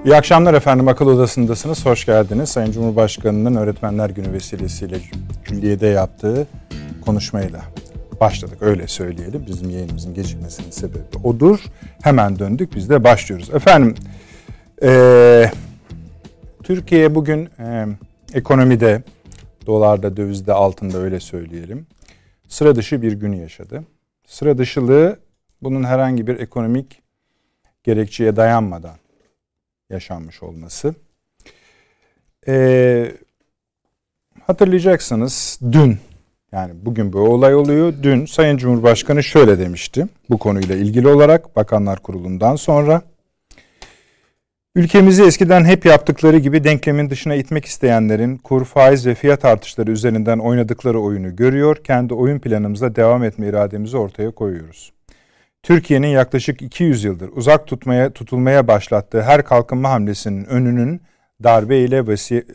İyi akşamlar efendim. Akıl Odası'ndasınız. Hoş geldiniz. Sayın Cumhurbaşkanı'nın Öğretmenler Günü vesilesiyle külliyede yaptığı konuşmayla başladık. Öyle söyleyelim. Bizim yayınımızın gecikmesinin sebebi odur. Hemen döndük. Biz de başlıyoruz. Efendim, Türkiye bugün ekonomide, dolarda, dövizde, altında öyle söyleyelim, sıra dışı bir gün yaşadı. Sıra dışılığı bunun herhangi bir ekonomik gerekçeye dayanmadan yaşanmış olması. Hatırlayacaksınız dün, yani bugün bu olay oluyor. Dün Sayın Cumhurbaşkanı şöyle demişti bu konuyla ilgili olarak Bakanlar Kurulu'ndan sonra. Ülkemizi eskiden hep yaptıkları gibi denklemin dışına itmek isteyenlerin kur, faiz ve fiyat artışları üzerinden oynadıkları oyunu görüyor. Kendi oyun planımıza devam etme irademizi ortaya koyuyoruz. Türkiye'nin yaklaşık 200 yıldır uzak tutulmaya başlattığı her kalkınma hamlesinin önünün darbeyle,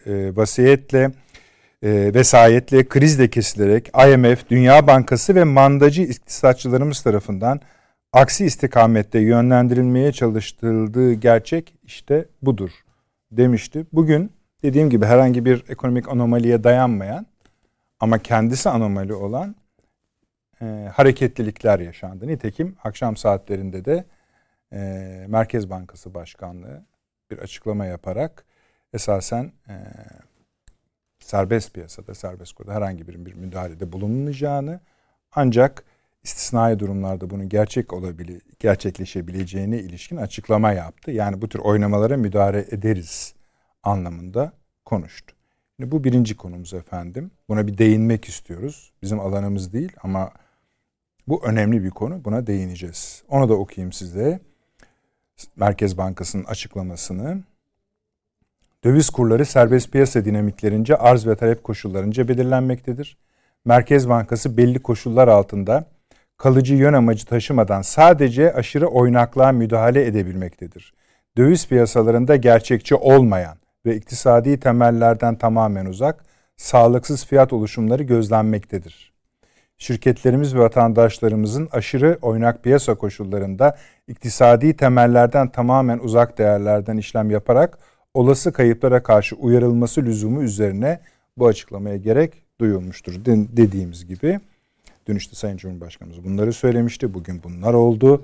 vesayetle, krizle kesilerek IMF, Dünya Bankası ve mandacı iktisatçılarımız tarafından aksi istikamette yönlendirilmeye çalıştırıldığı gerçek işte budur demişti. Bugün dediğim gibi herhangi bir ekonomik anomaliye dayanmayan ama kendisi anomali olan hareketlilikler yaşandı. Nitekim akşam saatlerinde de Merkez Bankası Başkanlığı bir açıklama yaparak esasen serbest piyasada, serbest kurda herhangi bir müdahalede bulunmayacağını, ancak istisnai durumlarda bunun gerçekleşebileceğine ilişkin açıklama yaptı. Yani bu tür oynamalara müdahale ederiz anlamında konuştu. Şimdi bu birinci konumuz efendim. Buna bir değinmek istiyoruz. Bizim alanımız değil ama bu önemli bir konu. Buna değineceğiz. Onu da okuyayım size. Merkez Bankası'nın açıklamasını. Döviz kurları serbest piyasa dinamiklerince arz ve talep koşullarınca belirlenmektedir. Merkez Bankası belli koşullar altında kalıcı yön amacı taşımadan sadece aşırı oynaklığa müdahale edebilmektedir. Döviz piyasalarında gerçekçi olmayan ve iktisadi temellerden tamamen uzak, sağlıksız fiyat oluşumları gözlenmektedir. Şirketlerimiz ve vatandaşlarımızın aşırı oynak piyasa koşullarında iktisadi temellerden tamamen uzak değerlerden işlem yaparak olası kayıplara karşı uyarılması lüzumu üzerine bu açıklamaya gerek duyulmuştur. Dediğimiz gibi dün işte Sayın Cumhurbaşkanımız bunları söylemişti. Bugün bunlar oldu.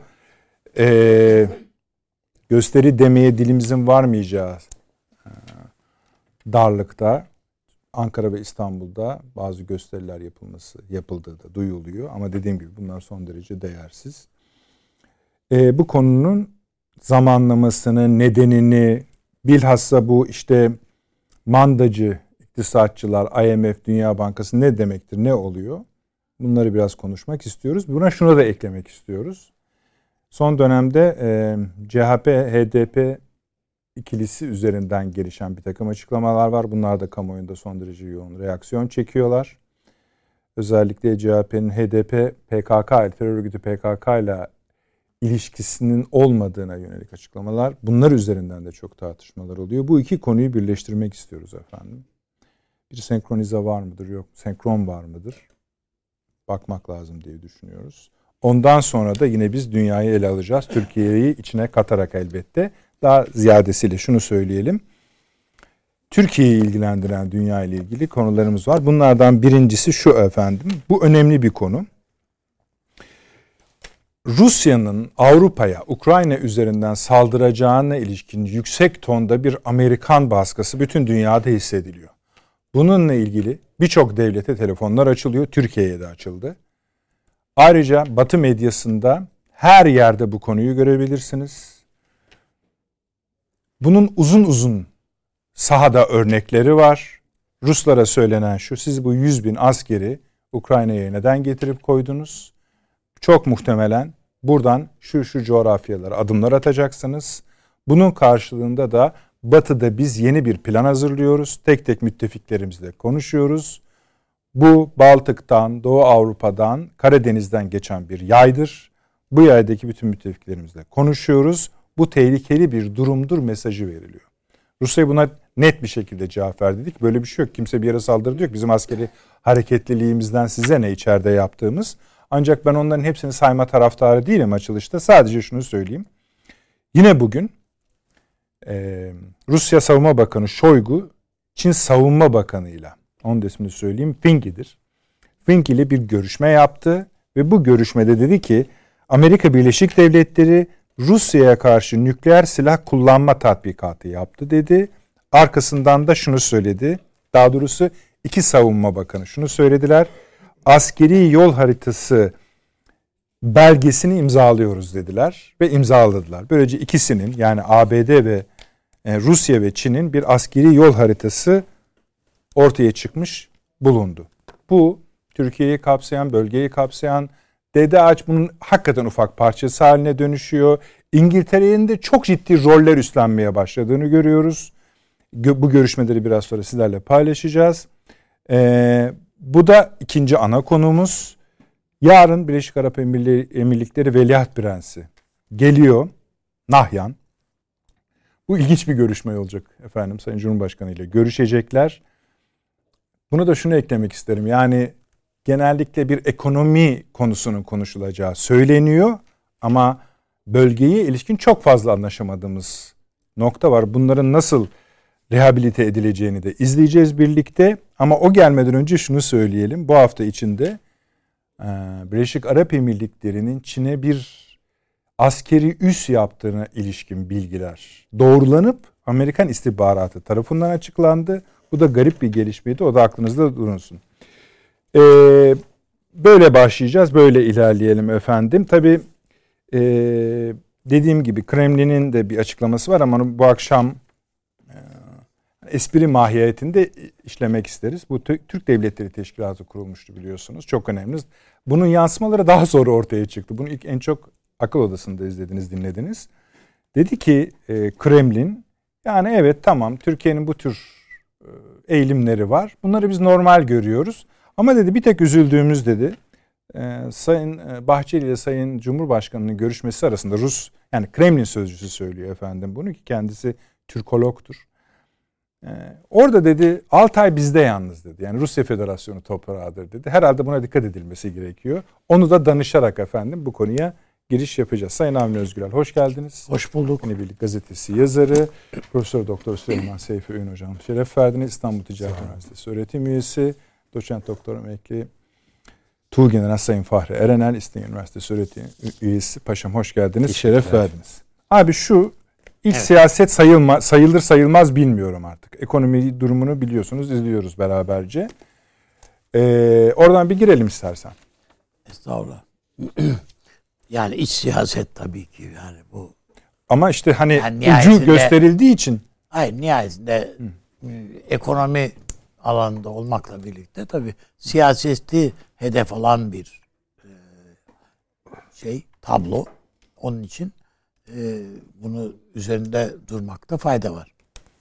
Gösteri demeye dilimizin varmayacağı darlıkta Ankara ve İstanbul'da bazı gösteriler yapıldığı da duyuluyor. Ama dediğim gibi bunlar son derece değersiz. Bu konunun zamanlamasını, nedenini, bilhassa bu işte mandacı iktisatçılar, IMF, Dünya Bankası ne demektir, ne oluyor? Bunları biraz konuşmak istiyoruz. Buna şunu da eklemek istiyoruz. Son dönemde CHP, HDP ikilisi üzerinden gelişen bir takım açıklamalar var. Bunlar da kamuoyunda son derece yoğun reaksiyon çekiyorlar. Özellikle CHP'nin HDP, PKK, terör örgütü PKK ile ilişkisinin olmadığına yönelik açıklamalar. Bunlar üzerinden de çok tartışmalar oluyor. Bu iki konuyu birleştirmek istiyoruz efendim. Bir senkronize var mıdır, yok senkron var mıdır? Bakmak lazım diye düşünüyoruz. Ondan sonra da yine biz dünyayı ele alacağız. Türkiye'yi içine katarak elbette. Daha ziyadesiyle şunu söyleyelim. Türkiye'yi ilgilendiren dünya ile ilgili konularımız var. Bunlardan birincisi şu efendim. Bu önemli bir konu. Rusya'nın Avrupa'ya, Ukrayna üzerinden saldıracağına ilişkin yüksek tonda bir Amerikan baskısı bütün dünyada hissediliyor. Bununla ilgili birçok devlete telefonlar açılıyor. Türkiye'ye de açıldı. Ayrıca Batı medyasında her yerde bu konuyu görebilirsiniz. Bunun uzun uzun sahada örnekleri var. Ruslara söylenen şu: siz bu 100.000 askeri Ukrayna'ya neden getirip koydunuz? Çok muhtemelen buradan şu coğrafyalara adımlar atacaksınız. Bunun karşılığında da Batı'da biz yeni bir plan hazırlıyoruz. Tek tek müttefiklerimizle konuşuyoruz. Bu Baltık'tan, Doğu Avrupa'dan, Karadeniz'den geçen bir yaydır. Bu yaydaki bütün müttefiklerimizle konuşuyoruz. Bu tehlikeli bir durumdur mesajı veriliyor. Rusya buna net bir şekilde cevap verdi. Dedik böyle bir şey yok. Kimse bir yere saldırdı yok. Bizim askeri hareketliliğimizden size ne içeride yaptığımız. Ancak ben onların hepsini sayma taraftarı değilim açılışta. Sadece şunu söyleyeyim. Yine bugün Rusya Savunma Bakanı Shoigu, Çin Savunma Bakanı'yla, onun da ismini söyleyeyim, Finki'dir. Finki ile bir görüşme yaptı ve bu görüşmede dedi ki Amerika Birleşik Devletleri Rusya'ya karşı nükleer silah kullanma tatbikatı yaptı dedi. Arkasından da şunu söyledi. Daha doğrusu iki savunma bakanı şunu söylediler. Askeri yol haritası belgesini imzalıyoruz dediler ve imzaladılar. Böylece ikisinin, yani ABD ve Rusya ve Çin'in bir askeri yol haritası ortaya çıkmış bulundu. Bu Türkiye'yi kapsayan, bölgeyi kapsayan, Dede Ağaç bunun hakikaten ufak parçası haline dönüşüyor. İngiltere'nin de çok ciddi roller üstlenmeye başladığını görüyoruz. Bu görüşmeleri biraz sonra sizlerle paylaşacağız. Bu da ikinci ana konumuz. Yarın Birleşik Arap Emirlikleri Veliaht Prensi geliyor. Nahyan. Bu ilginç bir görüşme olacak efendim. Sayın Cumhurbaşkanı ile görüşecekler. Buna da şunu eklemek isterim. Yani genellikle bir ekonomi konusunun konuşulacağı söyleniyor. Ama bölgeye ilişkin çok fazla anlaşamadığımız nokta var. Bunların nasıl rehabilite edileceğini de izleyeceğiz birlikte. Ama o gelmeden önce şunu söyleyelim. Bu hafta içinde Birleşik Arap Emirlikleri'nin Çin'e bir askeri üs yaptığına ilişkin bilgiler doğrulanıp Amerikan istihbaratı tarafından açıklandı. Bu da garip bir gelişmeydi. O da aklınızda bulunsun. Böyle başlayacağız. Böyle ilerleyelim efendim. Tabii dediğim gibi Kremlin'in de bir açıklaması var ama bu akşam espri mahiyetinde işlemek isteriz. Bu Türk Devletleri Teşkilatı kurulmuştu biliyorsunuz. Çok önemli. Bunun yansımaları daha sonra ortaya çıktı. Bunu ilk en çok akıl odasında izlediniz, dinlediniz. Dedi ki Kremlin, yani evet tamam Türkiye'nin bu tür eğilimleri var. Bunları biz normal görüyoruz. Ama dedi bir tek üzüldüğümüz dedi Sayın Bahçeli ile Sayın Cumhurbaşkanı'nın görüşmesi arasında yani Kremlin sözcüsü söylüyor efendim bunu ki kendisi Türkologtur. Orada dedi Altay bizde yalnız dedi. Yani Rusya Federasyonu toprağıdır dedi. Herhalde buna dikkat edilmesi gerekiyor. Onu da danışarak efendim bu konuya giriş yapacağız. Sayın Avni Özgürel hoş geldiniz. Hoş bulduk. Yeni Birlik gazetesi yazarı, Profesör Doktor Süleyman Seyfi Öğün hocam şeref verdiniz. İstanbul Ticaret Üniversitesi öğretim üyesi, Doçent Doktor emekli Tuğgeneral Sayın Fahri Erenel, İstinye Üniversitesi öğretim üyesi. Paşam hoş geldiniz. Şeref verdiniz. Abi şu İç siyaset sayılır sayılmaz bilmiyorum artık. Ekonomi durumunu biliyorsunuz, izliyoruz beraberce. Oradan bir girelim istersen. Estağfurullah. Yani iç siyaset tabii ki yani bu. Ama işte hani yani ucu gösterildiği için. Hayır, nihayetinde ekonomi alanında olmakla birlikte tabii siyaseti hedef alan bir tablo. Onun için bunu üzerinde durmakta fayda var.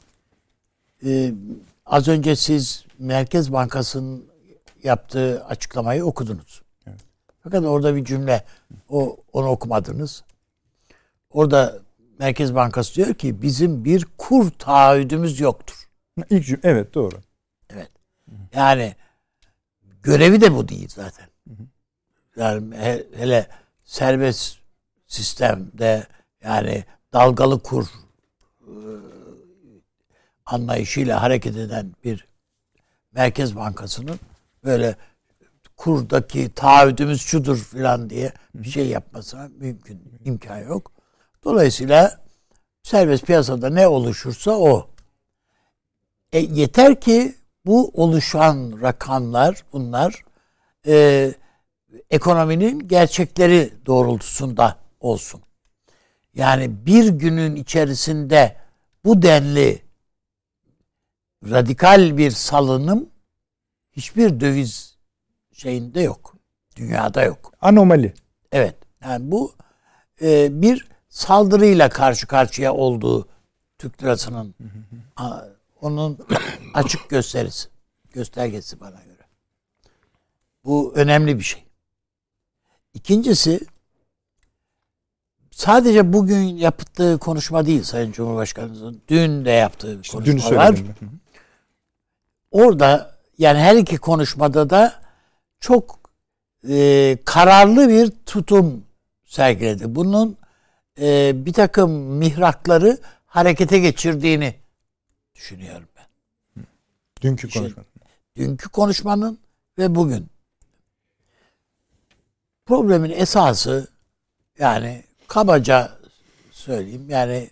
Az önce siz Merkez Bankası'nın yaptığı açıklamayı okudunuz. Evet. Fakat orada bir cümle, onu okumadınız. Orada Merkez Bankası diyor ki bizim bir kur taahhüdümüz yoktur. İlk cümle, evet doğru. Evet. Yani görevi de bu değil zaten. Yani hele serbest sistemde yani dalgalı kur anlayışıyla hareket eden bir Merkez Bankası'nın böyle kurdaki taahhüdümüz şudur filan diye bir şey yapmasına imkan yok. Dolayısıyla serbest piyasada ne oluşursa o. Yeter ki bu oluşan rakamlar bunlar ekonominin gerçekleri doğrultusunda olsun. Yani bir günün içerisinde bu denli radikal bir salınım hiçbir döviz şeyinde yok. Dünyada yok. Anomali. Evet. Yani bu bir saldırıyla karşı karşıya olduğu Türk lirasının onun açık göstergesi bana göre. Bu önemli bir şey. İkincisi sadece bugün yaptığı konuşma değil Sayın Cumhurbaşkanımızın. Dün de yaptığı bir konuşma var. Orada yani her iki konuşmada da çok kararlı bir tutum sergiledi. Bunun bir takım mihrakları harekete geçirdiğini düşünüyorum ben. Dünkü konuşmanın ve bugün. Problemin esası, yani kabaca söyleyeyim, yani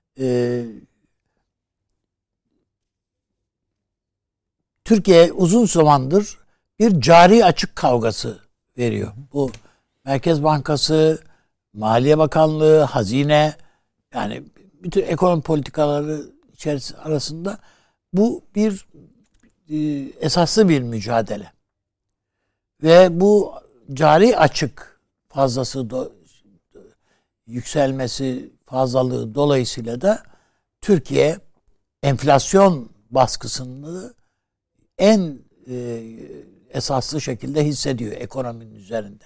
Türkiye uzun zamandır bir cari açık kavgası veriyor. Bu Merkez Bankası, Maliye Bakanlığı, Hazine, yani bütün ekonomi politikaları içerisinde arasında bu bir esaslı bir mücadele. Ve bu cari açık fazlası yükselmesi fazlalığı dolayısıyla da Türkiye enflasyon baskısını en esaslı şekilde hissediyor ekonominin üzerinde.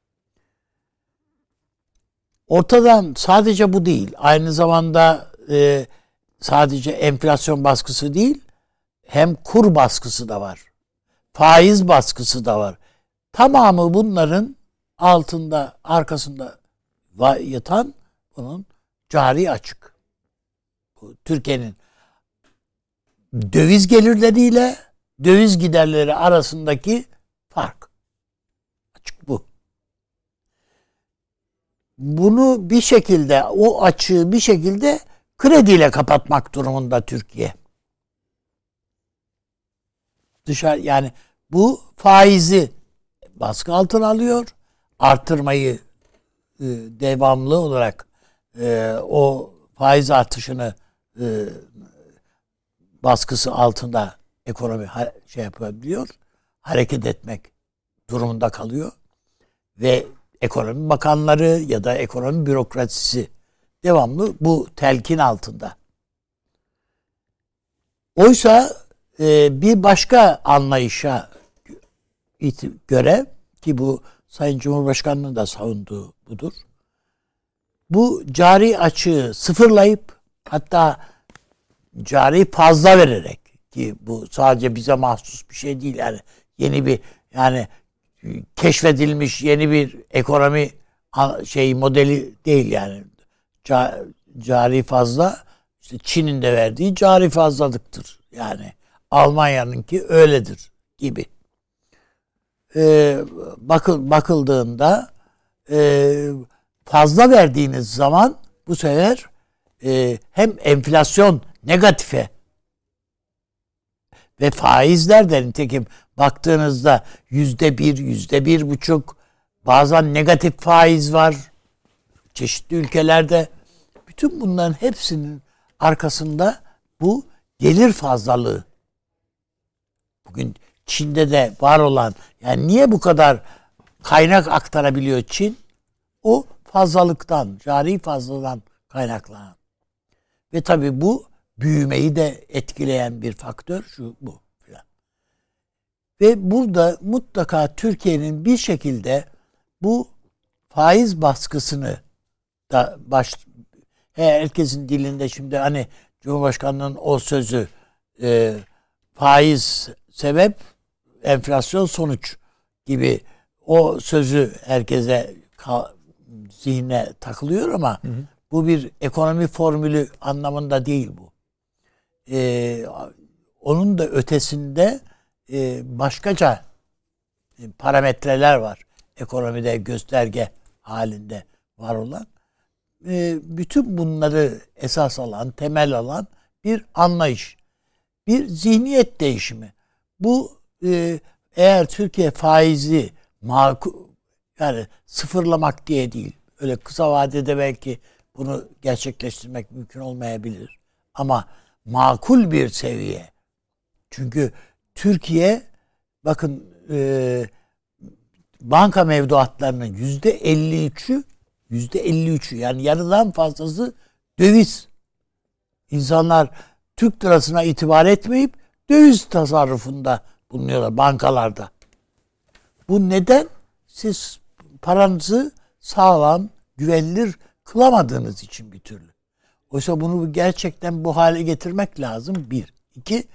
Ortadan sadece bu değil. Aynı zamanda sadece enflasyon baskısı değil, hem kur baskısı da var. Faiz baskısı da var. Tamamı bunların altında, arkasında yatan bunun cari açık. Bu Türkiye'nin döviz gelirleriyle döviz giderleri arasındaki fark. Açık bu. Bunu bir şekilde, o açığı bir şekilde krediyle kapatmak durumunda Türkiye. Yani bu faizi baskı altına alıyor. Artırmayı devamlı olarak o faiz artışını baskısı altında ekonomi yapabiliyor. Hareket etmek durumunda kalıyor. Ve ekonomi bakanları ya da ekonomi bürokrasisi devamlı bu telkin altında. Oysa bir başka anlayışa göre, ki bu Sayın Cumhurbaşkanı'nın da savunduğu budur. Bu cari açığı sıfırlayıp, hatta cari fazla vererek, ki bu sadece bize mahsus bir şey değil, yani yeni bir, yani keşfedilmiş yeni bir ekonomi modeli değil yani. Cari fazla, işte Çin'in de verdiği cari fazlalıktır. Yani Almanya'nınki öyledir gibi. Bakıldığında fazla verdiğiniz zaman bu sefer hem enflasyon negatife ve faizler de nitekim baktığınızda %1, %1,5, bazen negatif faiz var çeşitli ülkelerde. Bütün bunların hepsinin arkasında bu gelir fazlalığı. Bugün Çin'de de var olan, yani niye bu kadar kaynak aktarabiliyor Çin? O fazlalıktan, cari fazladan kaynaklanan. Ve tabii bu büyümeyi de etkileyen bir faktör, bu filan. Ve burada mutlaka Türkiye'nin bir şekilde bu faiz baskısını da herkesin dilinde şimdi hani Cumhurbaşkanı'nın o sözü, faiz sebep, enflasyon sonuç gibi, o sözü herkese zihne takılıyor ama bu bir ekonomi formülü anlamında değil bu. Onun da ötesinde başkaca parametreler var. Ekonomide gösterge halinde var olan. Bütün bunları esas alan, temel alan bir anlayış. Bir zihniyet değişimi. Bu eğer Türkiye faizi yani sıfırlamak diye değil. Öyle kısa vadede belki bunu gerçekleştirmek mümkün olmayabilir. Ama makul bir seviye. Çünkü Türkiye, bakın, banka mevduatlarının %53'ü yani yarıdan fazlası döviz. İnsanlar Türk lirasına itibar etmeyip döviz tasarrufunda bulunuyorlar bankalarda. Bu neden? Siz paranızı sağlam, güvenilir kılamadığınız için bir türlü. Oysa bunu gerçekten bu hale getirmek lazım. Bir. İki,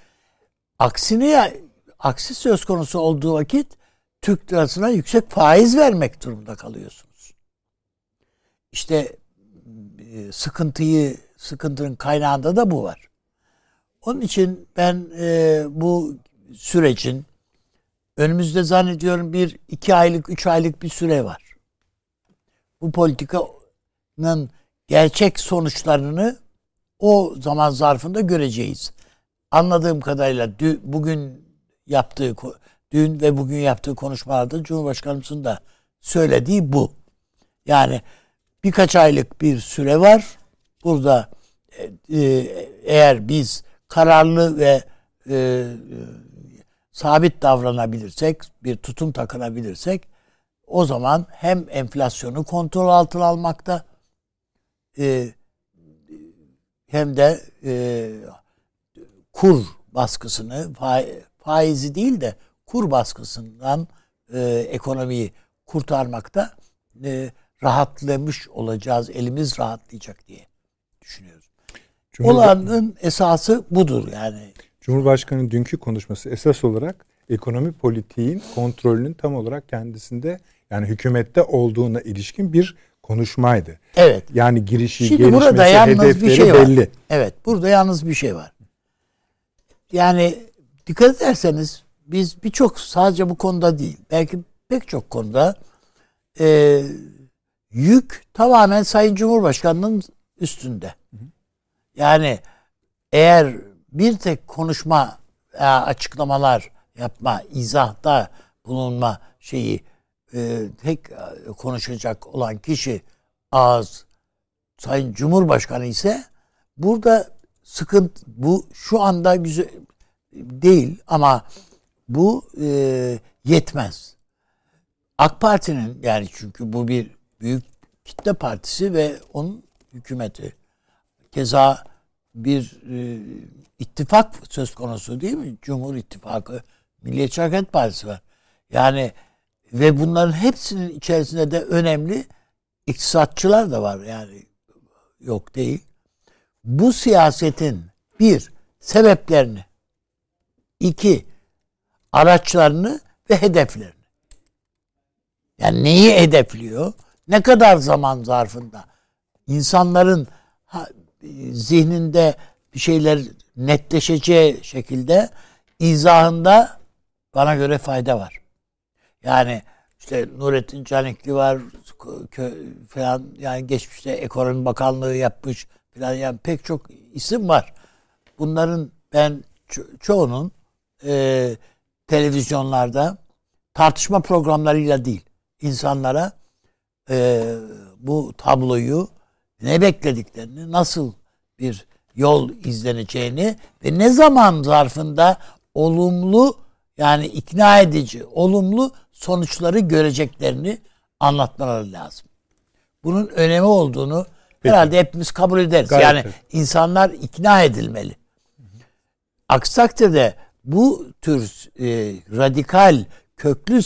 aksi söz konusu olduğu vakit Türk lirasına yüksek faiz vermek durumunda kalıyorsunuz. İşte sıkıntının kaynağında da bu var. Onun için ben bu sürecin önümüzde zannediyorum 2 aylık, 3 aylık bir süre var. Bu politikanın gerçek sonuçlarını o zaman zarfında göreceğiz. Anladığım kadarıyla dün ve bugün yaptığı konuşmalarda Cumhurbaşkanımızın da söylediği bu. Yani birkaç aylık bir süre var. Burada eğer biz kararlı ve sabit davranabilirsek, bir tutum takınabilirsek, o zaman hem enflasyonu kontrol altına almakta hem de kur baskısını, faizi değil de kur baskısından ekonomiyi kurtarmakta rahatlamış olacağız, elimiz rahatlayacak diye düşünüyoruz. Olanın esası budur yani. Cumhurbaşkanı'nın dünkü konuşması esas olarak ekonomi politiğin kontrolünün tam olarak kendisinde, yani hükümette olduğuna ilişkin bir konuşmaydı. Evet. Yani girişi, şimdi gelişmesi, hedefleri belli. Var. Evet, burada yalnız bir şey var. Yani dikkat ederseniz biz sadece bu konuda değil, belki pek çok konuda yük tamamen Sayın Cumhurbaşkanı'nın üstünde. Yani eğer bir tek konuşma, açıklamalar yapma, izahta bulunma tek konuşacak olan kişi Sayın Cumhurbaşkanı ise burada sıkıntı, bu şu anda güzel değil ama bu yetmez. AK Parti'nin, yani çünkü bu bir büyük kitle partisi ve onun hükümeti. Keza bir ittifak söz konusu değil mi? Cumhur İttifakı, Milliyetçi Hareket Partisi var. Yani ve bunların hepsinin içerisinde de önemli iktisatçılar da var. Yani yok değil. Bu siyasetin bir, sebeplerini, iki, araçlarını ve hedeflerini. Yani neyi hedefliyor? Ne kadar zaman zarfında? İnsanların zihninde bir şeyler netleşeceği şekilde izahında bana göre fayda var. Yani işte Nurettin Canikli var falan, yani geçmişte Ekonomi Bakanlığı yapmış falan, yani pek çok isim var. Bunların ben çoğunun televizyonlarda tartışma programlarıyla değil, insanlara bu tabloyu, ne beklediklerini, nasıl bir yol izleneceğini ve ne zaman zarfında olumlu, yani ikna edici, olumlu sonuçları göreceklerini anlatmaları lazım. Bunun önemi olduğunu herhalde hepimiz kabul ederiz. Gayet yani insanlar ikna edilmeli. Aksi takdirde bu tür radikal, köklü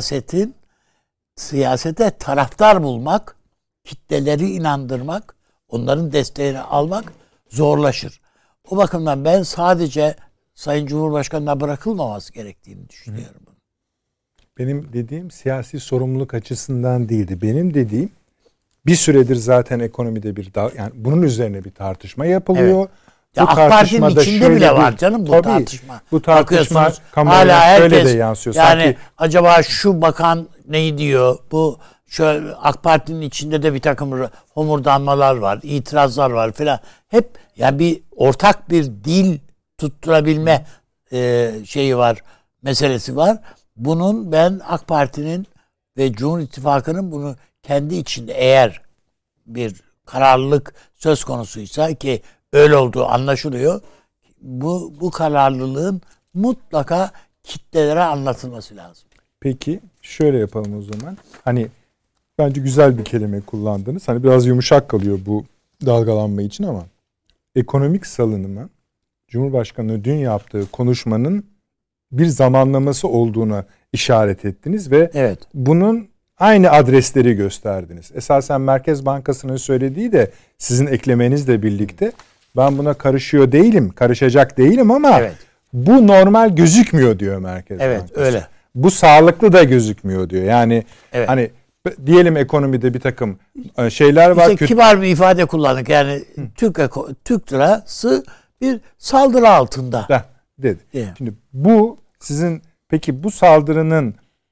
siyasete taraftar bulmak, kitleleri inandırmak, onların desteğini almak zorlaşır. O bakımdan ben sadece Sayın Cumhurbaşkanı'na bırakılmaması gerektiğini düşünüyorum. Benim dediğim siyasi sorumluluk açısından değildi. Benim dediğim, bir süredir zaten ekonomide yani bunun üzerine bir tartışma yapılıyor. Evet. Ya AK Parti'nin içinde bile var canım bu tartışma. Bu tartışma kamuoyuna şöyle de yansıyor. Yani sanki, acaba şu bakan neyi diyor? Bu şöyle, AK Parti'nin içinde de bir takım homurdanmalar var, itirazlar var filan. Hep yani bir ortak bir dil tutturabilme şeyi var, meselesi var. Bunun ben AK Parti'nin ve Cumhur İttifakı'nın bunu kendi içinde, eğer bir kararlılık söz konusuysa, ki öyle olduğu anlaşılıyor, bu kararlılığın mutlaka kitlelere anlatılması lazım. Peki şöyle yapalım o zaman. Hani bence güzel bir kelime kullandınız. Hani biraz yumuşak kalıyor bu dalgalanma için ama ekonomik salınımı, Cumhurbaşkanı dün yaptığı konuşmanın bir zamanlaması olduğuna işaret ettiniz ve evet, bunun aynı adresleri gösterdiniz. Esasen Merkez Bankası'nın söylediği de sizin eklemenizle birlikte, ben buna karışacak değilim ama evet, bu normal gözükmüyor diyor Merkez Bankası. Evet, öyle. Bu sağlıklı da gözükmüyor diyor. Yani evet, hani diyelim ekonomide bir takım şeyler var. İşte kibar bir ifade kullandık. Yani Türk lirası bir saldırı altında. Dedi. Şimdi bu sizin peki bu saldırının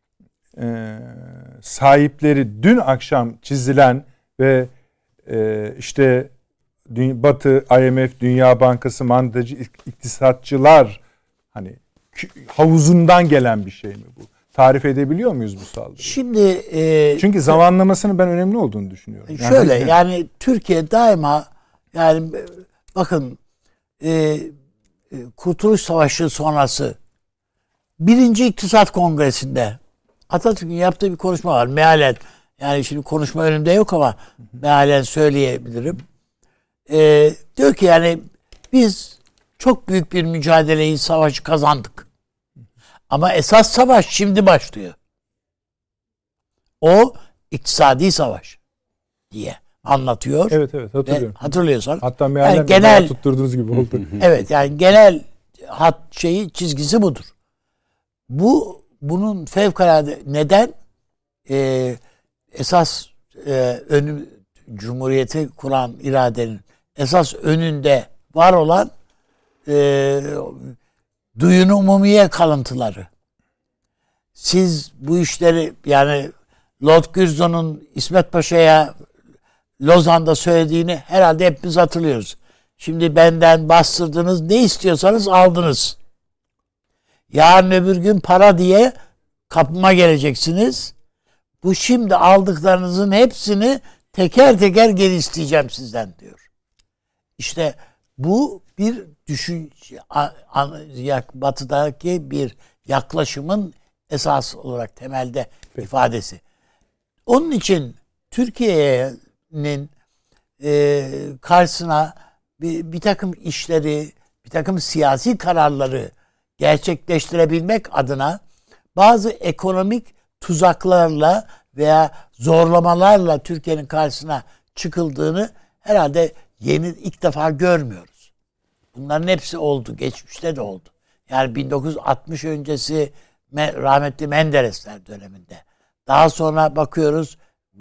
sahipleri dün akşam çizilen ve işte Batı, IMF, Dünya Bankası, mandacı iktisatçılar hani havuzundan gelen bir şey mi bu? Tarif edebiliyor muyuz bu saldırıyı? Şimdi çünkü zamanlamasının ben önemli olduğunu düşünüyorum. Şöyle yani Türkiye daima yani bakın Kurtuluş Savaşı sonrası 1. İktisat Kongresi'nde Atatürk'ün yaptığı bir konuşma var. Mealen yani şimdi konuşma önümde yok ama mealen söyleyebilirim. Diyor ki yani biz çok büyük bir mücadeleyi, savaşı kazandık. Ama esas savaş şimdi başlıyor. O iktisadi savaş diye anlatıyor. Evet hatırlıyorum. Hatırlıyorsan. Hatta mealen yani genel tutturduğunuz gibi oldu. Evet yani genel çizgisi budur. Bunun fevkalade neden esas Cumhuriyeti kuran iradenin esas önünde var olan duyunu umumiye kalıntıları. Siz bu işleri yani Lord Curzon'un İsmet Paşa'ya Lozan'da söylediğini herhalde hepimiz hatırlıyoruz. Şimdi benden bastırdınız, ne istiyorsanız aldınız. Yarın öbür gün para diye kapıma geleceksiniz. Bu şimdi aldıklarınızın hepsini teker teker geri isteyeceğim sizden diyor. İşte bu bir düşünce, Batı'daki bir yaklaşımın esas olarak temelde ifadesi. Onun için Türkiye'nin karşısına bir takım işleri, bir takım siyasi kararları gerçekleştirebilmek adına bazı ekonomik tuzaklarla veya zorlamalarla Türkiye'nin karşısına çıkıldığını herhalde ilk defa görmüyoruz. Bunların hepsi oldu. Geçmişte de oldu. Yani 1960 öncesi rahmetli Menderesler döneminde. Daha sonra bakıyoruz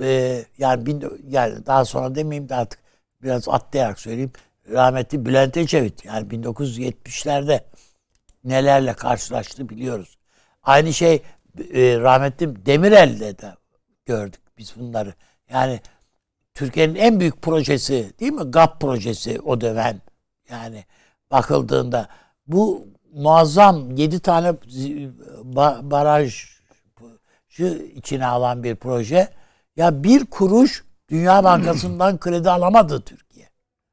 yani daha sonra demeyeyim de artık biraz atlayarak söyleyeyim. Rahmetli Bülent Ecevit yani 1970'lerde nelerle karşılaştı biliyoruz. Aynı şey rahmetli Demirel'de de gördük biz bunları. Yani Türkiye'nin en büyük projesi değil mi? GAP projesi o dönem. Yani bakıldığında bu muazzam 7 tane barajı içine alan bir proje. Ya bir kuruş Dünya Bankası'ndan kredi alamadı Türkiye.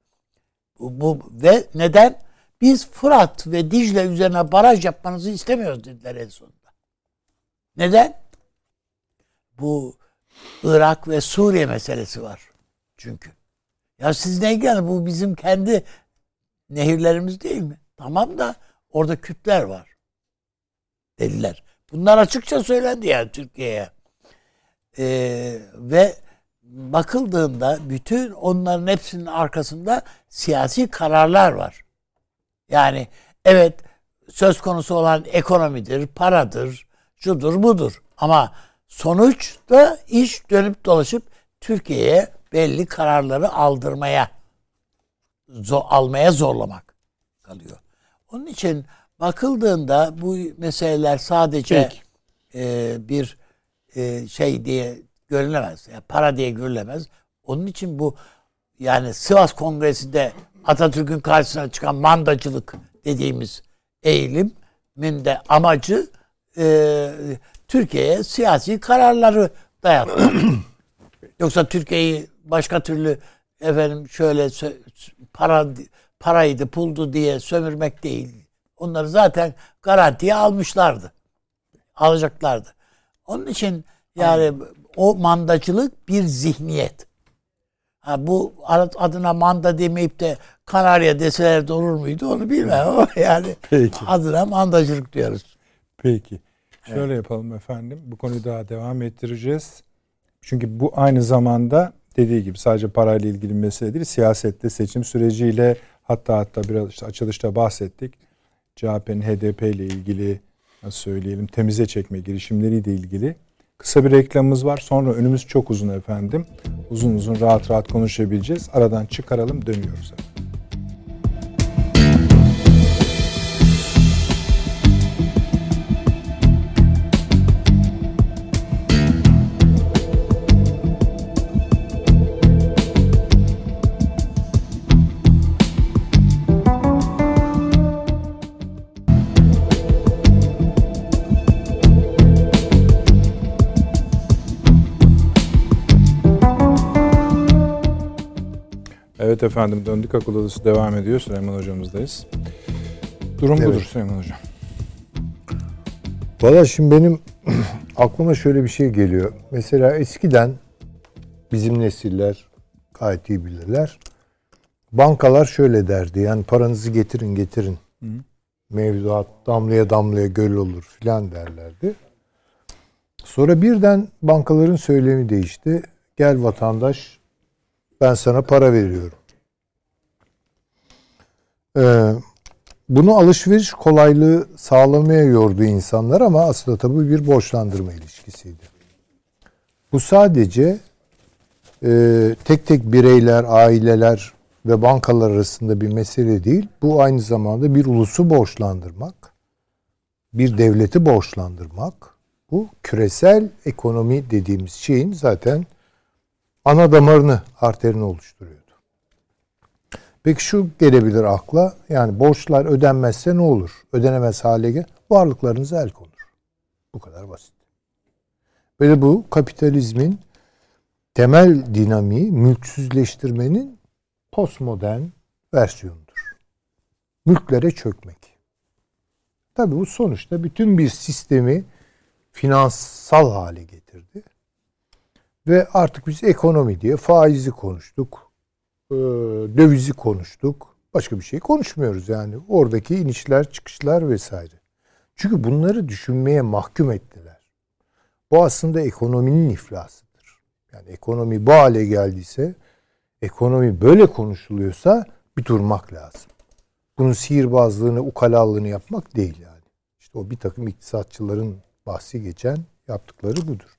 Ve neden? Biz Fırat ve Dicle üzerine baraj yapmanızı istemiyoruz dediler en sonunda. Neden? Bu Irak ve Suriye meselesi var. Çünkü. Ya siz ne ilgilen? Bu bizim kendi nehirlerimiz değil mi? Tamam da orada Kürtler var. Dediler. Bunlar açıkça söylendi yani Türkiye'ye. Ve bakıldığında bütün onların hepsinin arkasında siyasi kararlar var. Yani evet söz konusu olan ekonomidir, paradır, şudur budur. Ama sonuçta iş dönüp dolaşıp Türkiye'ye belli kararları almaya zorlamak kalıyor. Onun için bakıldığında bu meseleler sadece bir şey diye görülemez. Yani para diye görülemez. Onun için bu yani Sivas Kongresi'nde Atatürk'ün karşısına çıkan mandacılık dediğimiz eğilimin de amacı Türkiye'ye siyasi kararları dayatmak. Yoksa Türkiye'yi başka türlü şöyle paraydı, puldu diye sömürmek değil. Onları zaten garantiye almışlardı. Alacaklardı. Onun için yani o mandacılık bir zihniyet. Bu adına manda demeyip de Kanarya deseler de olur muydu onu bilmem ama yani adına mandacılık diyoruz. Peki. Şöyle yapalım efendim. Bu konuyu daha devam ettireceğiz. Çünkü bu aynı zamanda dediği gibi sadece parayla ilgili bir mesele değil. Siyasette seçim süreciyle hatta biraz işte açılışta bahsettik. CHP'nin HDP ile ilgili nasıl söyleyelim temize çekme girişimleriyle ilgili Kısa bir reklamımız var. Sonra önümüz çok uzun efendim. Uzun uzun rahat rahat konuşabileceğiz. Aradan çıkaralım, dönüyoruz efendim. Evet efendim, döndük, akıl odası devam ediyor. Süleyman hocamızdayız. Durum budur Süleyman hocam. Valla şimdi benim aklıma şöyle bir şey geliyor. Mesela eskiden bizim nesiller gayet iyi bilirler. Bankalar şöyle derdi. Yani paranızı getirin. Hı. Mevduat damlaya damlaya göl olur filan derlerdi. Sonra birden bankaların söylemi değişti. Gel vatandaş, ben sana para veriyorum. Bunu alışveriş kolaylığı sağlamaya yordu insanlar ama aslında tabii bir borçlandırma ilişkisiydi. Bu sadece tek tek bireyler, aileler ve bankalar arasında bir mesele değil. Bu aynı zamanda bir ulusu borçlandırmak, bir devleti borçlandırmak. Bu küresel ekonomi dediğimiz şeyin zaten ana damarını, arterini oluşturuyordu. Peki şu gelebilir akla, yani borçlar ödenmezse ne olur? Ödenemez hale gel, varlıklarınıza el konur. Bu kadar basit. Böyle bu kapitalizmin temel dinamiği mülksüzleştirmenin postmodern versiyonudur. Mülklere çökmek. Tabii bu sonuçta bütün bir sistemi finansal hale getirdi. Ve artık biz ekonomi diye faizi konuştuk, dövizi konuştuk, başka bir şey konuşmuyoruz yani. Oradaki inişler, çıkışlar vesaire. Çünkü bunları düşünmeye mahkum ettiler. Bu aslında ekonominin iflasıdır. Yani ekonomi bu hale geldiyse, ekonomi böyle konuşuluyorsa bir durmak lazım. Bunun sihirbazlığını, ukalalığını yapmak değil yani. İşte o bir takım iktisatçıların bahsi geçen yaptıkları budur.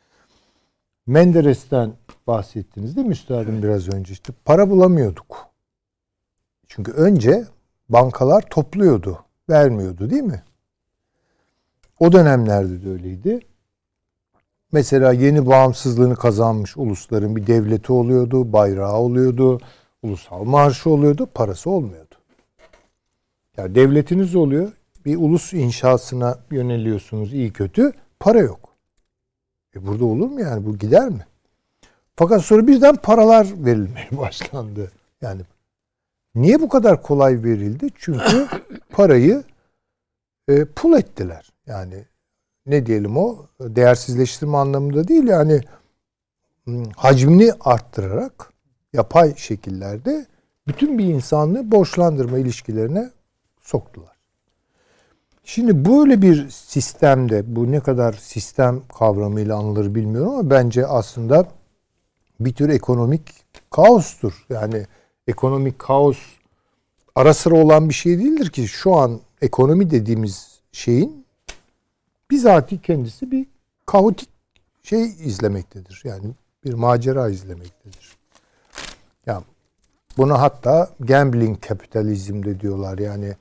Menderes'ten bahsettiniz değil mi üstadım biraz önce? İşte para bulamıyorduk. Çünkü önce bankalar topluyordu, vermiyordu değil mi? O dönemlerde de öyleydi. Mesela yeni bağımsızlığını kazanmış ulusların bir devleti oluyordu, bayrağı oluyordu, ulusal marşı oluyordu, parası olmuyordu. Yani devletiniz oluyor, bir ulus inşasına yöneliyorsunuz iyi kötü, para yok. Burada olur mu yani? Bu gider mi? Fakat sonra birden paralar verilmeye başlandı. Yani niye bu kadar kolay verildi? Çünkü parayı pul ettiler. Yani ne diyelim o? Değersizleştirme anlamında değil yani hacmini arttırarak yapay şekillerde bütün bir insanlığı borçlandırma ilişkilerine soktular. Şimdi böyle bir sistemde, bu ne kadar sistem kavramıyla anılır bilmiyorum ama bence aslında bir tür ekonomik kaostur. Yani ekonomik kaos ara sıra olan bir şey değildir ki. Şu an ekonomi dediğimiz şeyin bizatihi kendisi bir kaotik şey izlemektedir. Yani bir macera izlemektedir. Yani buna hatta gambling kapitalizm de diyorlar. Yani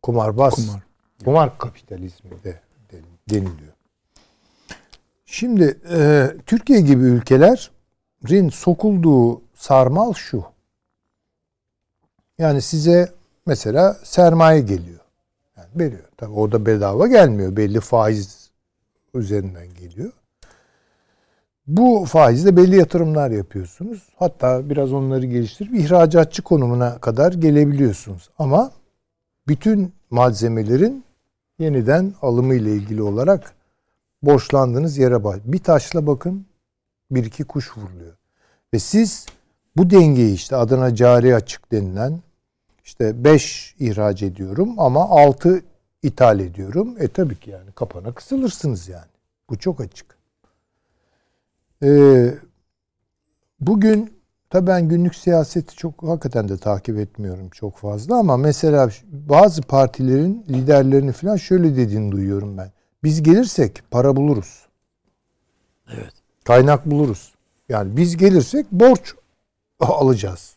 kumar kapitalizmi de deniliyor. Şimdi Türkiye gibi ülkelerin sokulduğu sarmal şu. Yani size mesela sermaye geliyor. Yani veriyor. Tabii o da bedava gelmiyor. Belli faiz üzerinden geliyor. Bu faizle belli yatırımlar yapıyorsunuz. Hatta biraz onları geliştirip ihracatçı konumuna kadar gelebiliyorsunuz. Ama bütün malzemelerin yeniden alımı ile ilgili olarak borçlandığınız yere bak. Bir taşla bakın, bir iki kuş vuruluyor. Ve siz bu dengeyi işte adına cari açık denilen işte 5 ihraç ediyorum ama 6 ithal ediyorum. Tabii ki yani kapana kısılırsınız yani. Bu çok açık. Bugün tabii ben günlük siyaseti çok hakikaten de takip etmiyorum çok fazla ama mesela bazı partilerin liderlerini falan şöyle dediğini duyuyorum ben. Biz gelirsek para buluruz. Evet. Kaynak buluruz. Yani biz gelirsek borç alacağız.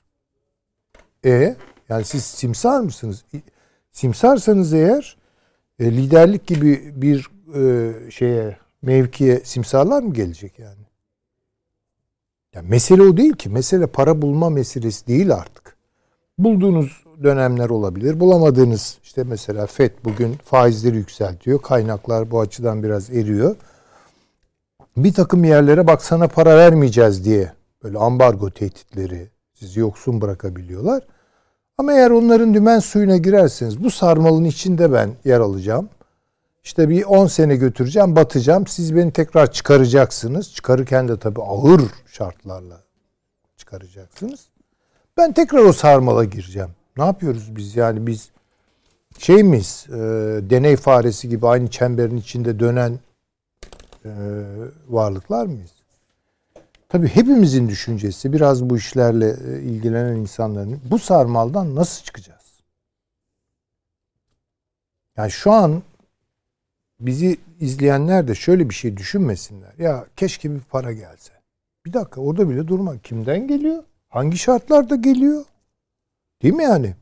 Yani siz simsar mısınız? Simsarsanız eğer liderlik gibi bir mevkiye simsarlar mı gelecek yani? Yani mesele o değil ki. Mesele para bulma meselesi değil artık. Bulduğunuz dönemler olabilir. Bulamadığınız işte mesela FED bugün faizleri yükseltiyor. Kaynaklar bu açıdan biraz eriyor. Bir takım yerlere bak sana para vermeyeceğiz diye böyle ambargo tehditleri sizi yoksun bırakabiliyorlar. Ama eğer onların dümen suyuna girerseniz bu sarmalın içinde ben yer alacağım. İşte bir 10 sene götüreceğim, batacağım. Siz beni tekrar çıkaracaksınız. Çıkarırken de tabii ağır şartlarla çıkaracaksınız. Ben tekrar o sarmala gireceğim. Ne yapıyoruz biz yani biz miyiz? Deney faresi gibi aynı çemberin içinde dönen varlıklar mıyız? Tabii hepimizin düşüncesi biraz bu işlerle ilgilenen insanların bu sarmaldan nasıl çıkacağız? Yani şu an bizi izleyenler de şöyle bir şey düşünmesinler. Ya keşke bir para gelse. Bir dakika orada bile durma. Kimden geliyor? Hangi şartlarda geliyor? Değil mi yani?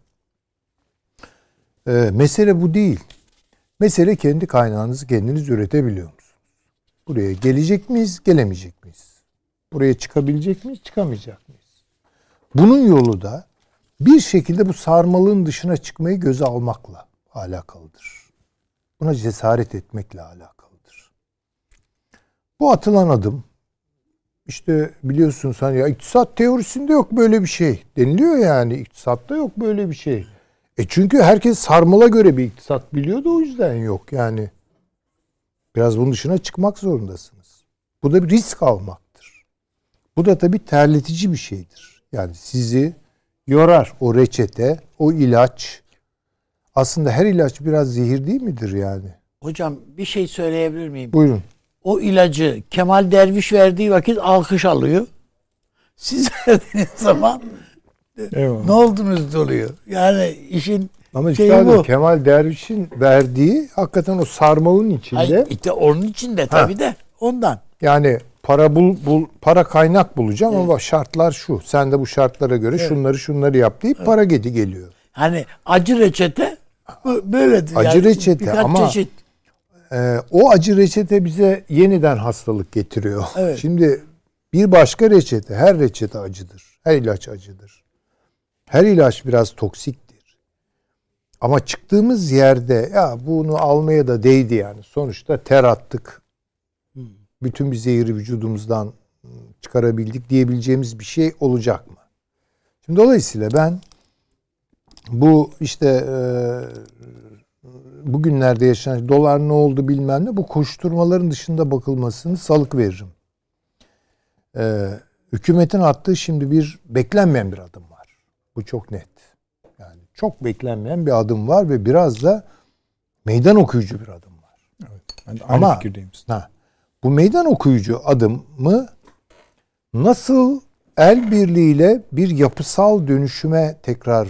Mesele bu değil. Mesele kendi kaynağınızı kendiniz üretebiliyor musunuz? Buraya gelecek miyiz, gelemeyecek miyiz? Buraya çıkabilecek miyiz, çıkamayacak mıyız? Bunun yolu da bir şekilde bu sarmalın dışına çıkmayı göze almakla alakalıdır. Buna cesaret etmekle alakalıdır. Bu atılan adım, işte biliyorsunuz hani ya iktisat teorisinde yok böyle bir şey deniliyor yani. İktisatta yok böyle bir şey. Çünkü herkes sarmala göre bir iktisat biliyordu o yüzden yok yani. Biraz bunun dışına çıkmak zorundasınız. Bu da bir risk almaktır. Bu da tabii terletici bir şeydir. Yani sizi yorar o reçete, o ilaç. Aslında her ilaç biraz zehir değil midir yani? Hocam bir şey söyleyebilir miyim? Buyurun. O ilacı Kemal Derviş verdiği vakit alkış alıyor. Siz verdiğiniz zaman ne oldunuz oluyor. Yani işin ama şeyi işte bu. Kemal Derviş'in verdiği hakikaten o sarmalın içinde. Hayır, işte onun içinde tabii de ondan. Yani para para kaynak bulacağım ama şartlar şu. Sen de bu şartlara göre şunları yap deyip para geliyor. Hani acı reçete böyledir. Acı yani reçete birkaç ama çeşit. O acı reçete bize yeniden hastalık getiriyor. Evet. Şimdi bir başka reçete, her reçete acıdır. Her ilaç acıdır. Her ilaç biraz toksiktir. Ama çıktığımız yerde ya bunu almaya da değdi yani. Sonuçta ter attık. Bütün bir zehri vücudumuzdan çıkarabildik diyebileceğimiz bir şey olacak mı? Şimdi dolayısıyla ben bu işte bugünlerde yaşanan dolar ne oldu bilmem ne bu koşturmaların dışında bakılmasını salık veririm. Hükümetin attığı şimdi bir beklenmeyen bir adım var. Bu çok net. Yani çok beklenmeyen bir adım var ve biraz da meydan okuyucu bir adım var. Evet. Ben de aynı fikirdeyim. Bu meydan okuyucu adımı nasıl el birliğiyle bir yapısal dönüşüme tekrar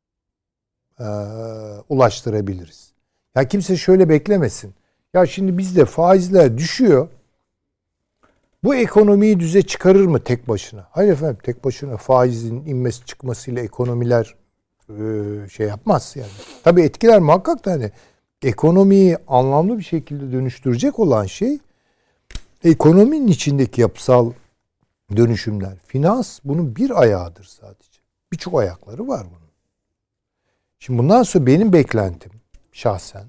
ulaştırabiliriz? Ya kimse şöyle beklemesin. Ya şimdi bizde faizler düşüyor. Bu ekonomiyi düze çıkarır mı tek başına? Hayır efendim, tek başına faizin inmesi çıkmasıyla ekonomiler şey yapmaz yani. Tabii etkiler muhakkak da hani ekonomiyi anlamlı bir şekilde dönüştürecek olan şey ekonominin içindeki yapısal dönüşümler. Finans bunun bir ayağıdır sadece. Birçok ayakları var bunun. Şimdi bundan sonra benim beklentim şahsen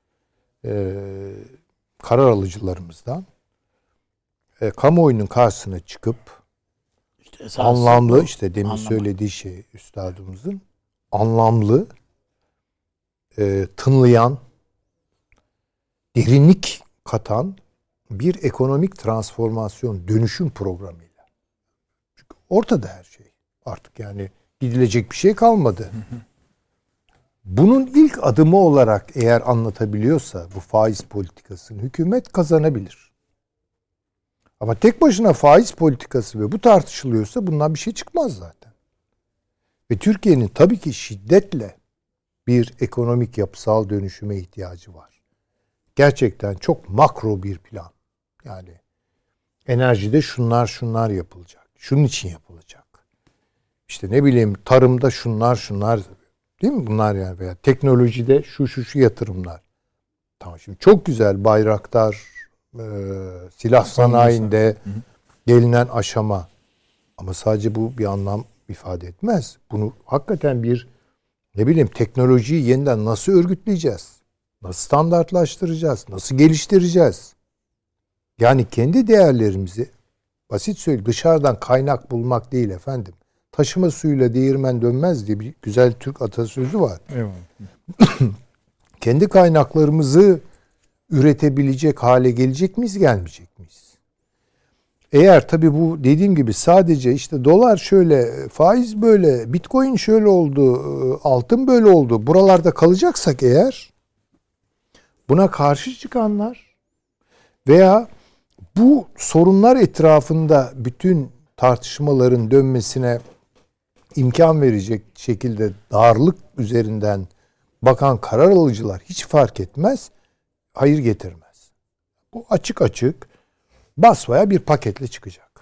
karar alıcılarımızdan kamuoyunun karşısına çıkıp işte anlamlı işte demin söylediği şey üstadımızın anlamlı tınlayan derinlik katan bir ekonomik transformasyon dönüşüm programıyla. Çünkü ortada her şey. Artık yani gidilecek bir şey kalmadı. Bunun ilk adımı olarak eğer anlatabiliyorsa bu faiz politikasını hükümet kazanabilir. Ama tek başına faiz politikası ve bu tartışılıyorsa bundan bir şey çıkmaz zaten. Ve Türkiye'nin tabii ki şiddetle bir ekonomik yapısal dönüşüme ihtiyacı var. Gerçekten çok makro bir plan. Yani enerjide şunlar yapılacak. Şunun için yapılacak. İşte ne bileyim tarımda şunlar değil mi bunlar yani, veya teknolojide şu yatırımlar. Tamam, şimdi çok güzel Bayraktar, silah sanayinde gelinen aşama. Ama sadece bu bir anlam ifade etmez. Bunu hakikaten bir ne bileyim teknolojiyi yeniden nasıl örgütleyeceğiz? Nasıl standartlaştıracağız? Nasıl geliştireceğiz? Yani kendi değerlerimizi, basit söyleyeyim, dışarıdan kaynak bulmak değil efendim. Taşıma suyuyla değirmen dönmez diye bir güzel Türk atasözü var. Eyvallah. Kendi kaynaklarımızı üretebilecek hale gelecek miyiz, gelmeyecek miyiz? Eğer tabii bu dediğim gibi sadece işte dolar şöyle, faiz böyle, bitcoin şöyle oldu, altın böyle oldu, buralarda kalacaksak eğer, buna karşı çıkanlar veya bu sorunlar etrafında bütün tartışmaların dönmesine imkan verecek şekilde darlık üzerinden bakan karar alıcılar hiç fark etmez, hayır getirmez. Bu açık basbaya bir paketle çıkacak.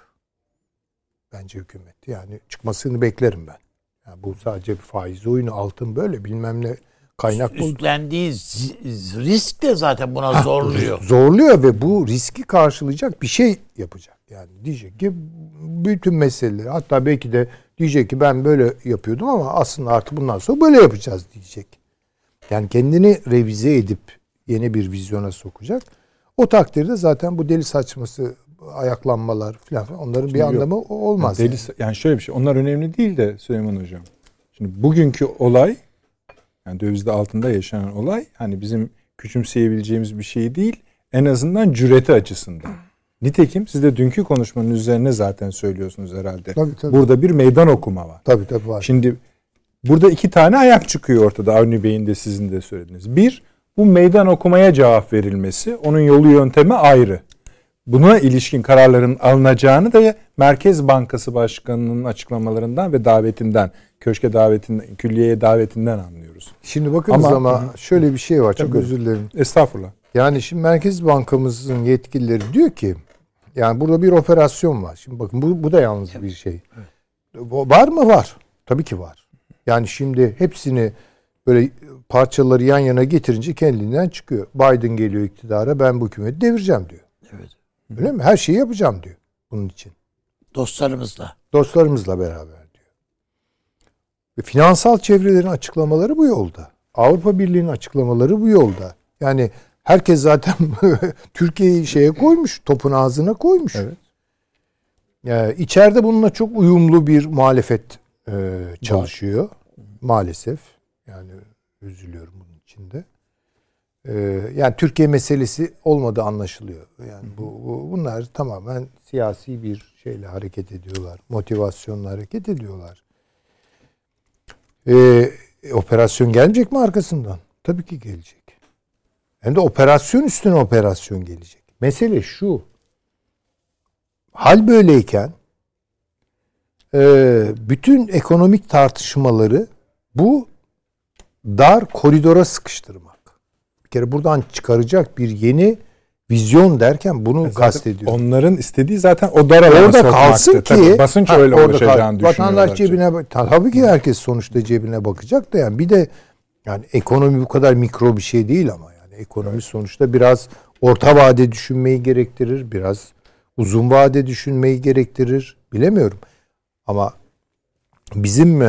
Bence hükümet. Yani çıkmasını beklerim ben. Yani bu sadece bir faiz oyunu, altın böyle bilmem ne kaynak buldu. Üstlendiği risk de zaten buna zorluyor. Zorluyor ve bu riski karşılayacak bir şey yapacak. Yani diyecek ki bütün meseleleri, hatta belki de diyecek ki ben böyle yapıyordum ama aslında artık bundan sonra böyle yapacağız diyecek. Yani kendini revize edip yeni bir vizyona sokacak. O takdirde zaten bu deli saçması ayaklanmalar falan onların bir anlamı olmaz. Deli, yani şöyle bir şey. Onlar önemli değil de Süleyman Hocam. Şimdi bugünkü olay, yani dövizde altında yaşanan olay hani bizim küçümseyebileceğimiz bir şey değil. En azından cüreti açısından. Nitekim siz de dünkü konuşmanın üzerine zaten söylüyorsunuz herhalde. Tabii. Burada bir meydan okuma var. Tabii var. Şimdi burada iki tane ayak çıkıyor ortada. Avni Bey'in de sizin de söylediğiniz. Bir, bu meydan okumaya cevap verilmesi. Onun yolu yöntemi ayrı. Buna ilişkin kararların alınacağını da Merkez Bankası Başkanı'nın açıklamalarından ve davetinden, köşke davetinden, külliyeye davetinden anlıyoruz. Şimdi bakınız ama şöyle bir şey var. Çok özür dilerim. Estağfurullah. Yani şimdi Merkez Bankamızın yetkilileri diyor ki yani burada bir operasyon var. Şimdi bakın bu da yalnız bir şey. Evet. Var mı? Var. Tabii ki var. Yani şimdi hepsini böyle parçaları yan yana getirince kendinden çıkıyor. Biden geliyor iktidara, ben bu hükümeti devireceğim diyor. Evet. Öyle mi? Her şeyi yapacağım diyor bunun için. Dostlarımızla beraber diyor. Ve finansal çevrelerin açıklamaları bu yolda. Avrupa Birliği'nin açıklamaları bu yolda. Yani herkes zaten Türkiye'yi şeye koymuş, topun ağzına koymuş. Evet. Yani içeride bununla çok uyumlu bir muhalefet çalışıyor. Var. Maalesef. Yani üzülüyorum bunun içinde. Yani Türkiye meselesi olmadığı anlaşılıyor. Yani bunlar tamamen siyasi bir şeyle hareket ediyorlar. Motivasyonla hareket ediyorlar. Operasyon gelmeyecek mi arkasından? Tabii ki gelecek. Hem de operasyon üstüne operasyon gelecek. Mesele şu. Hal böyleyken bütün ekonomik tartışmaları bu dar koridora sıkıştırmak. Bir kere buradan çıkaracak bir yeni vizyon derken bunu kastediyor. Onların istediği zaten o dar alana orada kalsın ki tabii, basınç öyle oluşacağını düşünüyorlar. Vatandaş cebine, tabii ki herkes sonuçta cebine bakacak da yani bir de yani ekonomi bu kadar mikro bir şey değil ama yani ekonomi sonuçta biraz orta vade düşünmeyi gerektirir, biraz uzun vade düşünmeyi gerektirir. Bilemiyorum. Ama bizim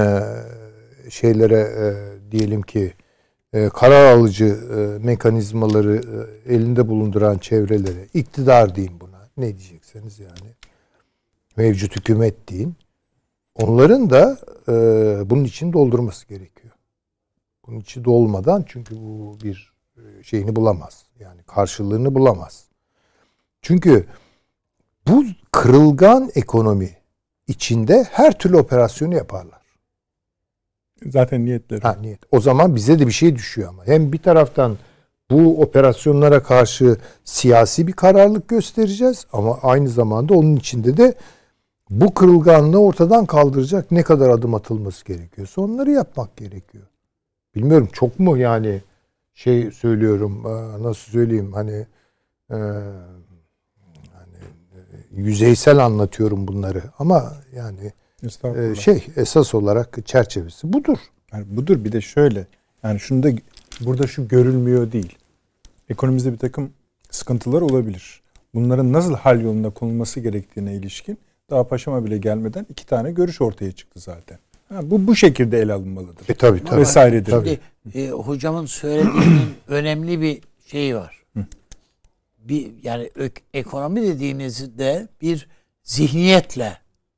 diyelim ki karar alıcı mekanizmaları elinde bulunduran çevrelere, iktidar deyin buna, ne diyecekseniz yani, mevcut hükümet deyin, onların da bunun için doldurması gerekiyor. Bunun içi dolmadan çünkü bu bir şeyini bulamaz. Yani karşılığını bulamaz. Çünkü bu kırılgan ekonomi içinde her türlü operasyonu yaparlar. Zaten niyetleri. Niyet. O zaman bize de bir şey düşüyor ama. Hem bir taraftan bu operasyonlara karşı siyasi bir kararlılık göstereceğiz ama aynı zamanda onun içinde de bu kırılganlığı ortadan kaldıracak ne kadar adım atılması gerekiyorsa onları yapmak gerekiyor. Bilmiyorum çok mu yani söylüyorum, nasıl söyleyeyim, hani yüzeysel anlatıyorum bunları ama yani esas olarak çerçevesi budur. Yani budur. Bir de şöyle, yani şunu da burada şu görülmüyor değil. Ekonomimizde bir takım sıkıntılar olabilir. Bunların nasıl hal yoluna konulması gerektiğine ilişkin daha paşama bile gelmeden 2 tane görüş ortaya çıktı zaten. Bu şekilde ele alınmalıdır. Tabii. Vesairedir. Şimdi, hocamın söylediğinin önemli bir şeyi var. Yani ekonomi dediğinizde bir zihniyetle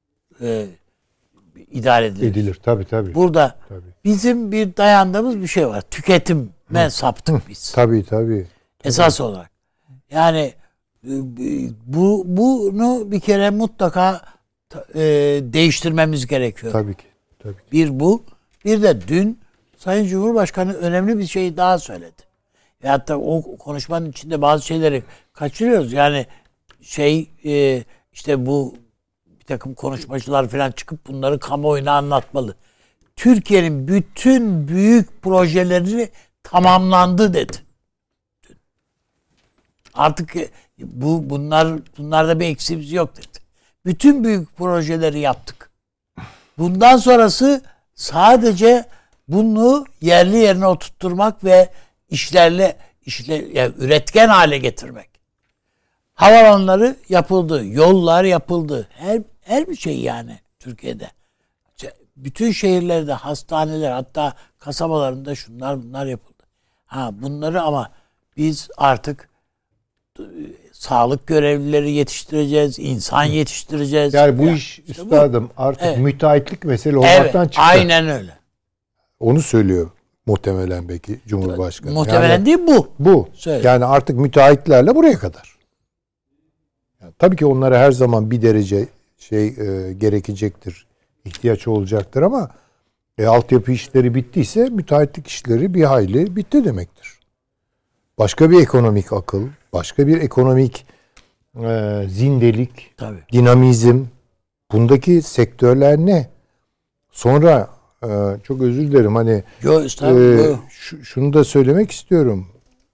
idare edilir. Tabii. Burada bizim bir dayandığımız bir şey var. Tüketime saptık biz. Tabii. Esas olarak. Yani bunu bir kere mutlaka değiştirmemiz gerekiyor. Tabii ki. Bir bu. Bir de dün Sayın Cumhurbaşkanı önemli bir şey daha söyledi. Ve hatta o konuşmanın içinde bazı şeyleri kaçırıyoruz. Yani işte bu bir takım konuşmacılar falan çıkıp bunları kamuoyuna anlatmalı. Türkiye'nin bütün büyük projeleri tamamlandı dedi. Artık bunlarda bir eksiğimiz yok dedi. Bütün büyük projeleri yaptık. Bundan sonrası sadece bunu yerli yerine oturtturmak ve yani üretken hale getirmek. Havalanları yapıldı, yollar yapıldı. Her bir şey yani Türkiye'de. Bütün şehirlerde, hastaneler, hatta kasabalarında bunlar yapıldı. Bunları ama biz artık sağlık görevlileri yetiştireceğiz, insan yetiştireceğiz. Yani bu iş üstadım artık müteahhitlik mesele olmaktan çıktı. Aynen öyle. Onu söylüyor muhtemelen belki Cumhurbaşkanı. Muhtemelen değil bu. Bu. Söyle. Yani artık müteahhitlerle buraya kadar. Yani tabii ki onlara her zaman bir derece gerekecektir. İhtiyaç olacaktır ama altyapı işleri bittiyse müteahhitlik işleri bir hayli bitti demektir. Başka bir ekonomik akıl, başka bir ekonomik zindelik, dinamizm. Bundaki sektörler ne? Sonra çok özür dilerim şunu da söylemek istiyorum.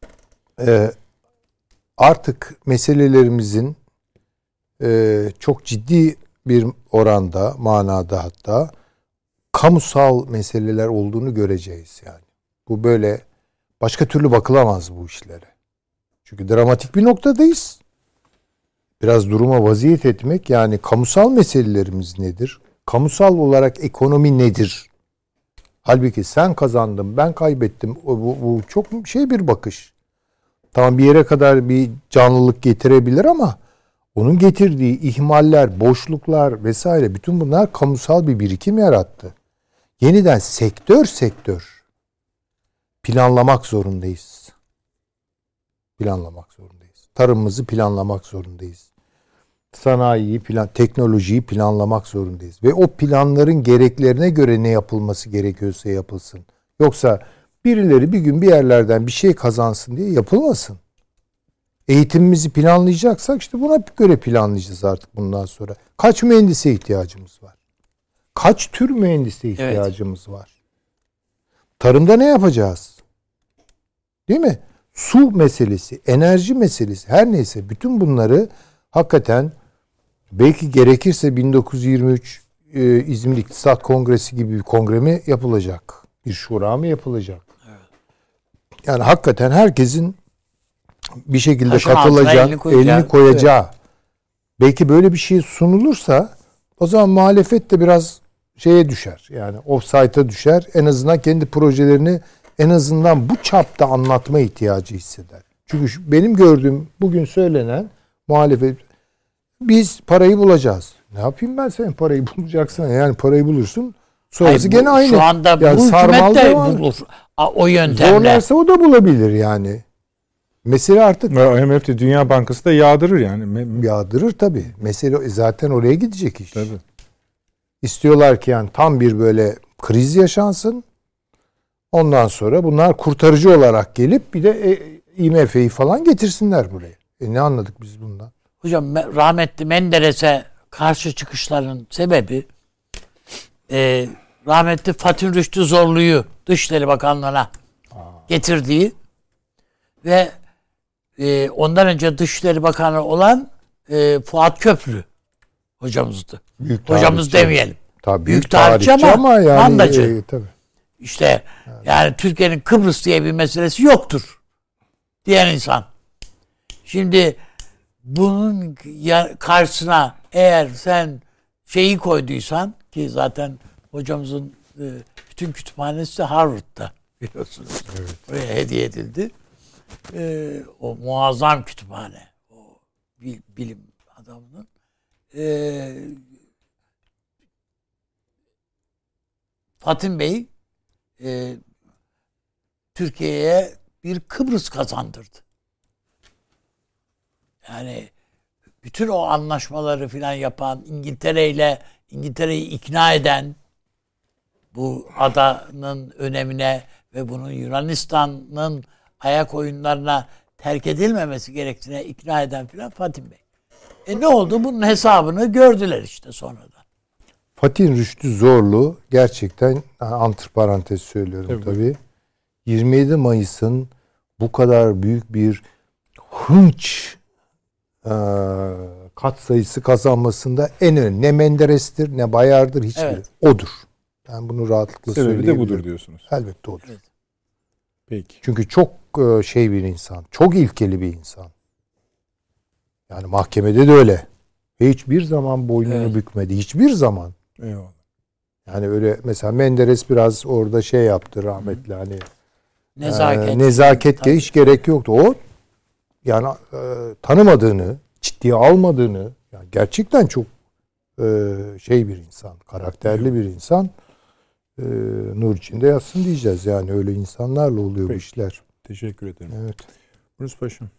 Artık meselelerimizin çok ciddi bir oranda, manada hatta kamusal meseleler olduğunu göreceğiz yani. Bu böyle başka türlü bakılamaz bu işlere. Çünkü dramatik bir noktadayız. Biraz duruma vaziyet etmek, yani kamusal meselelerimiz nedir? Kamusal olarak ekonomi nedir? Halbuki sen kazandın, ben kaybettim. Bu çok bir bakış. Tamam, bir yere kadar bir canlılık getirebilir ama onun getirdiği ihmaller, boşluklar vesaire, bütün bunlar kamusal bir birikim yarattı. Yeniden sektör planlamak zorundayız. Tarımımızı planlamak zorundayız. Sanayiyi, teknolojiyi planlamak zorundayız. Ve o planların gereklerine göre ne yapılması gerekiyorsa yapılsın. Yoksa birileri bir gün bir yerlerden bir şey kazansın diye yapılmasın. Eğitimimizi planlayacaksak işte buna göre planlayacağız artık bundan sonra. Kaç mühendise ihtiyacımız var? Kaç tür mühendise ihtiyacımız var? Tarımda ne yapacağız? Değil mi? Su meselesi, enerji meselesi, her neyse bütün bunları hakikaten belki gerekirse 1923 İzmir İktisat Kongresi gibi bir kongre mi yapılacak? Bir şura mı yapılacak? Evet. Yani hakikaten herkesin bir şekilde katılacak, elini koyacağı. Evet. Belki böyle bir şey sunulursa o zaman muhalefet de biraz düşer. Yani offside'a düşer. En azından kendi projelerini en azından bu çapta anlatma ihtiyacı hisseder. Çünkü benim gördüğüm bugün söylenen muhalefet, biz parayı bulacağız. Ne yapayım ben, senin parayı bulacaksın? Yani parayı bulursun. Sonrası gene aynı. Şu anda yani bu hükümet de bulur. O yöntemle. Zorlarsa o da bulabilir yani. Mesele artık. IMF de, Dünya Bankası da yağdırır yani. Yağdırır tabii. Mesele zaten oraya gidecek iş. Tabii. İstiyorlar ki yani tam bir böyle kriz yaşansın. Ondan sonra bunlar kurtarıcı olarak gelip bir de IMF'yi falan getirsinler buraya. Ne anladık biz bundan? Hocam rahmetli Menderes'e karşı çıkışlarının sebebi rahmetli Fatih Rüştü Zorlu'yu Dışişleri Bakanlığı'na getirdiği ve ondan önce Dışişleri Bakanı olan Fuat Köprülü hocamızdı. Büyük Hocamız tarihçi. demeyelim. Tabii Büyük tarihçi ama yani, mandacı. Tabii. İşte yani Türkiye'nin Kıbrıs diye bir meselesi yoktur diyen insan. Şimdi bunun karşısına eğer sen şeyi koyduysan, ki zaten hocamızın bütün kütüphanesi de Harvard'da biliyorsunuz. Evet. Oraya hediye edildi. O muazzam kütüphane. O bilim adamının. Fatim Bey Türkiye'ye bir Kıbrıs kazandırdı. Yani bütün o anlaşmaları filan yapan, İngiltere'yi ikna eden, bu adanın önemine ve bunun Yunanistan'ın ayak oyunlarına terk edilmemesi gerektiğine ikna eden filan Fatim Bey. Ne oldu? Bunun hesabını gördüler işte sonradan. Fatih Rüştü Zorlu gerçekten, antiparantez söylüyorum tabii. 27 Mayıs'ın bu kadar büyük bir hınç katsayısı kazanmasında en önemli. Ne Menderes'tir, ne Bayar'dır, hiçbiri. Odur. Ben bunu rahatlıkla söyleyebilirim. Sebebi de budur diyorsunuz. Elbette odur. Evet. Peki. Çünkü çok şey bir insan. Çok ilkeli bir insan. Yani mahkemede de öyle. Hiçbir zaman boynunu bükmedi. Hiçbir zaman. Eyvallah. Yani öyle mesela Menderes biraz orada şey yaptı rahmetli, hani Nezaket hiç gerek yoktu. O yani tanımadığını, ciddiye almadığını, yani gerçekten çok şey bir insan, karakterli bir insan. Nur içinde yatsın diyeceğiz. Yani öyle insanlarla oluyor bu işler. Teşekkür ederim. Evet. Bruce Paşam.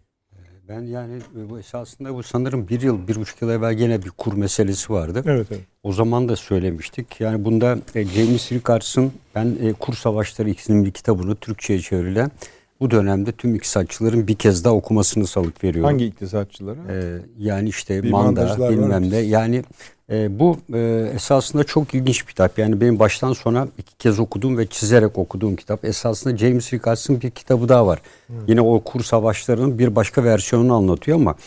Ben yani bu esasında bu sanırım 1,5 yıl evvel gene bir kur meselesi vardı. Evet. O zaman da söylemiştik. Yani bunda James Rickards'ın ben Kur Savaşları isimli kitabını Türkçe'ye çevrilen bu dönemde tüm iktisatçıların bir kez daha okumasını salık veriyorum. Hangi iktisatçılara? Yani işte Manda bilmem ne. Yani bu esasında çok ilginç bir kitap. Yani benim baştan sona 2 kez okuduğum ve çizerek okuduğum kitap. Esasında James Rickards'ın bir kitabı daha var. Yine o kur savaşlarının bir başka versiyonunu anlatıyor ama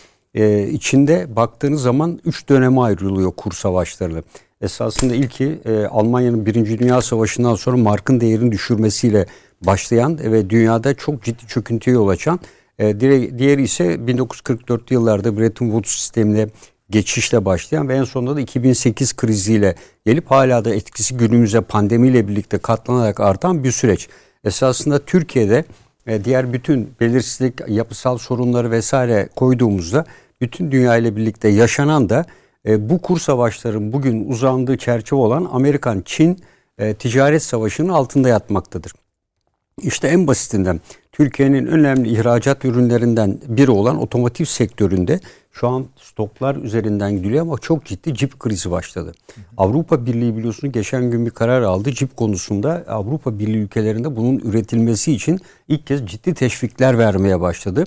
içinde baktığınız zaman 3 döneme ayrılıyor kur savaşları. Esasında ilki Almanya'nın 1. Dünya Savaşı'ndan sonra markın değerini düşürmesiyle başlayan ve dünyada çok ciddi çöküntüye yol açan. Diğeri ise 1944 yıllarda Bretton Woods sistemine geçişle başlayan ve en sonunda da 2008 kriziyle gelip hala da etkisi günümüze pandemiyle birlikte katlanarak artan bir süreç. Esasında Türkiye'de diğer bütün belirsizlik, yapısal sorunları vesaire koyduğumuzda bütün dünya ile birlikte yaşanan da bu kur savaşların bugün uzandığı çerçeve olan Amerikan-Çin ticaret savaşının altında yatmaktadır. İşte en basitinden Türkiye'nin önemli ihracat ürünlerinden biri olan otomotiv sektöründe şu an stoklar üzerinden gidiliyor ama çok ciddi cip krizi başladı. Avrupa Birliği biliyorsunuz geçen gün bir karar aldı. Cip konusunda Avrupa Birliği ülkelerinde bunun üretilmesi için ilk kez ciddi teşvikler vermeye başladı.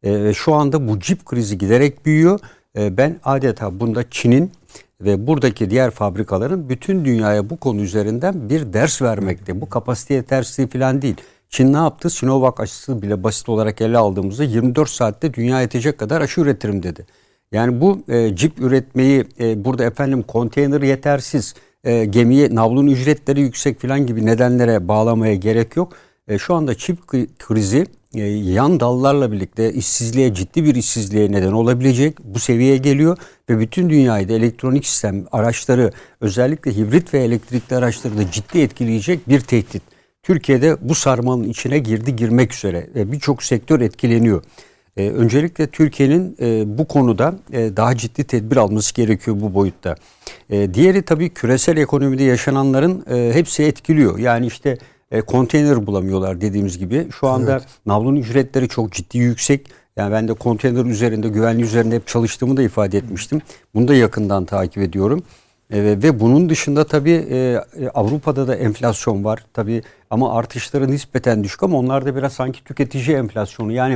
Şu anda bu cip krizi giderek büyüyor. Ben adeta bunda Çin'in ve buradaki diğer fabrikaların bütün dünyaya bu konu üzerinden bir ders vermekte. Bu kapasite yetersizliği falan değil. Çin ne yaptı? Sinovac aşısı bile basit olarak ele aldığımızda 24 saatte dünya yetecek kadar aşı üretirim dedi. Yani bu cip üretmeyi burada efendim konteyner yetersiz, gemiye navlun ücretleri yüksek falan gibi nedenlere bağlamaya gerek yok. Şu anda çip krizi yan dallarla birlikte işsizliğe, ciddi bir işsizliğe neden olabilecek, bu seviyeye geliyor ve bütün dünyayı da elektronik sistem araçları, özellikle hibrit ve elektrikli araçları da ciddi etkileyecek bir tehdit. Türkiye'de bu sarmalın içine girmek üzere birçok sektör etkileniyor. Öncelikle Türkiye'nin bu konuda daha ciddi tedbir alması gerekiyor bu boyutta. Diğeri tabii küresel ekonomide yaşananların hepsi etkiliyor. Yani işte konteyner bulamıyorlar dediğimiz gibi. Şu anda navlun ücretleri çok ciddi yüksek. Yani ben de konteyner üzerinde, güvenliği üzerinde hep çalıştığımı da ifade etmiştim. Bunu da yakından takip ediyorum. Ve bunun dışında tabii Avrupa'da da enflasyon var tabii ama artışları nispeten düşük ama onlar da biraz sanki tüketici enflasyonu. Yani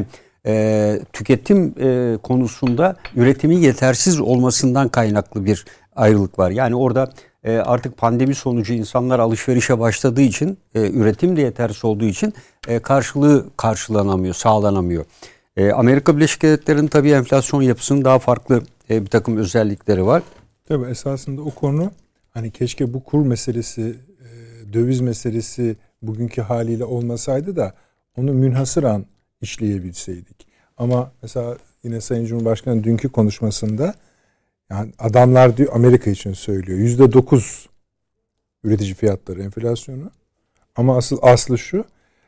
tüketim konusunda üretimin yetersiz olmasından kaynaklı bir ayrılık var. Yani orada artık pandemi sonucu insanlar alışverişe başladığı için üretim de yetersiz olduğu için karşılığı karşılanamıyor, sağlanamıyor. Amerika Birleşik Devletleri'nin tabii enflasyon yapısının daha farklı bir takım özellikleri var. Tabii esasında o konu hani keşke bu kur meselesi, döviz meselesi bugünkü haliyle olmasaydı da onu münhasıran işleyebilseydik. Ama mesela yine Sayın Cumhurbaşkanı dünkü konuşmasında yani adamlar diyor Amerika için söylüyor. %9 üretici fiyatları enflasyonu. Ama aslı şu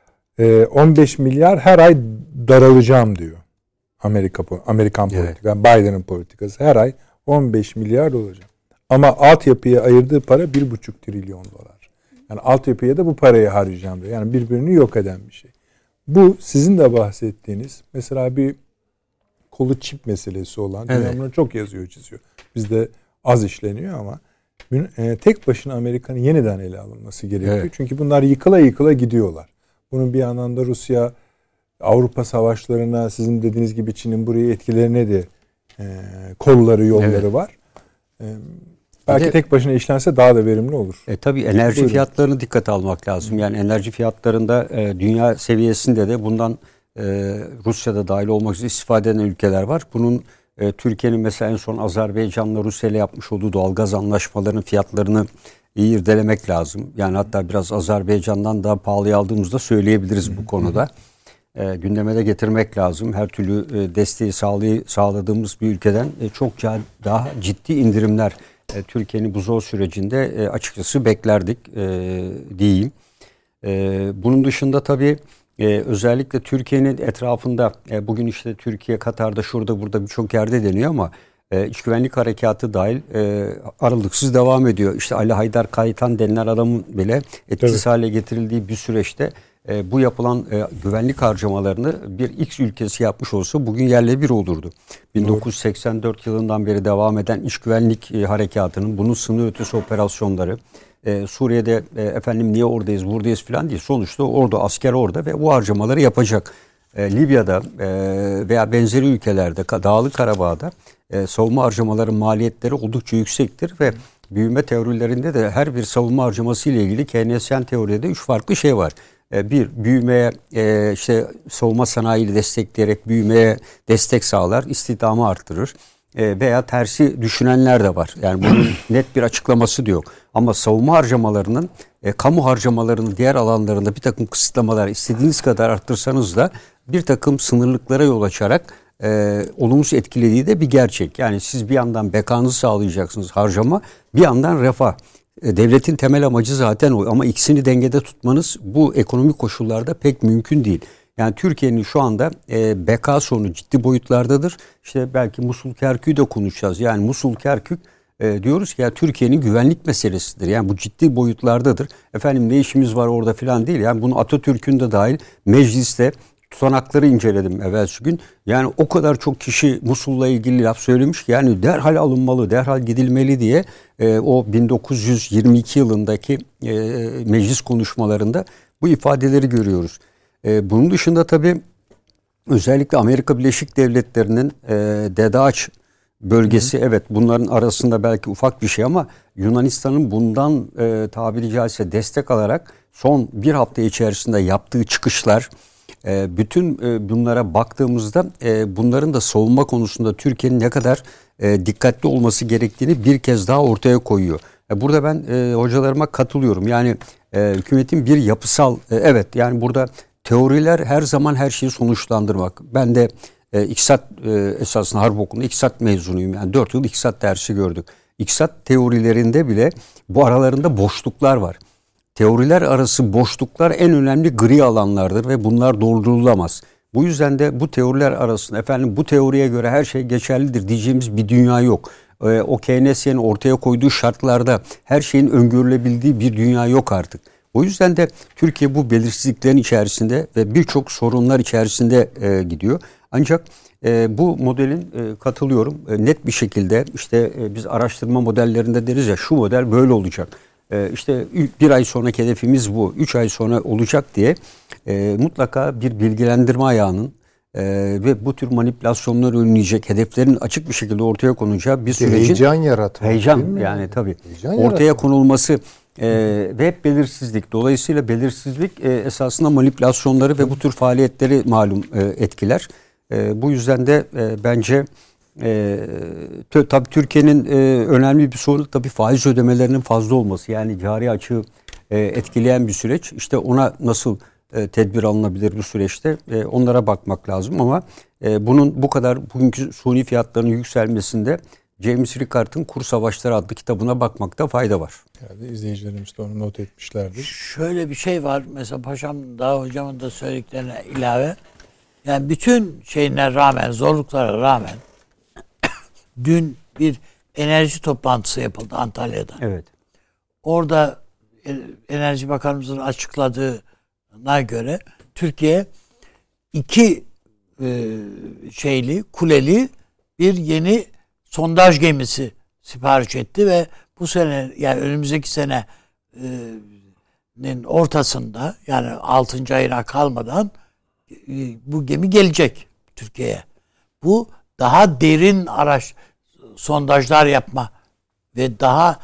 15 milyar her ay daralacağım diyor. Amerikan politika, Biden'ın politikası her ay 15 milyar olacak. Ama altyapıya ayırdığı para 1,5 trilyon dolar. Yani altyapıya da bu parayı harcayacağım diyor. Yani birbirini yok eden bir şey. Bu sizin de bahsettiğiniz mesela bir kolu çip meselesi olan dünyamına çok yazıyor çiziyor. Bizde az işleniyor ama tek başına Amerika'nın yeniden ele alınması gerekiyor. Evet. Çünkü bunlar yıkıla yıkıla gidiyorlar. Bunun bir yandan da Rusya Avrupa savaşlarına sizin dediğiniz gibi Çin'in buraya etkilerine de kolları yolları var. Belki tek başına işlense daha da verimli olur. Tabii enerji fiyatlarını dikkate almak lazım. Yani enerji fiyatlarında dünya seviyesinde de bundan Rusya'da dahil olmak üzere istifade eden ülkeler var. Bunun Türkiye'nin mesela en son Azerbaycan'la Rusya ile yapmış olduğu doğalgaz anlaşmalarının fiyatlarını iyi irdelemek lazım. Yani hatta biraz Azerbaycan'dan daha pahalıya aldığımızda söyleyebiliriz bu konuda. Gündeme de getirmek lazım. Her türlü desteği sağladığımız bir ülkeden çok daha ciddi indirimler Türkiye'nin bu zor sürecinde açıkçası beklerdik diyeyim. Bunun dışında tabii özellikle Türkiye'nin etrafında bugün işte Türkiye, Katar'da, şurada burada birçok yerde deniyor ama İç güvenlik harekatı dahil aralıksız devam ediyor. İşte Ali Haydar Kaytan denilen adamın bile etkisiz hale getirildiği bir süreçte bu yapılan güvenlik harcamalarını bir X ülkesi yapmış olsa bugün yerle bir olurdu. 1984 yılından beri devam eden iç güvenlik harekatının bunun sınır ötesi operasyonları, Suriye'de efendim niye oradayız buradayız falan değil. Sonuçta orada asker orada ve bu harcamaları yapacak. Libya'da veya benzeri ülkelerde Dağlık Karabağ'da savunma harcamaların maliyetleri oldukça yüksektir ve büyüme teorilerinde de her bir savunma harcaması ile ilgili Keynesyen teoride 3 farklı şey var. Bir, büyümeye işte savunma sanayiyle destekleyerek büyümeye destek sağlar, istihdamı arttırır. Veya tersi düşünenler de var. Yani bunun net bir açıklaması da yok. Ama savunma harcamalarının, kamu harcamalarının diğer alanlarında bir takım kısıtlamalar istediğiniz kadar arttırsanız da bir takım sınırlıklara yol açarak olumsuz etkilediği de bir gerçek. Yani siz bir yandan bekanızı sağlayacaksınız harcama, bir yandan refah. Devletin temel amacı zaten o ama ikisini dengede tutmanız bu ekonomik koşullarda pek mümkün değil. Yani Türkiye'nin şu anda beka sorunu ciddi boyutlardadır. İşte belki Musul-Kerkük'ü de konuşacağız. Yani Musul-Kerkük diyoruz ki ya Türkiye'nin güvenlik meselesidir. Yani bu ciddi boyutlardadır. Efendim ne işimiz var orada falan değil. Yani bunu Atatürk'ün de dahil mecliste tutanakları inceledim evvelsi gün. Yani o kadar çok kişi Musul'la ilgili laf söylemiş ki yani derhal alınmalı, derhal gidilmeli diye o 1922 yılındaki meclis konuşmalarında bu ifadeleri görüyoruz. Bunun dışında tabii özellikle Amerika Birleşik Devletleri'nin Dede Ağaç bölgesi evet bunların arasında belki ufak bir şey ama Yunanistan'ın bundan tabiri caizse destek alarak son bir hafta içerisinde yaptığı çıkışlar bütün bunlara baktığımızda bunların da savunma konusunda Türkiye'nin ne kadar dikkatli olması gerektiğini bir kez daha ortaya koyuyor. Burada ben hocalarıma katılıyorum. Yani hükümetin bir yapısal evet yani burada teoriler her zaman her şeyi sonuçlandırmak. Ben de İktisat esasında Harp Okulu'nda İktisat mezunuyum. Yani 4 yıl İktisat dersi gördük. İktisat teorilerinde bile bu aralarında boşluklar var. Teoriler arası boşluklar en önemli gri alanlardır ve bunlar doldurulamaz. Bu yüzden de bu teoriler arasında efendim bu teoriye göre her şey geçerlidir diyeceğimiz bir dünya yok. O Keynesyen'in ortaya koyduğu şartlarda her şeyin öngörülebildiği bir dünya yok artık. O yüzden de Türkiye bu belirsizliklerin içerisinde ve birçok sorunlar içerisinde gidiyor. Ancak bu modelin katılıyorum net bir şekilde işte biz araştırma modellerinde deriz ya şu model böyle olacak. İşte bir ay sonraki hedefimiz bu, 3 ay sonra olacak diye mutlaka bir bilgilendirme ayağının ve bu tür manipülasyonları önleyecek hedeflerin açık bir şekilde ortaya konacağı bir sürecin heyecan yaratmak. Heyecan yani tabii ortaya konulması ve hep belirsizlik. Dolayısıyla belirsizlik esasında manipülasyonları ve bu tür faaliyetleri malum etkiler. Bu yüzden de bence Tabii Türkiye'nin önemli bir sorunu tabii faiz ödemelerinin fazla olması. Yani cari açığı etkileyen bir süreç. İşte ona nasıl tedbir alınabilir bu süreçte? Onlara bakmak lazım ama bunun bu kadar bugünkü suni fiyatlarının yükselmesinde James Ricard'ın Kur Savaşları adlı kitabına bakmakta fayda var. Yani izleyicilerimiz de onu not etmişlerdir. Şöyle bir şey var. Mesela paşam daha hocamın da söylediklerine ilave. Yani bütün şeyine rağmen, zorluklara rağmen dün bir enerji toplantısı yapıldı Antalya'da. Evet. Orada Enerji Bakanımızın açıkladığına göre Türkiye 2 kuleli bir yeni sondaj gemisi sipariş etti ve bu sene, yani önümüzdeki senenin ortasında, yani 6. ayına kalmadan bu gemi gelecek Türkiye'ye. Bu daha derin sondajlar yapma ve daha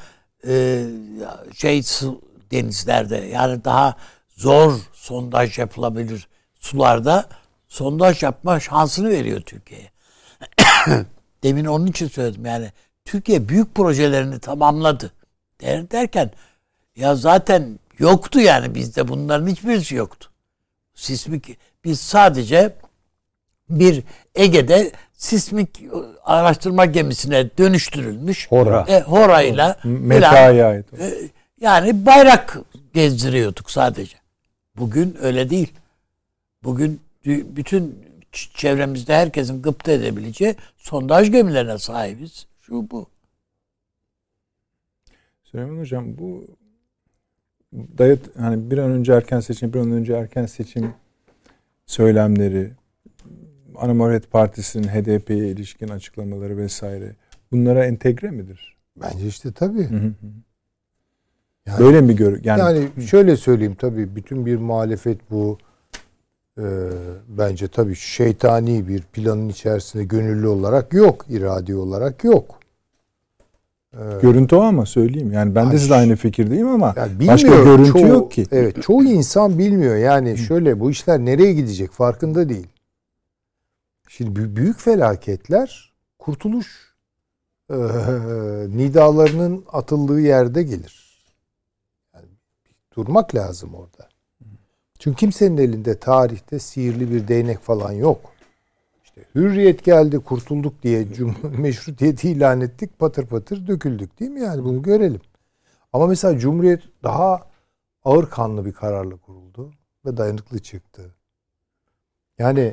denizlerde, yani daha zor sondaj yapılabilir sularda sondaj yapma şansını veriyor Türkiye'ye. Demin onun için söyledim, yani Türkiye büyük projelerini tamamladı derken ya zaten yoktu, yani bizde bunların hiçbirisi yoktu. Sismik, biz sadece bir Ege'de sismik araştırma gemisine dönüştürülmüş Hora'yla Meta'ya ait. Yani bayrak gezdiriyorduk sadece. Bugün öyle değil. Bugün bütün çevremizde herkesin gıpta edebileceği sondaj gemilerine sahibiz. Şu bu. Süleyman Hocam, bu hani bir an önce erken seçim söylemleri, Ana Muhalefet Partisi'nin HDP'ye ilişkin açıklamaları vesaire, bunlara entegre midir? Bence işte tabii. Yani, böyle mi yani şöyle söyleyeyim, tabii bütün bir muhalefet bu bence tabii şeytani bir planın içerisinde gönüllü olarak yok, iradi olarak yok. Görüntü o, ama söyleyeyim. Yani ben de sizle aynı fikirdeyim ama yani başka görüntü yok ki. Evet, çoğu insan bilmiyor. Yani şöyle, bu işler nereye gidecek farkında değil. Şimdi büyük felaketler kurtuluş nidalarının atıldığı yerde gelir. Yani durmak lazım orada. Çünkü kimsenin elinde tarihte sihirli bir değnek falan yok. İşte hürriyet geldi, kurtulduk diye meşrutiyeti ilan ettik, patır patır döküldük, değil mi? Yani bunu görelim. Ama mesela Cumhuriyet daha ağır kanlı bir kararla kuruldu ve dayanıklı çıktı. Yani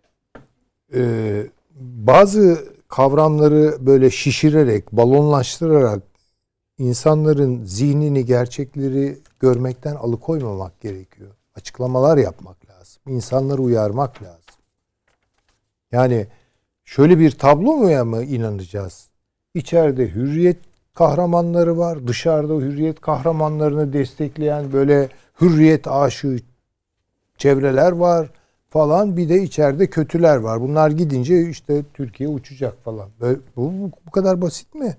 bazı kavramları böyle şişirerek, balonlaştırarak insanların zihnini, gerçekleri görmekten alıkoymamak gerekiyor. Açıklamalar yapmak lazım. İnsanları uyarmak lazım. Yani şöyle bir tabloya mı inanacağız? İçeride hürriyet kahramanları var. Dışarıda hürriyet kahramanlarını destekleyen böyle hürriyet aşığı çevreler var falan. Bir de içeride kötüler var. Bunlar gidince işte Türkiye uçacak falan. Böyle, bu kadar basit mi?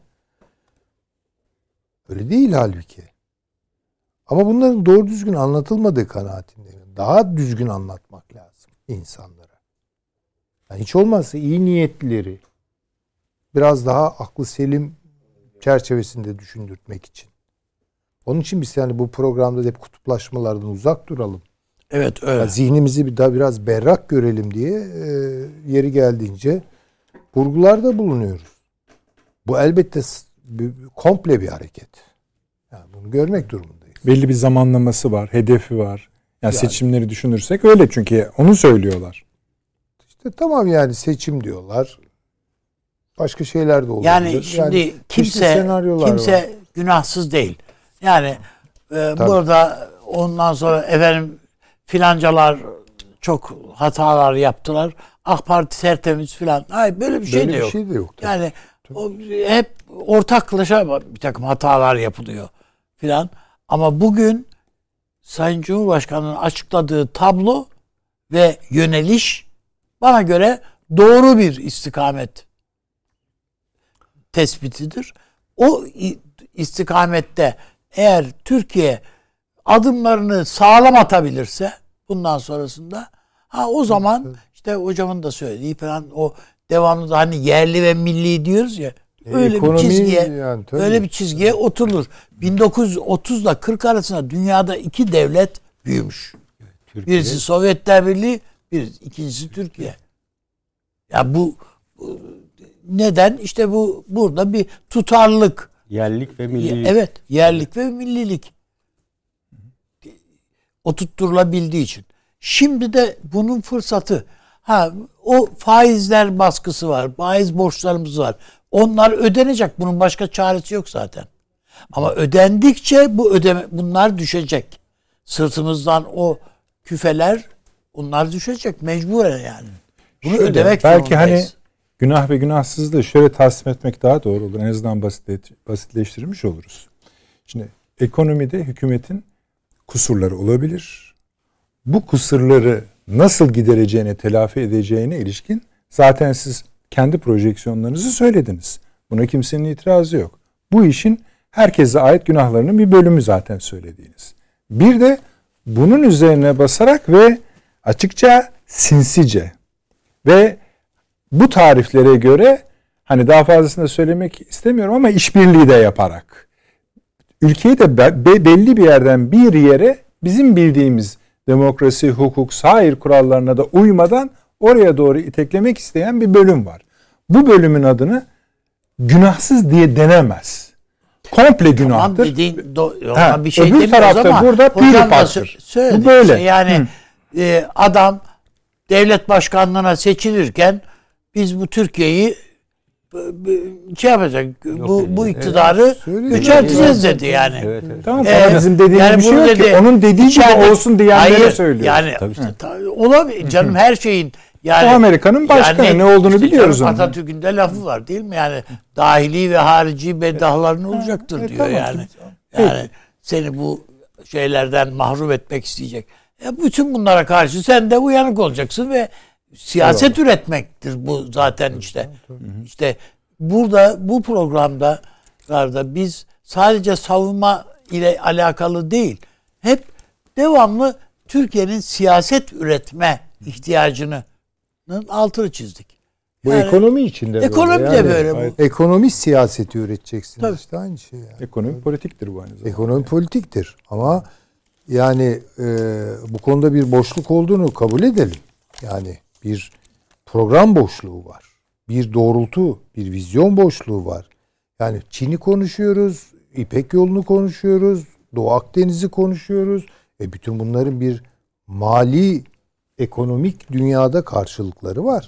Öyle değil halbuki. Ama bunların doğru düzgün anlatılmadığı kanaatindeyim. Daha düzgün anlatmak lazım insanlara. Yani hiç olmazsa iyi niyetlileri biraz daha aklı selim çerçevesinde düşündürtmek için. Onun için biz yani bu programda hep kutuplaşmalardan uzak duralım. Evet, öyle. Yani zihnimizi daha biraz berrak görelim diye yeri geldiğince vurgularda bulunuyoruz. Bu elbette komple bir hareket. Yani bunu görmek durumundayız. Belli bir zamanlaması var, hedefi var. Yani seçimleri düşünürsek öyle, çünkü onu söylüyorlar. İşte tamam, yani seçim diyorlar. Başka şeyler de olabilir. Yani şimdi kimse var. Günahsız değil. Yani burada ondan sonra efendim filancalar çok hatalar yaptılar. AK Parti tertemiz filan. Hayır, böyle bir şey de yok. Şey de yok yani hep ortaklaşa bir takım hatalar yapılıyor filan. Ama bugün Sayın Cumhurbaşkanı'nın açıkladığı tablo ve yöneliş bana göre doğru bir istikamet tespitidir. O istikamette eğer Türkiye adımlarını sağlam atabilirse bundan sonrasında o zaman işte hocamın da söylediği falan, o devamlı da hani yerli ve milli diyoruz ya. Öyle bir çizgiye, öyle bir çizgiye oturulur. 1930 ile 40 arasında dünyada 2 devlet büyümüş. Türkiye. Birisi Sovyetler Birliği, ikincisi Türkiye. Ya bu neden? İşte bu burada bir tutarlılık. Yerlik ve millilik. Evet, yerlik ve millilik. Oturtturulabildiği için. Şimdi de bunun fırsatı. O faizler baskısı var. Faiz borçlarımız var. Onlar ödenecek. Bunun başka çaresi yok zaten. Ama ödendikçe bunlar düşecek. Sırtımızdan o küfeler bunlar düşecek mecburen yani. Bunu şöyle, ödemek belki zorundayız. Hani günah ve günahsızlığı şöyle tasvip etmek daha doğru olur. En azından basitleştirmiş oluruz. Şimdi ekonomide hükümetin kusurları olabilir. Bu kusurları nasıl gidereceğine, telafi edeceğine ilişkin zaten siz kendi projeksiyonlarınızı söylediniz. Buna kimsenin itirazı yok. Bu işin herkese ait günahlarının bir bölümü zaten söylediğiniz. Bir de bunun üzerine basarak ve açıkça sinsice ve bu tariflere göre hani daha fazlasını da söylemek istemiyorum ama işbirliği de yaparak ülkeyi de belli bir yerden bir yere bizim bildiğimiz demokrasi, hukuk, sair kurallarına da uymadan oraya doğru iteklemek isteyen bir bölüm var. Bu bölümün adını günahsız diye denemez. Komple günahtır. Tamam dediğin bir şey öbür tarafta ama burada piri paktır. Bu böyle. Işte yani adam devlet başkanlığına seçilirken biz bu Türkiye'yi yapacak. Bu iktidarı göçerteceğiz dedi yani. Evet. Tamam ama bizim dediğimiz yani bir şey yok ki. Onun dediği gibi olsun diyenlere söylüyor. Yani olabilir canım her şeyin yani. O Amerika'nın başkanı yani, ne olduğunu biliyoruz onun. Atatürk'ün de lafı var değil mi? Yani dahili ve harici beddahların olacaktır diyor yani. Yani seni bu şeylerden mahrum etmek isteyecek. Bütün bunlara karşı sen de uyanık olacaksın ve siyaset üretmektir bu zaten işte. İşte burada bu programda biz sadece savunma ile alakalı değil. Hep devamlı Türkiye'nin siyaset üretme ihtiyacının altını çizdik. Bu yani, ekonomi içinde ekonomi böyle. De böyle bu. Ekonomi siyaseti üreteceksiniz. Tabii. İşte aynı şey yani. Ekonomi politiktir bu aynı zamanda. Ekonomi politiktir ama yani bu konuda bir boşluk olduğunu kabul edelim. Yani bir program boşluğu var. Bir doğrultu, bir vizyon boşluğu var. Yani Çin'i konuşuyoruz, İpek Yolu'nu konuşuyoruz, Doğu Akdeniz'i konuşuyoruz. Bütün bunların bir mali, ekonomik dünyada karşılıkları var.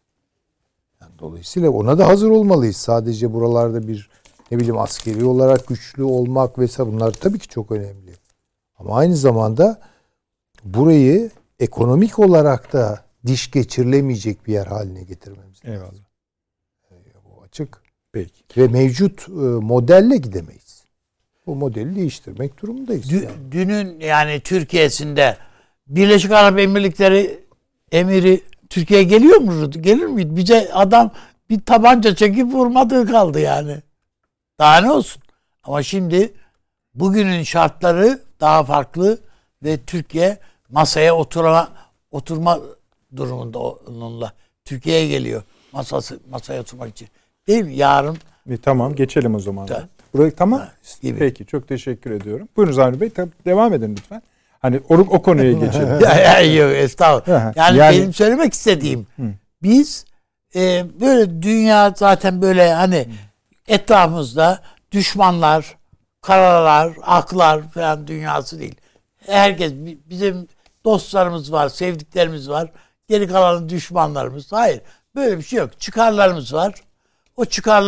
Yani dolayısıyla ona da hazır olmalıyız. Sadece buralarda bir askeri olarak güçlü olmak vesaire bunlar tabii ki çok önemli. Ama aynı zamanda burayı ekonomik olarak da diş geçirilemeyecek bir yer haline getirmemiz lazım. Eyvallah. Bu açık. Peki. Ve mevcut modelle gidemeyiz. Bu modeli değiştirmek durumundayız. Dünün yani Türkiye'sinde Birleşik Arap Emirlikleri emiri Türkiye'ye geliyor mu? Gelir miydi? Bize adam bir tabanca çekip vurmadığı kaldı yani. Daha ne olsun? Ama şimdi bugünün şartları daha farklı ve Türkiye masaya oturma durumunda onunla. Türkiye'ye geliyor masaya oturmak için. Değil mi? Yarın. Tamam geçelim o zaman. Burayı tamam. Gibi. Peki çok teşekkür ediyorum. Buyurun Zahir Bey devam edin lütfen. Hani o konuya geçelim. Yok estağfurullah. Yani benim söylemek istediğim biz böyle dünya zaten böyle hani etrafımızda düşmanlar, karalar, aklar falan dünyası değil. Herkes bizim dostlarımız var, sevdiklerimiz var. Geri kalanı düşmanlarımız. Hayır. Böyle bir şey yok. Çıkarlarımız var. O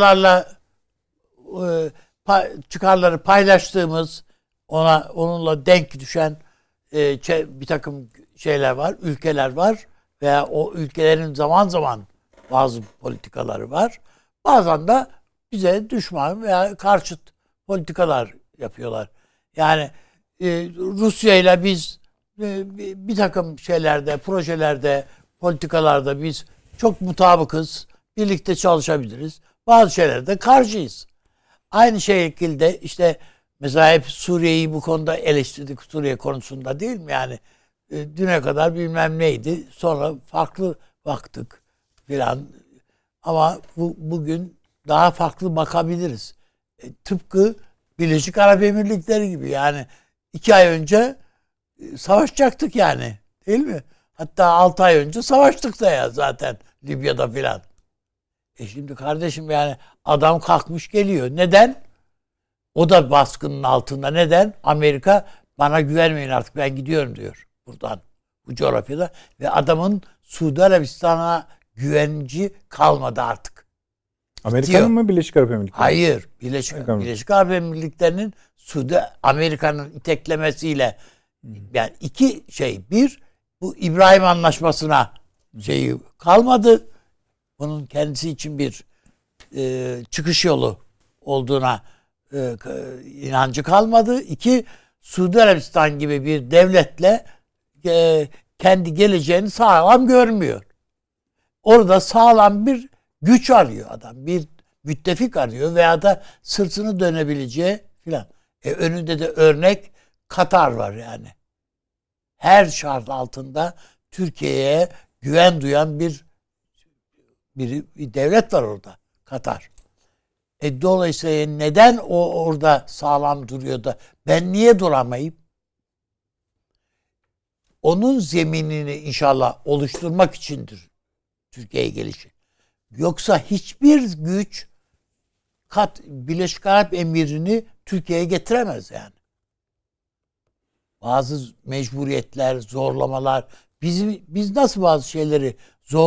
çıkarları paylaştığımız onunla denk düşen bir takım şeyler var, ülkeler var veya o ülkelerin zaman zaman bazı politikaları var. Bazen de bize düşman veya karşıt politikalar yapıyorlar. Yani Rusya ile biz bir takım şeylerde, projelerde, politikalarda biz çok mutabıkız, birlikte çalışabiliriz. Bazı şeylerde karşıyız. Aynı şekilde işte mesela hep Suriye'yi bu konuda eleştirdik, Suriye konusunda değil mi? Yani düne kadar bilmem neydi. Sonra farklı baktık filan. Ama bugün daha farklı bakabiliriz. Tıpkı Birleşik Arap Emirlikleri gibi, yani 2 ay önce savaşacaktık yani, değil mi? Hatta 6 ay önce savaştık da ya zaten Libya'da filan. Şimdi kardeşim, yani adam kalkmış geliyor. Neden? O da baskının altında. Neden? Amerika bana güvenmeyin artık, ben gidiyorum diyor buradan, bu coğrafyada. Ve adamın Suudi Arabistan'a güvenci kalmadı artık. Amerika'nın mı, Birleşik Arap Emirlikleri? Hayır. Birleşik Arap Emirlikleri'nin Amerika'nın iteklemesiyle, yani iki şey. Bir, bu İbrahim Anlaşması'na şeyi kalmadı. Bunun kendisi için bir çıkış yolu olduğuna inancı kalmadı. İki, Suudi Arabistan gibi bir devletle kendi geleceğini sağlam görmüyor. Orada sağlam bir güç arıyor adam. Bir müttefik arıyor veya da sırtını dönebileceği filan. Önünde de örnek Katar var yani. Her şart altında Türkiye'ye güven duyan bir devlet var orada. Katar. Dolayısıyla neden o orada sağlam duruyor da ben niye duramayayım? Onun zeminini inşallah oluşturmak içindir Türkiye'ye gelişi. Yoksa hiçbir güç Birleşik Arap Emiri'ni Türkiye'ye getiremez yani. Bazı mecburiyetler, zorlamalar, biz nasıl bazı şeyleri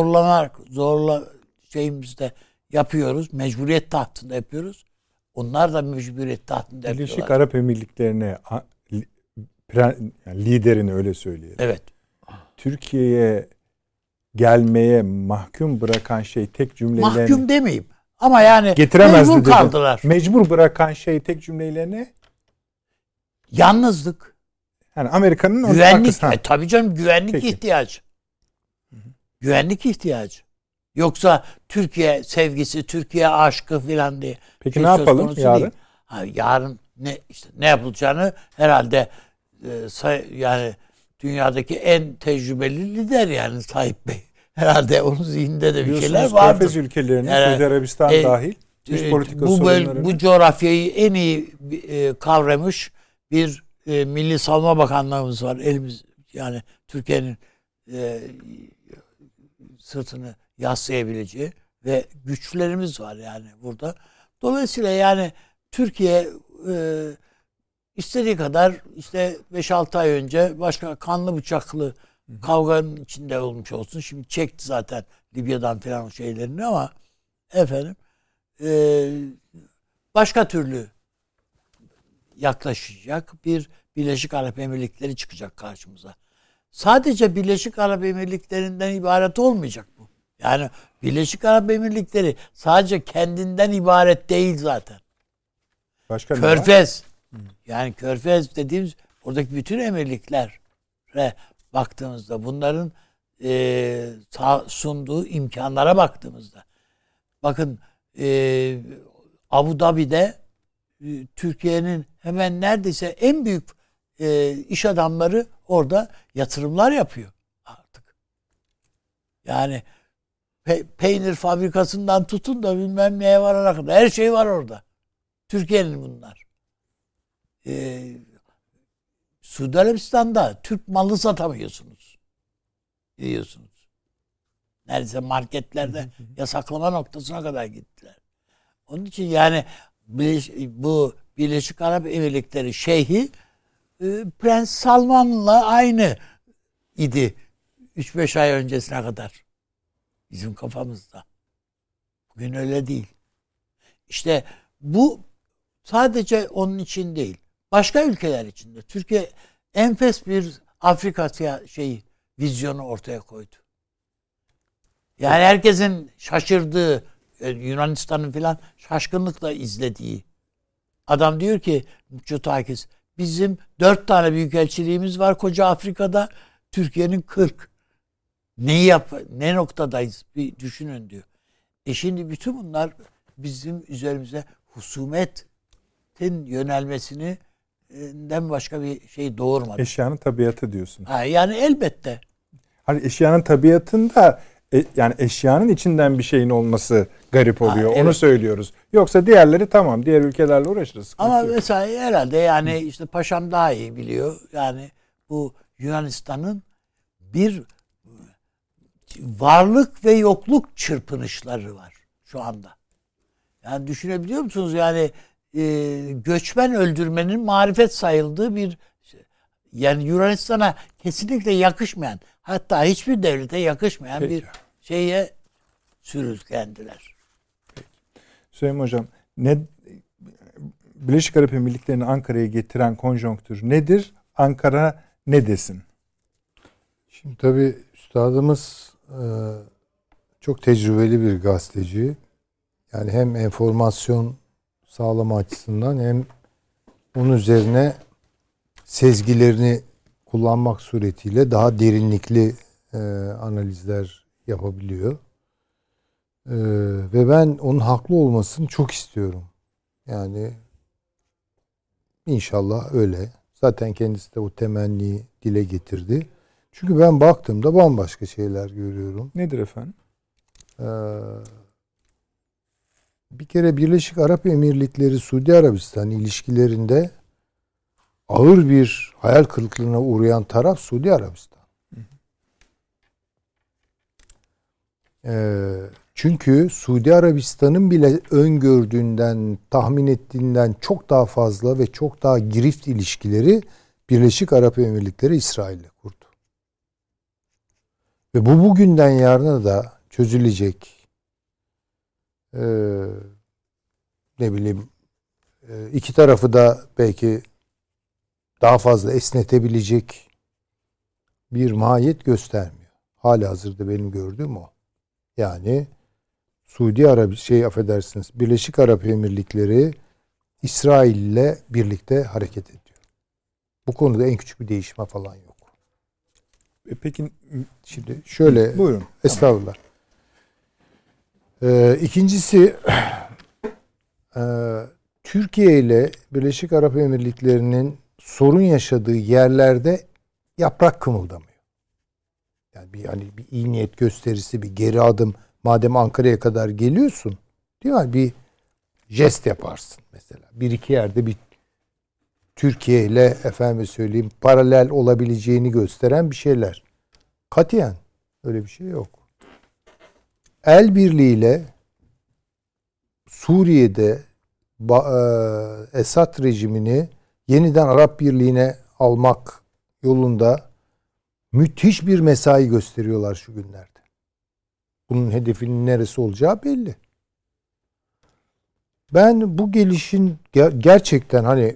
şeyimizde yapıyoruz, mecburiyet tahtında yapıyoruz. Onlar da mecburiyet tahtında yapıyorlar. Birleşik Arap Emirlikleri'ne yani liderini öyle söyleyelim. Evet. Türkiye'ye gelmeye mahkum bırakan şey tek cümleyle... Mahkum demeyeyim. Ama yani mecbur kaldılar. Mecbur bırakan şey tek cümleyle ne? Yalnızlık. Yani Amerika'nın... Güvenlik. Tabii canım, güvenlik Peki. ihtiyacı. Güvenlik ihtiyacı. Yoksa Türkiye sevgisi, Türkiye aşkı filan diye. Peki ne yapalım yarın? Yarın ne yapılacağını herhalde yani dünyadaki en tecrübeli lider yani Tayyip Bey. Herhalde onun zihninde de bir şeyler vardır. Körfez ülkelerinin, Suudi Arabistan dahil dış politika sorunlarını... Bu coğrafyayı en iyi kavramış bir Milli Savunma Bakanlığımız var. Yani Türkiye'nin sırtını yaslayabileceği ve güçlerimiz var yani burada. Dolayısıyla yani Türkiye istediği kadar işte 5-6 ay önce başka kanlı bıçaklı kavganın içinde olmuş olsun. Şimdi çekti zaten Libya'dan falan o şeylerini ama efendim başka türlü yaklaşacak bir Birleşik Arap Emirlikleri çıkacak karşımıza. Sadece Birleşik Arap Emirlikleri'nden ibaret olmayacak bu. Yani Birleşik Arap Emirlikleri sadece kendinden ibaret değil zaten. Başka Körfez. Yani Körfez dediğimiz oradaki bütün emirliklere baktığımızda, bunların sunduğu imkanlara baktığımızda, bakın Abu Dhabi'de Türkiye'nin hemen neredeyse en büyük iş adamları orada yatırımlar yapıyor artık. Yani peynir fabrikasından tutun da bilmem neye varana kadar her şey var orada. Türkiye'nin bunlar. Suudi Arabistan'da Türk malı satamıyorsunuz. Biliyorsunuz. Neredeyse marketlerde yasaklama noktasına kadar gittiler. Onun için yani bu Birleşik Arap Emirlikleri şeyhi Prens Salman'la aynı idi 3-5 ay öncesine kadar. Bizim kafamızda. Bugün öyle değil. İşte bu sadece onun için değil. Başka ülkeler için de. Türkiye enfes bir Afrika vizyonu ortaya koydu. Yani herkesin şaşırdığı, Yunanistan'ın filan şaşkınlıkla izlediği. Adam diyor ki Mitsotakis, bizim 4 tane büyükelçiliğimiz var koca Afrika'da. Türkiye'nin 40. Ne noktadayız bir düşünün diyor. Şimdi bütün bunlar bizim üzerimize husumetin yönelmesinden başka bir şey doğurmadı. Eşyanın tabiatı diyorsun. Yani elbette. Hani eşyanın tabiatında yani eşyanın içinden bir şeyin olması garip oluyor. Evet. Onu söylüyoruz. Yoksa diğerleri tamam. Diğer ülkelerle uğraşırız. Ama mesela herhalde yani işte paşam daha iyi biliyor. Yani bu Yunanistan'ın bir varlık ve yokluk çırpınışları var şu anda. Yani düşünebiliyor musunuz? Yani göçmen öldürmenin marifet sayıldığı bir yani Yunanistan'a kesinlikle yakışmayan, hatta hiçbir devlete yakışmayan bir şeye sürüklendiler. Süleyman Hocam, Birleşik Arap Emirlikleri'ni Ankara'ya getiren konjonktür nedir? Ankara ne desin? Şimdi tabii üstadımız çok tecrübeli bir gazeteci. Yani hem enformasyon sağlama açısından hem onun üzerine sezgilerini kullanmak suretiyle daha derinlikli analizler yapabiliyor. Ve ben onun haklı olmasını çok istiyorum. Yani inşallah öyle. Zaten kendisi de o temenniyi dile getirdi. Çünkü ben baktığımda bambaşka şeyler görüyorum. Nedir efendim? Bir kere Birleşik Arap Emirlikleri Suudi Arabistan ilişkilerinde ağır bir hayal kırıklığına uğrayan taraf Suudi Arabistan. Çünkü Suudi Arabistan'ın bile öngördüğünden, tahmin ettiğinden çok daha fazla ve çok daha girift ilişkileri Birleşik Arap Emirlikleri İsrail'le kurdu. Ve bu bugünden yarına da çözülecek iki tarafı da belki daha fazla esnetebilecek bir mahiyet göstermiyor. Halihazırda benim gördüğüm o. Yani Suudi affedersiniz, Birleşik Arap Emirlikleri İsrail ile birlikte hareket ediyor. Bu konuda en küçük bir değişme falan yok. Peki şimdi şöyle, buyurun. Estağfurullah. İkincisi Türkiye ile Birleşik Arap Emirlikleri'nin sorun yaşadığı yerlerde yaprak kımıldamıyor. Yani bir iyi niyet gösterisi, bir geri adım, madem Ankara'ya kadar geliyorsun, değil mi? Bir jest yaparsın mesela. Bir iki yerde bir Türkiye ile efendim söyleyeyim paralel olabileceğini gösteren bir şeyler. Katiyen öyle bir şey yok. El birliğiyle Suriye'de Esad rejimini yeniden Arap Birliği'ne almak yolunda müthiş bir mesai gösteriyorlar şu günlerde. Bunun hedefinin neresi olacağı belli. Ben bu gelişin gerçekten hani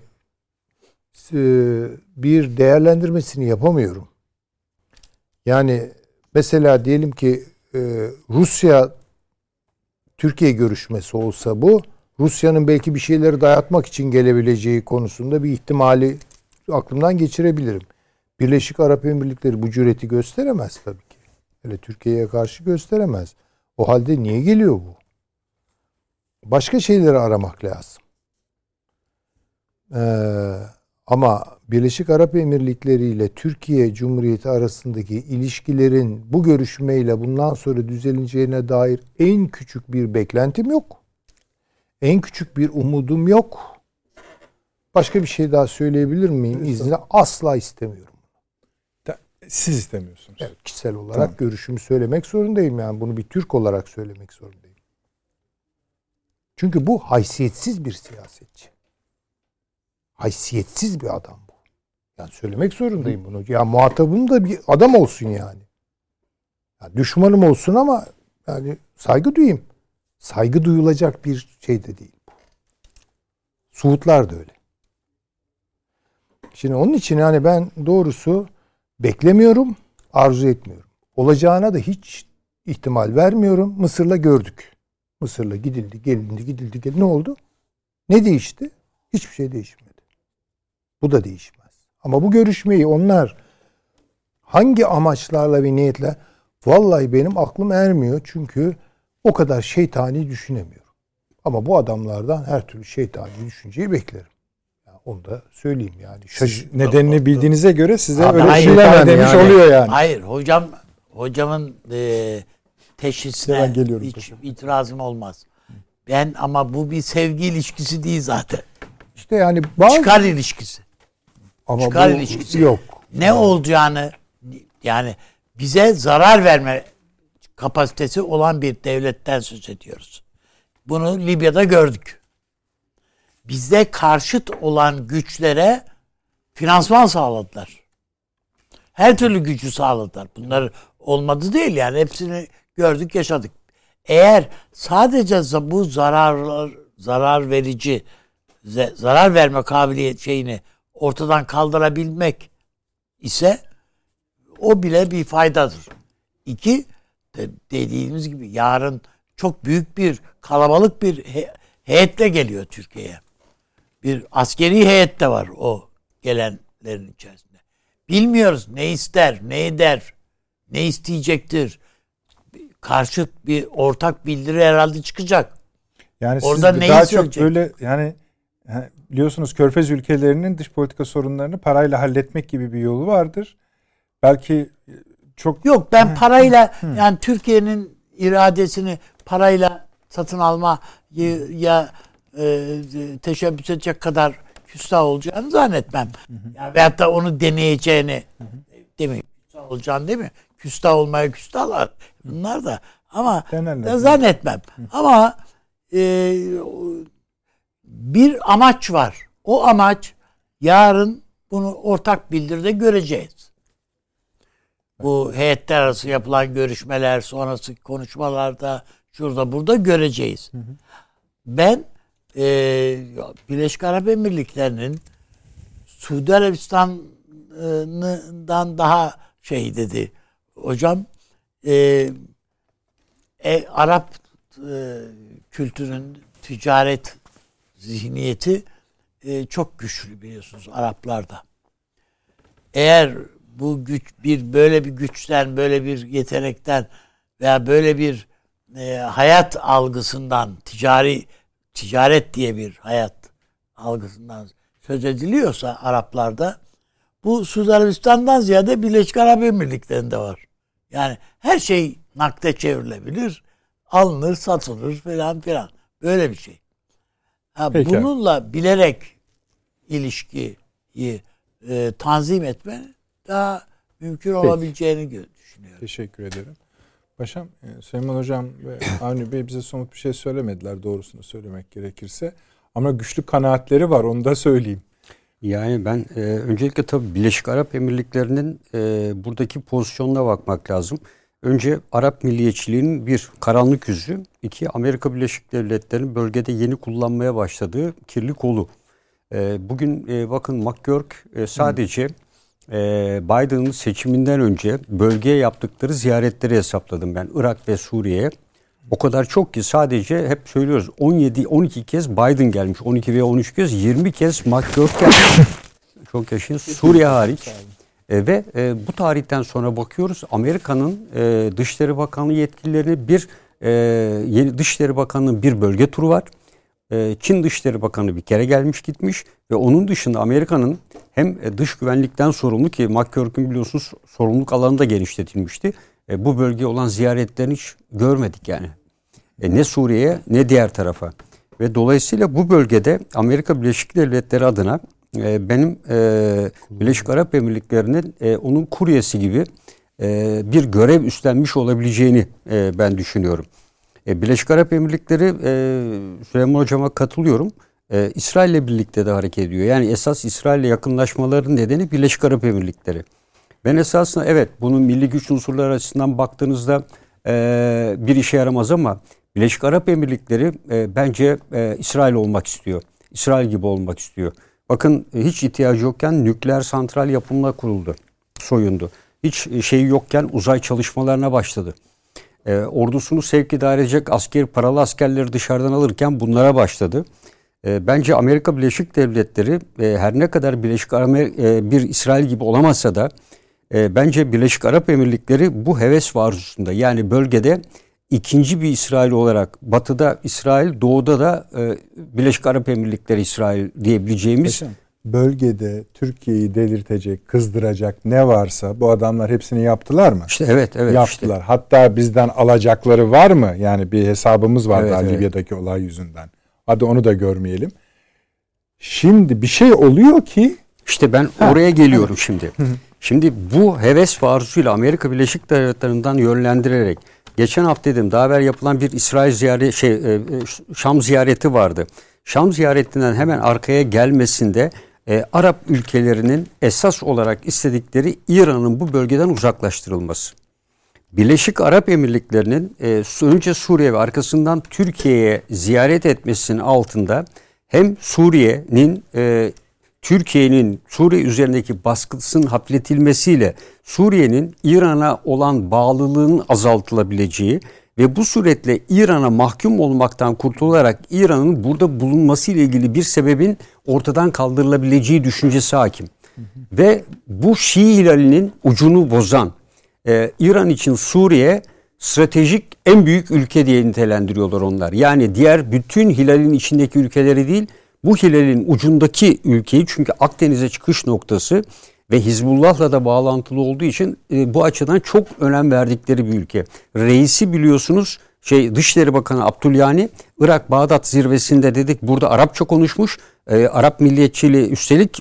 bir değerlendirmesini yapamıyorum. Yani mesela diyelim ki Rusya Türkiye görüşmesi olsa bu, Rusya'nın belki bir şeyleri dayatmak için gelebileceği konusunda bir ihtimali aklımdan geçirebilirim. Birleşik Arap Emirlikleri bu cüreti gösteremez tabii ki. Hele Türkiye'ye karşı gösteremez. O halde niye geliyor bu? Başka şeyleri aramak lazım. Ama Birleşik Arap Emirlikleri ile Türkiye Cumhuriyeti arasındaki ilişkilerin bu görüşmeyle bundan sonra düzeleceğine dair en küçük bir beklentim yok. En küçük bir umudum yok. Başka bir şey daha söyleyebilir miyim? İzninle asla istemiyorum. Siz istemiyorsunuz. Evet, kişisel olarak görüşümü söylemek zorundayım. Yani bunu bir Türk olarak söylemek zorundayım. Çünkü bu haysiyetsiz bir siyasetçi. Haysiyetsiz bir adam bu. Yani söylemek zorundayım bunu. Ya muhatabım da bir adam olsun yani. Ya düşmanım olsun ama yani saygı duyayım. Saygı duyulacak bir şey de değil bu. Suudlar da öyle. Şimdi onun için yani ben doğrusu beklemiyorum, arzu etmiyorum. Olacağına da hiç ihtimal vermiyorum. Mısır'la gördük. Mısır'la gidildi. Ne oldu? Ne değişti? Hiçbir şey değişmedi. Bu da değişmez. Ama bu görüşmeyi onlar hangi amaçlarla ve niyetle, vallahi benim aklım ermiyor. Çünkü o kadar şeytani düşünemiyorum. Ama bu adamlardan her türlü şeytani düşünceyi beklerim. Yani onu da söyleyeyim yani. Nedenini bildiğinize göre size Abi öyle şeyler demiş yani, oluyor yani. Hayır, hocamın teşhisine hiç itirazım olmaz. Ben ama bu bir sevgi ilişkisi değil zaten. İşte yani bazı... Çıkar ilişkisi. Ama çıkar bu ilişkisi. Yok. Ne olacağını, yani bize zarar verme kapasitesi olan bir devletten söz ediyoruz. Bunu Libya'da gördük. Bizde karşıt olan güçlere finansman sağladılar. Her türlü gücü sağladılar. Bunlar olmadı değil yani. Hepsini gördük, yaşadık. Eğer sadece bu zarar verici, zarar verme kabiliyet şeyini ortadan kaldırabilmek ise o bile bir faydadır. İki, dediğimiz gibi yarın çok büyük bir kalabalık bir heyetle geliyor Türkiye'ye. Bir askeri heyet de var o gelenlerin içerisinde. Bilmiyoruz ne ister, ne eder, ne isteyecektir. Karşıt bir ortak bildiri herhalde çıkacak. Yani orada siz neyi daha söyleyecek? çok böyle yani biliyorsunuz Körfez ülkelerinin dış politika sorunlarını parayla halletmek gibi bir yolu vardır. Belki çok... Yok, ben parayla yani Türkiye'nin iradesini parayla satın alma ya teşebbüs edecek kadar küstah olacağını zannetmem. Yani veyahut da onu deneyeceğini değil mi? Küstah olacağını değil mi? Küstah olmaya küstahlar. Bunlar da ama zannetmem. Ama bir amaç var. O amaç yarın bunu ortak bildiride göreceğiz. Bu heyetler arası yapılan görüşmeler, sonrası konuşmalarda şurada burada göreceğiz. Ben Birleşik Arap Emirlikleri'nin Suudi Arabistan'dan daha dedi. Hocam Arap kültürün ticaret zihniyeti çok güçlü biliyorsunuz Araplarda. Eğer bu güç böyle bir güçten, böyle bir yetenekten veya böyle bir hayat algısından, ticaret diye bir hayat algısından söz ediliyorsa Araplarda, bu Suudi Arabistan'dan ziyade Birleşik Arap Emirlikleri'nde var. Yani her şey nakde çevrilebilir, alınır, satılır falan filan. Böyle bir şey. Bununla bilerek ilişkiyi tanzim etme daha mümkün olabileceğini düşünüyorum. Teşekkür ederim. Paşam, Süleyman Hocam ve Avni Bey bize somut bir şey söylemediler doğrusunu söylemek gerekirse. Ama güçlü kanaatleri var, onu da söyleyeyim. Yani ben öncelikle tabii Birleşik Arap Emirlikleri'nin buradaki pozisyonuna bakmak lazım. Önce Arap milliyetçiliğinin bir karanlık yüzü, iki Amerika Birleşik Devletleri'nin bölgede yeni kullanmaya başladığı kirli kolu. Bugün bakın McGurk sadece Biden'ın seçiminden önce bölgeye yaptıkları ziyaretleri hesapladım ben Irak ve Suriye'ye. O kadar çok ki sadece hep söylüyoruz 12 kez Biden gelmiş, 12 veya 13 kez, 20 kez McGurk gelmiş. Çok yaşayın, Suriye hariç. Ve bu tarihten sonra bakıyoruz Amerika'nın Dışişleri Bakanlığı yetkililerine yeni Dışişleri Bakanlığı'nın bir bölge turu var. Çin Dışişleri Bakanı bir kere gelmiş gitmiş ve onun dışında Amerika'nın hem dış güvenlikten sorumlu ki McGurk'ün biliyorsunuz sorumluluk alanı da genişletilmişti. Bu bölgeye olan ziyaretlerini hiç görmedik yani. Ne Suriye'ye ne diğer tarafa. Ve dolayısıyla bu bölgede Amerika Birleşik Devletleri adına benim Birleşik Arap Emirlikleri'nin onun kuryesi gibi bir görev üstlenmiş olabileceğini ben düşünüyorum. Birleşik Arap Emirlikleri, Süleyman Hocam'a katılıyorum, İsrail'le birlikte de hareket ediyor. Yani esas İsrail'le yakınlaşmaların nedeni Birleşik Arap Emirlikleri. Ben esasında evet bunun milli güç unsurları açısından baktığınızda bir işe yaramaz ama Birleşik Arap Emirlikleri bence İsrail olmak istiyor. İsrail gibi olmak istiyor. Bakın hiç ihtiyacı yokken nükleer santral yapımına kuruldu, soyundu. Hiç şeyi yokken uzay çalışmalarına başladı. Ordusunu sevk idare edecek paralı askerleri dışarıdan alırken bunlara başladı. Bence Amerika Birleşik Devletleri her ne kadar bir İsrail gibi olamazsa da bence Birleşik Arap Emirlikleri bu heves ve arzusunda. Yani bölgede ikinci bir İsrail olarak batıda İsrail, doğuda da Birleşik Arap Emirlikleri İsrail diyebileceğimiz bölgede Türkiye'yi delirtecek, kızdıracak ne varsa bu adamlar hepsini yaptılar mı? İşte evet yaptılar. Işte. Hatta bizden alacakları var mı? Yani bir hesabımız var daha evet. Libya'daki olay yüzünden. Hadi onu da görmeyelim. Şimdi bir şey oluyor ki işte ben oraya geliyorum şimdi. Şimdi bu heves ve arzuyla Amerika Birleşik Devletleri'nden yönlendirerek geçen hafta dedim daha evvel yapılan bir İsrail Şam ziyareti vardı. Şam ziyaretinden hemen arkaya gelmesinde Arap ülkelerinin esas olarak istedikleri İran'ın bu bölgeden uzaklaştırılması. Birleşik Arap Emirlikleri'nin önce Suriye ve arkasından Türkiye'ye ziyaret etmesinin altında hem Türkiye'nin Suriye üzerindeki baskısının hafifletilmesiyle Suriye'nin İran'a olan bağlılığının azaltılabileceği ve bu suretle İran'a mahkum olmaktan kurtularak İran'ın burada bulunması ile ilgili bir sebebin ortadan kaldırılabileceği düşüncesi hakim. Ve bu Şii hilalinin ucunu bozan İran için Suriye stratejik en büyük ülke diye nitelendiriyorlar onlar. Yani diğer bütün hilalin içindeki ülkeleri değil, bu hilalin ucundaki ülkeyi, çünkü Akdeniz'e çıkış noktası ve Hizbullah'la da bağlantılı olduğu için bu açıdan çok önem verdikleri bir ülke. Reisi biliyorsunuz Dışişleri Bakanı Abdülyani Irak Bağdat zirvesinde dedik burada Arapça konuşmuş. Arap milliyetçiliği üstelik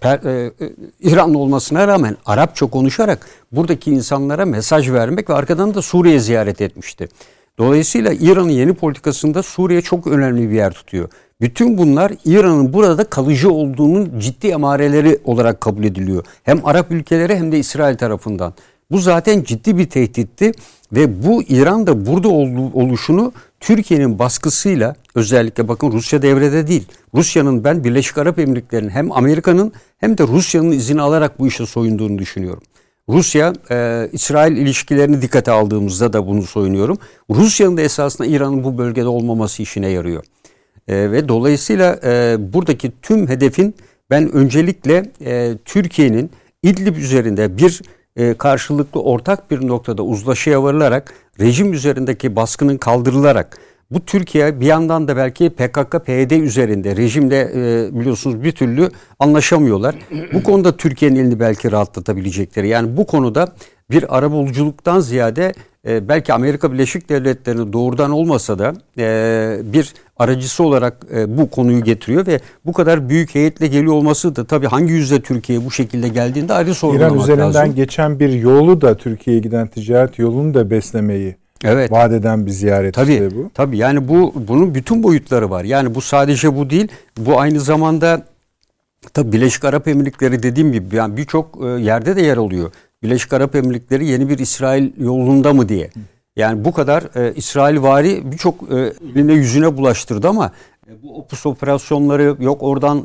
İranlı olmasına rağmen Arapça konuşarak buradaki insanlara mesaj vermek ve arkadan da Suriye ziyaret etmişti. Dolayısıyla İran'ın yeni politikasında Suriye çok önemli bir yer tutuyor. Bütün bunlar İran'ın burada kalıcı olduğunun ciddi emareleri olarak kabul ediliyor. Hem Arap ülkeleri hem de İsrail tarafından. Bu zaten ciddi bir tehditti ve bu İran'da burada oluşunu Türkiye'nin baskısıyla, özellikle bakın Rusya devrede değil. Rusya'nın, ben Birleşik Arap Emirlikleri'nin hem Amerika'nın hem de Rusya'nın izini alarak bu işe soyunduğunu düşünüyorum. Rusya-İsrail ilişkilerini dikkate aldığımızda da bunu soyunuyorum. Rusya'nın da esasında İran'ın bu bölgede olmaması işine yarıyor. Ve dolayısıyla buradaki tüm hedefin ben öncelikle Türkiye'nin İdlib üzerinde bir karşılıklı ortak bir noktada uzlaşıya varılarak rejim üzerindeki baskının kaldırılarak bu Türkiye bir yandan da belki PKK-PYD üzerinde rejimle biliyorsunuz bir türlü anlaşamıyorlar. Bu konuda Türkiye'nin elini belki rahatlatabilecekleri. Yani bu konuda bir arabuluculuktan ziyade belki Amerika Birleşik Devletleri'nin doğrudan olmasa da bir aracısı olarak bu konuyu getiriyor ve bu kadar büyük heyetle geliyor olması da tabii hangi yüzde Türkiye bu şekilde geldiğinde ayrı sorgulamak lazım. İran üzerinden geçen bir yolu da Türkiye'ye giden ticaret yolunu da beslemeyi vaat eden bir ziyaret işte bu. Tabii yani bunun bütün boyutları var. Yani bu sadece bu değil. Bu aynı zamanda tabii Birleşik Arap Emirlikleri dediğim gibi yani birçok yerde de yer alıyor. Birleşik Arap Emirlikleri yeni bir İsrail yolunda mı diye. Yani bu kadar İsrailvari birçok eline yüzüne bulaştırdı ama bu Opus operasyonları yok oradan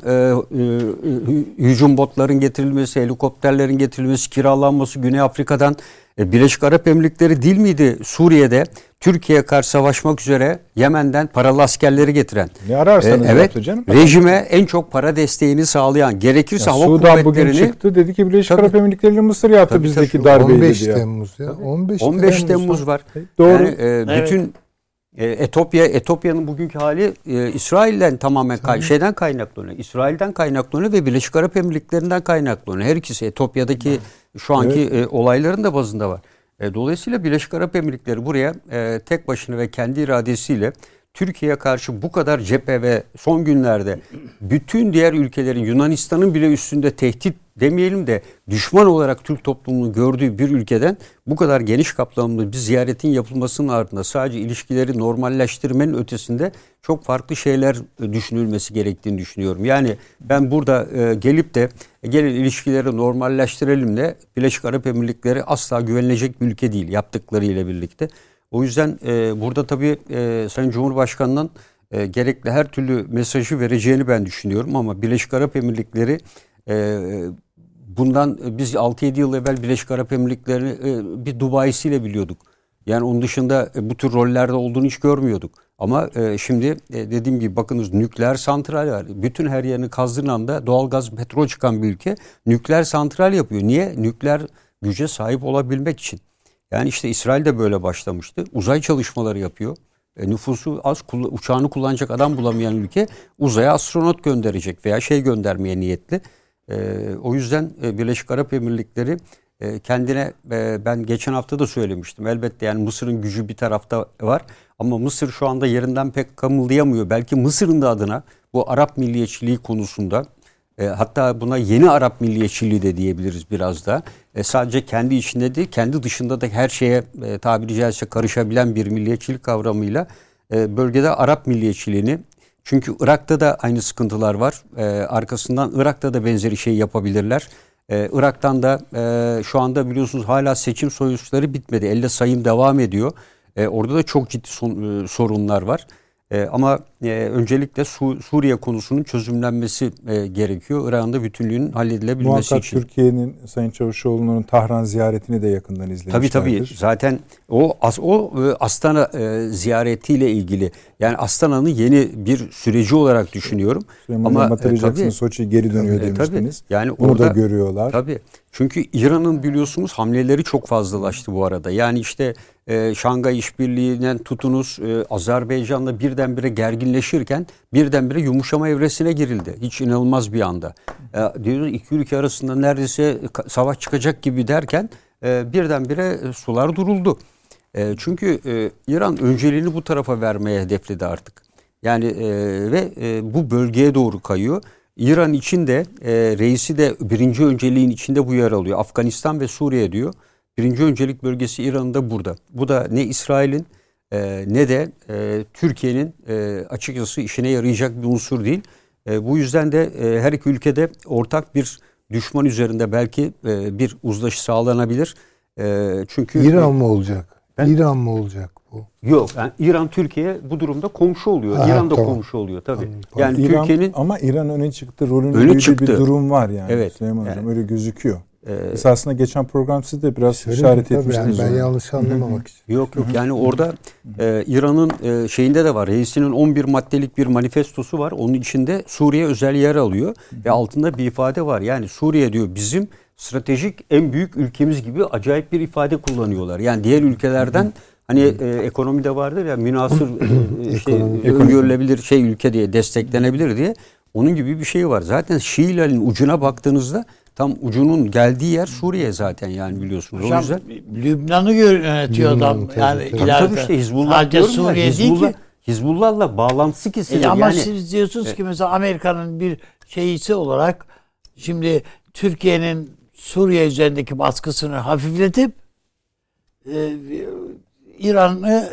hücum botların getirilmesi, helikopterlerin getirilmesi, kiralanması Güney Afrika'dan Birleşik Arap Emirlikleri değil miydi Suriye'de Türkiye'ye karşı savaşmak üzere Yemen'den paralı askerleri getiren? Ne ararsanız evet, canım. Rejime en çok para desteğini sağlayan, gerekirse hava Sudan kuvvetlerini... bugün çıktı dedi ki Birleşik Arap Emirlikleri ile Mısır yaptı bizdeki darbeyi 15 dedi ya. Temmuz ya. 15 Temmuz var. Doğru. Yani, bütün Etiyopya'nın bugünkü hali İsrail'den tamamen şeyden kaynaklanıyor. İsrail'den kaynaklanıyor ve Birleşik Arap Emirlikleri'nden kaynaklanıyor. Her ikisi Etiyopya'daki şu anki olayların da bazında var. Dolayısıyla Birleşik Arap Emirlikleri buraya tek başına ve kendi iradesiyle Türkiye'ye karşı bu kadar cephe ve son günlerde bütün diğer ülkelerin, Yunanistan'ın bile üstünde tehdit demeyelim de düşman olarak Türk toplumunu gördüğü bir ülkeden bu kadar geniş kapsamlı bir ziyaretin yapılmasının ardında sadece ilişkileri normalleştirmenin ötesinde çok farklı şeyler düşünülmesi gerektiğini düşünüyorum. Yani ben burada gelip de gelin ilişkileri normalleştirelim de Birleşik Arap Emirlikleri asla güvenilecek bir ülke değil yaptıklarıyla birlikte. O yüzden burada tabii Sayın Cumhurbaşkanı'nın gerekli her türlü mesajı vereceğini ben düşünüyorum ama Birleşik Arap Emirlikleri bundan biz 6-7 yıl evvel Birleşik Arap Emirlikleri'ni bir Dubai'siyle biliyorduk. Yani onun dışında bu tür rollerde olduğunu hiç görmüyorduk. Ama şimdi dediğim gibi bakınız nükleer santral var. Bütün her yerini kazdığın anda doğalgaz, petrol çıkan bir ülke nükleer santral yapıyor. Niye? Nükleer güce sahip olabilmek için. Yani işte İsrail de böyle başlamıştı. Uzay çalışmaları yapıyor. nüfusu az, uçağını kullanacak adam bulamayan ülke uzaya astronot gönderecek veya göndermeye niyetli. O yüzden Birleşik Arap Emirlikleri kendine, ben geçen hafta da söylemiştim, elbette yani Mısır'ın gücü bir tarafta var ama Mısır şu anda yerinden pek kımıldayamıyor. Belki Mısır'ın da adına bu Arap milliyetçiliği konusunda, hatta buna yeni Arap milliyetçiliği de diyebiliriz biraz da, sadece kendi içinde değil kendi dışında da her şeye tabiri caizse karışabilen bir milliyetçilik kavramıyla bölgede Arap milliyetçiliğini, çünkü Irak'ta da aynı sıkıntılar var, arkasından Irak'ta da benzeri şeyi yapabilirler. Irak'tan da şu anda biliyorsunuz hala seçim sonuçları bitmedi. Elle sayım devam ediyor. Orada da çok ciddi sorunlar var. Ama öncelikle Suriye konusunun çözümlenmesi gerekiyor. Irak'ın da bütünlüğünün halledilebilmesi muhakkak için. Türkiye'nin Sayın Çavuşoğlu'nun Tahran ziyaretini de yakından izlemişlerdir. Tabii. Zaten o Astana ziyaretiyle ilgili, yani Astana'nın yeni bir süreci olarak düşünüyorum. Ama hatırlayacaksınız Soçi geri dönüyor demiştiniz. Yani bunu orada da görüyorlar. Tabii. Çünkü İran'ın biliyorsunuz hamleleri çok fazlalaştı bu arada. Yani işte Şangay İşbirliği'nden tutunuz, Azerbaycan'la birdenbire gerginleşirken birdenbire yumuşama evresine girildi. Hiç inanılmaz bir anda. Diyoruz iki ülke arasında neredeyse savaş çıkacak gibi derken birdenbire sular duruldu. Çünkü İran önceliğini bu tarafa vermeye hedefledi artık. Yani ve bu bölgeye doğru kayıyor. İran için de reisi de birinci önceliğin içinde bu yer alıyor. Afganistan ve Suriye diyor. Birinci öncelik bölgesi İran'ın da burada. Bu da ne İsrail'in ne de Türkiye'nin açıkçası işine yarayacak bir unsur değil. Bu yüzden de her iki ülkede ortak bir düşman üzerinde belki bir uzlaşı sağlanabilir. Çünkü İran mı olacak? İran mı olacak bu? Yok. Yani İran Türkiye bu durumda komşu oluyor. İran da komşu oluyor tabii. Yani İran, Türkiye'nin ama İran öne çıktı. Rolünün bir durum var yani. Evet. Süleyman Hocam öyle gözüküyor. Esasında geçen program siz de biraz işaret etmiştiniz. Yani ben yanlış anlamamak için. Yok yani orada İran'ın şeyinde de var. Reisinin 11 maddelik bir manifestosu var. Onun içinde Suriye özel yer alıyor. Ve altında bir ifade var. Yani Suriye diyor bizim stratejik en büyük ülkemiz gibi acayip bir ifade kullanıyorlar. Yani diğer ülkelerden hani ekonomide vardır ya münasır öngörülebilir ülke diye desteklenebilir diye. Onun gibi bir şey var. Zaten Şiilerin ucuna baktığınızda tam ucunun geldiği yer Suriye zaten yani biliyorsunuz. Hocam, o yüzden Lübnan'ı yönetiyor adam. Yani tabii işte Hizbullah diyorum Suriye değil ki. Hizbullah'la bağlantısı kesilir. Ama yani, siz diyorsunuz ki mesela Amerika'nın bir şeyisi olarak şimdi Türkiye'nin Suriye üzerindeki baskısını hafifletip İran'ı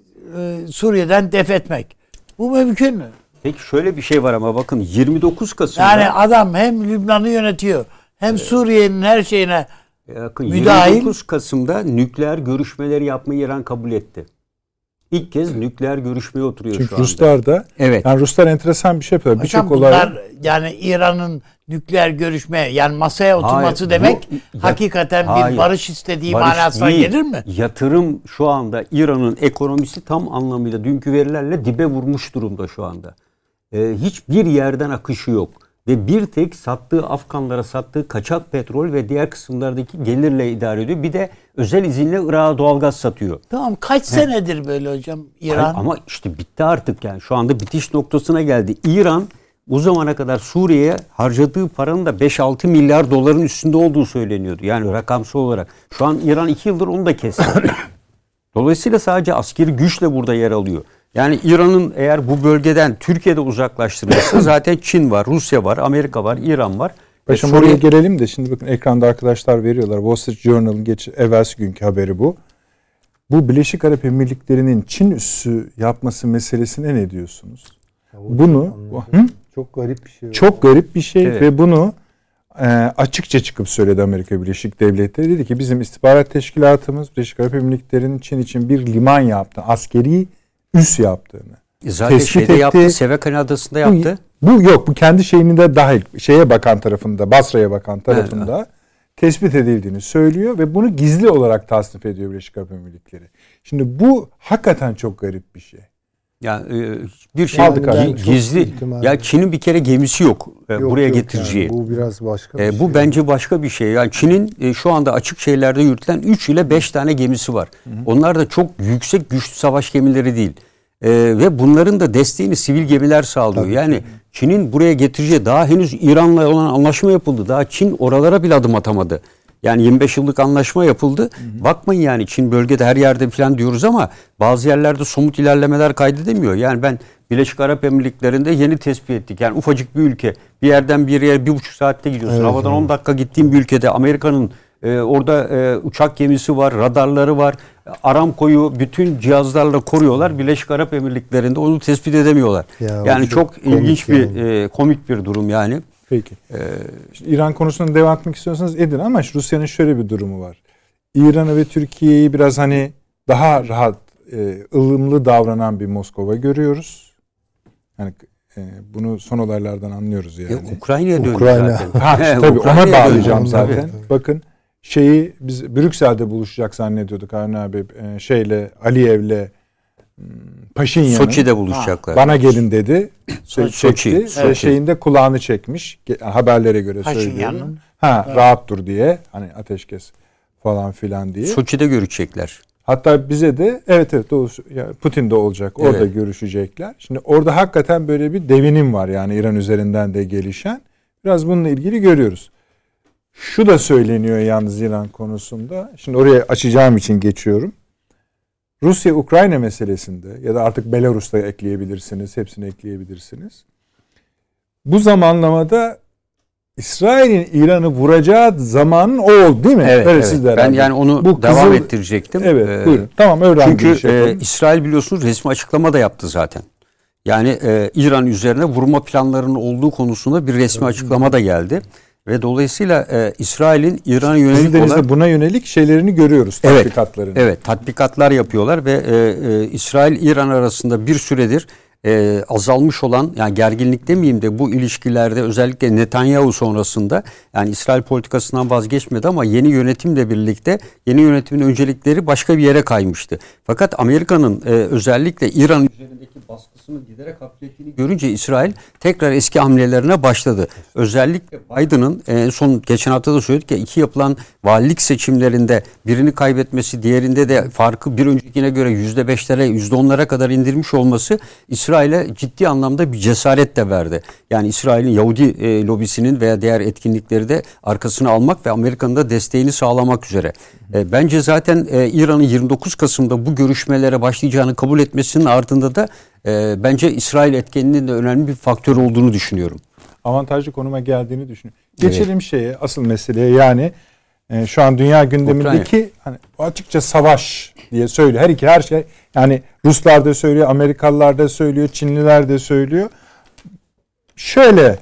Suriye'den def etmek. Bu mümkün mü? Peki şöyle bir şey var ama bakın 29 Kasım'da... Yani adam hem Lübnan'ı yönetiyor hem Suriye'nin her şeyine müdahil. 29 Kasım'da nükleer görüşmeleri yapmayı İran kabul etti. İlk kez nükleer görüşmeye oturuyor çünkü şu anda. Ruslar da, evet. Yani Ruslar enteresan bir şey yapıyor. Birçok olay... Yani İran'ın nükleer görüşme yani masaya oturması demek hakikaten bir barış istediği manasına gelir mi? Yatırım şu anda İran'ın ekonomisi tam anlamıyla dünkü verilerle dibe vurmuş durumda şu anda. Hiçbir yerden akışı yok. Ve bir tek Afganlara sattığı kaçak petrol ve diğer kısımlardaki gelirle idare ediyor. Bir de özel izinle Irak'a doğalgaz satıyor. Tamam kaç senedir böyle hocam İran? Hayır, ama işte bitti artık yani şu anda bitiş noktasına geldi. İran bu zamana kadar Suriye'ye harcadığı paranın da 5-6 milyar doların üstünde olduğu söyleniyordu. Yani rakamsal olarak. Şu an İran 2 yıldır onu da kesti. Dolayısıyla sadece askeri güçle burada yer alıyor. Yani İran'ın eğer bu bölgeden Türkiye'de uzaklaştırılırsa zaten Çin var, Rusya var, Amerika var, İran var. Paşam oraya gelelim de şimdi bakın ekranda arkadaşlar veriyorlar. Wall Street Journal'ın evvelsi günkü haberi bu. Bu Birleşik Arap Emirlikleri'nin Çin üssü yapması meselesine ne diyorsunuz? Bunu çok garip bir şey. Çok garip bir şey ve bunu açıkça çıkıp söyledi Amerika Birleşik Devletleri. Dedi ki bizim istihbarat teşkilatımız Birleşik Arap Emirlikleri'nin Çin için bir liman yaptı. Askeri üs yaptığını. Zaten şeyde yaptı. Sevekan Adası'nda yaptı. Bu kendi şeyini de dahil şeye bakan tarafında, Basra'ya bakan tarafında tespit edildiğini söylüyor ve bunu gizli olarak tasnif ediyor Birleşik Arap Emirlikleri. Şimdi bu hakikaten çok garip bir şey. Yani bir şey gizli. Ya Çin'in bir kere gemisi yok buraya getireceği. Yani bu biraz başka bir şey. Bu bence başka bir şey. Yani Çin'in şu anda açık şeylerde yürütülen 3 ile 5 tane gemisi var. Onlar da çok yüksek güçlü savaş gemileri değil. Ve bunların da desteğini sivil gemiler sağlıyor. Tabii. Yani Çin'in buraya getireceği, daha henüz İran'la olan anlaşma yapıldı. Daha Çin oralara bile adım atamadı. Yani 25 yıllık anlaşma yapıldı. Bakmayın yani Çin bölgede her yerde falan diyoruz ama bazı yerlerde somut ilerlemeler kaydedemiyor. Yani ben Birleşik Arap Emirlikleri'nde yeni tespit ettik. Yani ufacık bir ülke. Bir yerden bir yere 1,5 saatte gidiyorsun. Evet, Havadan 10 dakika gittiğin bir ülkede Amerika'nın orada uçak gemisi var, radarları var. Aramco'yu bütün cihazlarla koruyorlar. Birleşik Arap Emirlikleri'nde onu tespit edemiyorlar. Ya, yani çok ilginç yani. bir komik bir durum yani. Peki. İran konusunda devam etmek istiyorsanız edin ama Rusya'nın şöyle bir durumu var. İran'ı ve Türkiye'yi biraz hani daha rahat, ılımlı davranan bir Moskova görüyoruz. Yani bunu son olaylardan anlıyoruz yani. Ukrayna'ya dönüyor Ukrayna. zaten. Tabii ona bağlayacağım dönüyor. zaten. Tabii. Bakın biz Brüksel'de buluşacak zannediyorduk Avni abi Aliyev'le Paşinyan'ın. Soçi'de buluşacaklar. Bana gelin dedi. Soçi. Ve şeyinde kulağını çekmiş. Haberlere göre söylüyorum. Rahat dur diye. Hani ateşkes falan filan diye. Soçi'de görüşecekler. Hatta bize de evet Putin de olacak. Orada görüşecekler. Şimdi orada hakikaten böyle bir devinim var yani İran üzerinden de gelişen. Biraz bununla ilgili görüyoruz. Şu da söyleniyor yalnız İran konusunda. Şimdi oraya açacağım için geçiyorum. Rusya-Ukrayna meselesinde ya da artık Belarus'ta ekleyebilirsiniz. Hepsini ekleyebilirsiniz. Bu zamanlamada İsrail'in İran'ı vuracağı zamanın o oldu değil mi? Evet. Ben yani onu devam ettirecektim. Evet buyurun. Tamam çünkü İsrail biliyorsunuz resmi açıklama da yaptı zaten. Yani İran üzerine vurma planlarının olduğu konusunda bir resmi açıklama da geldi. Ve dolayısıyla İsrail'in İran'a yönelik olarak buna yönelik şeylerini görüyoruz, tatbikatlarını. Evet, tatbikatlar yapıyorlar ve İsrail-İran arasında bir süredir azalmış olan, yani gerginlik demeyeyim de bu ilişkilerde özellikle Netanyahu sonrasında, yani İsrail politikasından vazgeçmedi ama yeni yönetimle birlikte yeni yönetimin öncelikleri başka bir yere kaymıştı. Fakat Amerika'nın özellikle İran üzerindeki baskısını giderek hafiflettiğini görünce İsrail tekrar eski hamlelerine başladı. Özellikle Biden'ın son geçen hafta da söyledik ya, 2 yapılan valilik seçimlerinde birini kaybetmesi, diğerinde de farkı bir öncekine göre %5'lere %10'lara kadar indirmiş olması İsrail'e ciddi anlamda bir cesaret de verdi. Yani İsrail'in Yahudi lobisinin veya diğer etkinlikleri de arkasına almak ve Amerika'nın da desteğini sağlamak üzere. Bence zaten İran'ın 29 Kasım'da bu görüşmelere başlayacağını kabul etmesinin ardında da bence İsrail etkeninin de önemli bir faktör olduğunu düşünüyorum. Avantajlı konuma geldiğini düşünüyorum. Geçelim asıl meseleye, yani şu an dünya gündemindeki hani açıkça savaş diye söylüyor. Her şey, yani Ruslar da söylüyor, Amerikalılar da söylüyor, Çinliler de söylüyor. Şöyle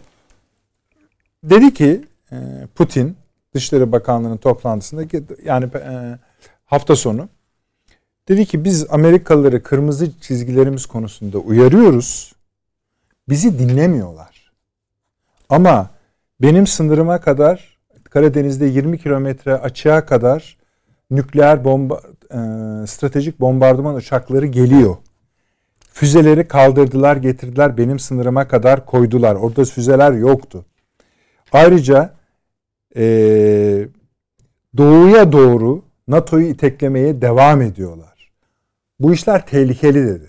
dedi ki Putin Dışişleri Bakanlığı'nın toplantısında, yani hafta sonu dedi ki biz Amerikalıları kırmızı çizgilerimiz konusunda uyarıyoruz. Bizi dinlemiyorlar. Ama benim sınırıma kadar, Karadeniz'de 20 kilometre açığa kadar nükleer stratejik bombardıman uçakları geliyor. Füzeleri kaldırdılar, getirdiler, benim sınırıma kadar koydular. Orada füzeler yoktu. Ayrıca doğuya doğru NATO'yu iteklemeye devam ediyorlar. Bu işler tehlikeli dedi.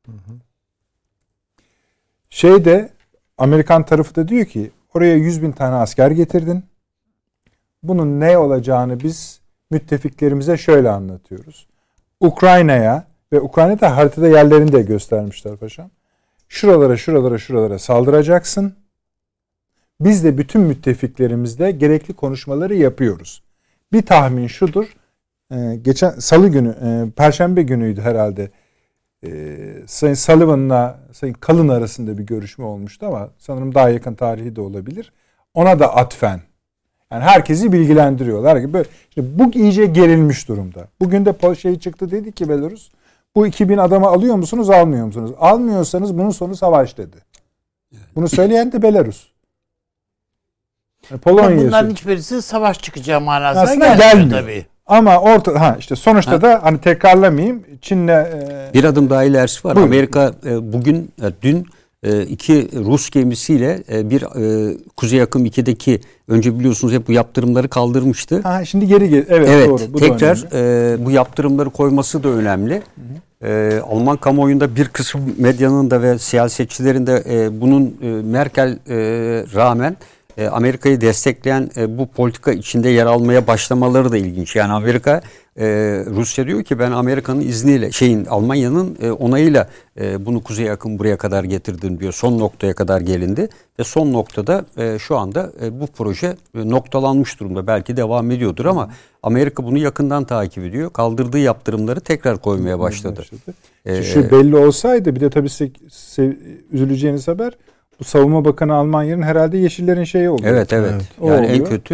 Amerikan tarafı da diyor ki oraya 100.000 tane asker getirdin. Bunun ne olacağını biz müttefiklerimize şöyle anlatıyoruz. Ukrayna'ya ve Ukrayna'da haritada yerlerini de göstermişler paşam. Şuralara saldıracaksın. Biz de bütün müttefiklerimizle gerekli konuşmaları yapıyoruz. Bir tahmin şudur. Geçen Salı günü, Perşembe günüydü herhalde. Sayın Sullivan'la Sayın Kalın arasında bir görüşme olmuştu ama sanırım daha yakın tarihi de olabilir. Ona da atfen. Yani herkesi bilgilendiriyorlar gibi. İşte bu iyice gerilmiş durumda. Bugün de çıktı, dedi ki Belarus, bu 2000 adamı alıyor musunuz, almıyor musunuz? Almıyorsanız bunun sonu savaş dedi. Bunu söyleyen de Belarus. Yani bunların hiçbirisi savaş çıkacağı manasına gelmiyor tabii. Ama sonuçta da hani tekrarlamayayım, Çin'le bir adım daha ilerisi var. Buyurun. Amerika dün 2 Rus gemisiyle bir Kuzey Akım 2'deki, önce biliyorsunuz hep bu yaptırımları kaldırmıştı. Şimdi geri evet doğru. Bu tekrar bu yaptırımları koyması da önemli. Alman kamuoyunda bir kısım medyanın da ve siyasetçilerin de bunun Merkel rağmen Amerika'yı destekleyen bu politika içinde yer almaya başlamaları da ilginç. Yani Amerika, Rusya diyor ki ben Amerika'nın izniyle, Almanya'nın onayıyla bunu kuzeye yakın buraya kadar getirdim diyor. Son noktaya kadar gelindi ve son noktada şu anda bu proje noktalanmış durumda. Belki devam ediyordur ama Amerika bunu yakından takip ediyor. Kaldırdığı yaptırımları tekrar koymaya başladı. Şu belli olsaydı, bir de tabii üzüleceğiniz haber, bu Savunma Bakanı Almanya'nın herhalde Yeşillerin şeyi oluyor. Evet. Yani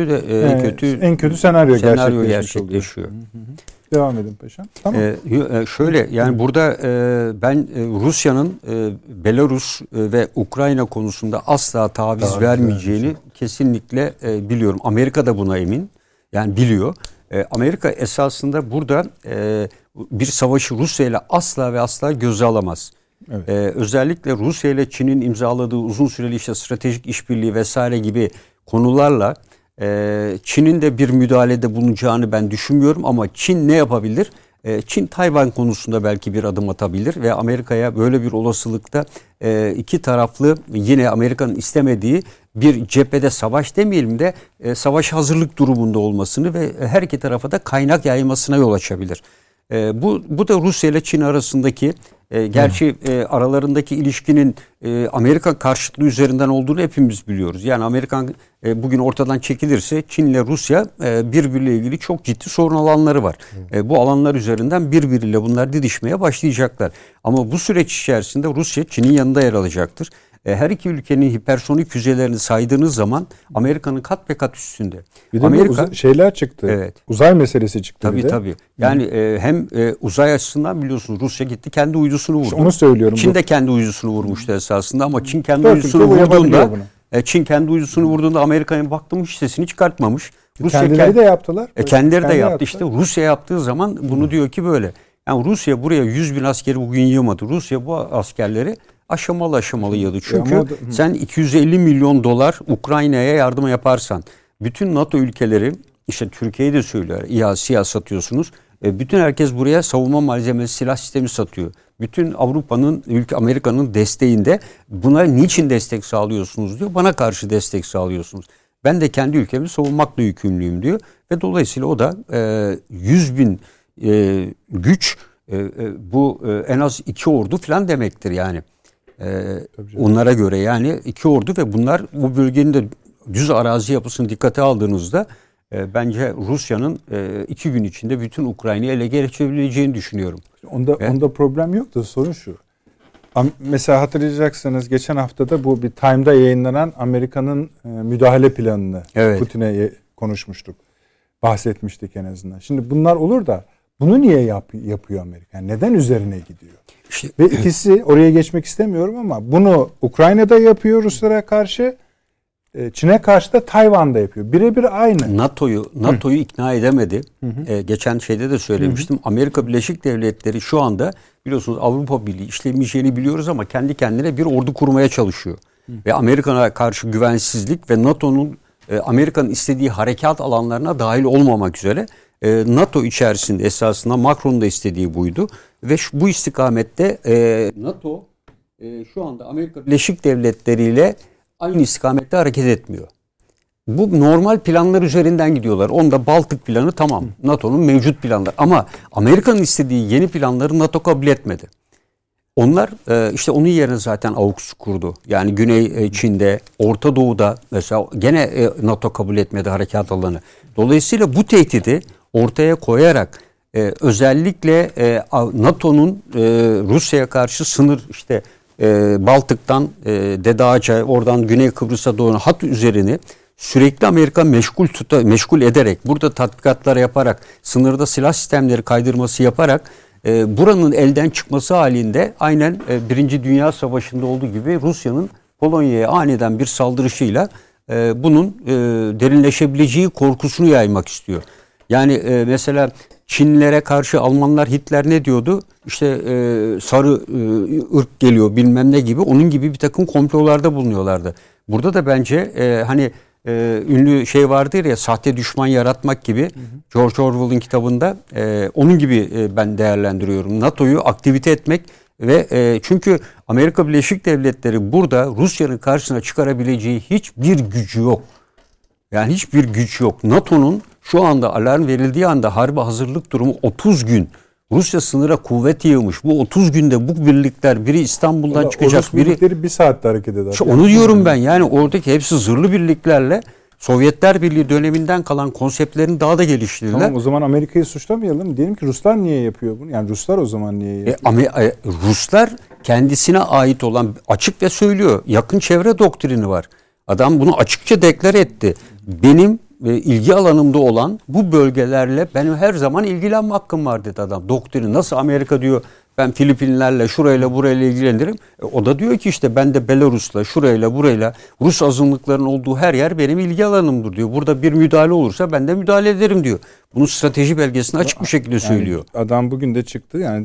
en kötü senaryo gerçekleşiyor. Devam edin paşam. Tamam. Şöyle yani burada ben Rusya'nın Belarus ve Ukrayna konusunda asla taviz vermeyeceğini kesinlikle biliyorum. Amerika da buna emin. Yani biliyor. Amerika esasında burada bir savaşı Rusya ile asla ve asla göze alamaz. Evet. Özellikle Rusya ile Çin'in imzaladığı uzun süreli stratejik işbirliği vesaire gibi konularla Çin'in de bir müdahalede bulunacağını ben düşünmüyorum ama Çin ne yapabilir? Çin Tayvan konusunda belki bir adım atabilir ve Amerika'ya böyle bir olasılıkta iki taraflı, yine Amerika'nın istemediği bir cephede savaş demeyelim de savaş hazırlık durumunda olmasını ve her iki tarafa da kaynak yaymasına yol açabilir. Bu da Rusya ile Çin arasındaki gerçi aralarındaki ilişkinin Amerika karşıtlığı üzerinden olduğunu hepimiz biliyoruz. Yani Amerikan bugün ortadan çekilirse Çin ile Rusya birbiriyle ilgili çok ciddi sorun alanları var. Bu alanlar üzerinden birbiriyle bunlar didişmeye başlayacaklar. Ama bu süreç içerisinde Rusya Çin'in yanında yer alacaktır. Her iki ülkenin hipersonik füzelerini saydığınız zaman Amerika'nın kat be kat üstünde. Bir de Amerika, şeyler çıktı. Evet. Uzay meselesi çıktı. Tabii. Yani hem uzay açısından biliyorsunuz Rusya gitti kendi uydusunu vurdu. İşte onu söylüyorum. Çin de kendi uydusunu vurmuştu esasında ama Çin kendi uydusunu vurduğunda Amerika'ya baktım hiç sesini çıkartmamış. Kendileri de yaptılar. Kendileri de yaptı. İşte Rusya yaptığı zaman bunu diyor ki böyle. Yani Rusya buraya 100 bin askeri bugün yığmadı. Rusya bu askerleri aşamalı yığdı. Çünkü sen 250 milyon dolar Ukrayna'ya yardım yaparsan, bütün NATO ülkeleri, işte Türkiye'yi de söylüyor, İHA satıyorsunuz. Bütün herkes buraya savunma malzemesi, silah sistemi satıyor. Bütün Amerika'nın desteğinde buna niçin destek sağlıyorsunuz diyor. Bana karşı destek sağlıyorsunuz. Ben de kendi ülkemi savunmakla yükümlüyüm diyor. Ve dolayısıyla o da 100 bin güç, bu en az 2 ordu falan demektir yani. Onlara göre yani 2 ordu ve bunlar bu bölgenin de düz arazi yapısını dikkate aldığınızda bence Rusya'nın 2 gün içinde bütün Ukrayna'yı ele geçirebileceğini düşünüyorum. Onda problem yok da sorun şu. Mesela hatırlayacaksınız geçen haftada bu bir Time'da yayınlanan Amerika'nın müdahale planını Putin'e konuşmuştuk. Bahsetmiştik en azından. Şimdi bunlar olur da bunu niye yapıyor Amerika? Yani neden üzerine gidiyor? Ve ikisi, oraya geçmek istemiyorum ama bunu Ukrayna'da yapıyor Ruslara karşı, Çin'e karşı da Tayvan'da yapıyor. Birebir aynı. NATO'yu ikna edemedi. Geçen şeyde de söylemiştim. Amerika Birleşik Devletleri şu anda biliyorsunuz Avrupa Birliği işlemeyeceğini biliyoruz ama kendi kendine bir ordu kurmaya çalışıyor. Ve Amerika'ya karşı güvensizlik ve NATO'nun Amerika'nın istediği harekat alanlarına dahil olmamak üzere NATO içerisinde esasında Macron'un da istediği buydu. Ve bu istikamette NATO şu anda Amerika Birleşik Devletleri ile aynı istikamette hareket etmiyor. Bu normal planlar üzerinden gidiyorlar. Onda Baltık planı tamam. NATO'nun mevcut planları. Ama Amerika'nın istediği yeni planları NATO kabul etmedi. Onlar işte onun yerine zaten AUKUS kurdu. Yani Güney Çin'de, Orta Doğu'da mesela gene NATO kabul etmedi harekat alanı. Dolayısıyla bu tehdidi ortaya koyarak özellikle NATO'nun Rusya'ya karşı sınır işte Baltık'tan Dede Ağaç'a oradan Güney Kıbrıs'a doğru hat üzerini sürekli Amerika meşgul ederek burada tatbikatlar yaparak sınırda silah sistemleri kaydırması yaparak buranın elden çıkması halinde aynen Birinci Dünya Savaşı'nda olduğu gibi Rusya'nın Polonya'ya aniden bir saldırışıyla bunun derinleşebileceği korkusunu yaymak istiyor. Yani mesela Çinlilere karşı Almanlar, Hitler ne diyordu? İşte sarı ırk geliyor bilmem ne gibi. Onun gibi bir takım komplolarda bulunuyorlardı. Burada da bence hani ünlü şey vardır ya, sahte düşman yaratmak gibi, George Orwell'ın kitabında onun gibi ben değerlendiriyorum. NATO'yu aktivite etmek ve çünkü Amerika Birleşik Devletleri burada Rusya'nın karşısına çıkarabileceği hiçbir gücü yok. Yani hiçbir güç yok. NATO'nun şu anda alarm verildiği anda harbe hazırlık durumu 30 gün. Rusya sınıra kuvvet yığmış. Bu 30 günde bu birlikler, biri İstanbul'dan çıkacak, Rus birlikleri bir saatte hareket eder. Onu diyorum ben. Yani oradaki hepsi zırhlı birliklerle Sovyetler Birliği döneminden kalan konseptlerini daha da geliştirdiler. Tamam, o zaman Amerika'yı suçlamayalım. Diyelim ki Ruslar niye yapıyor bunu? Yani Ruslar o zaman niye yapıyor? Ruslar kendisine ait olan, açık ve söylüyor. Yakın çevre doktrini var. Adam bunu açıkça deklare etti. Benim ilgi alanımda olan bu bölgelerle benim her zaman ilgilenme hakkım var dedi adam. Doktrini nasıl Amerika diyor, ben Filipinlerle şurayla burayla ilgilenirim. O da diyor ki işte ben de Belarus'la şurayla burayla, Rus azınlıkların olduğu her yer benim ilgi alanımdır diyor. Burada bir müdahale olursa ben de müdahale ederim diyor. Bunun strateji belgesini açık bir şekilde söylüyor. Adam bugün de çıktı yani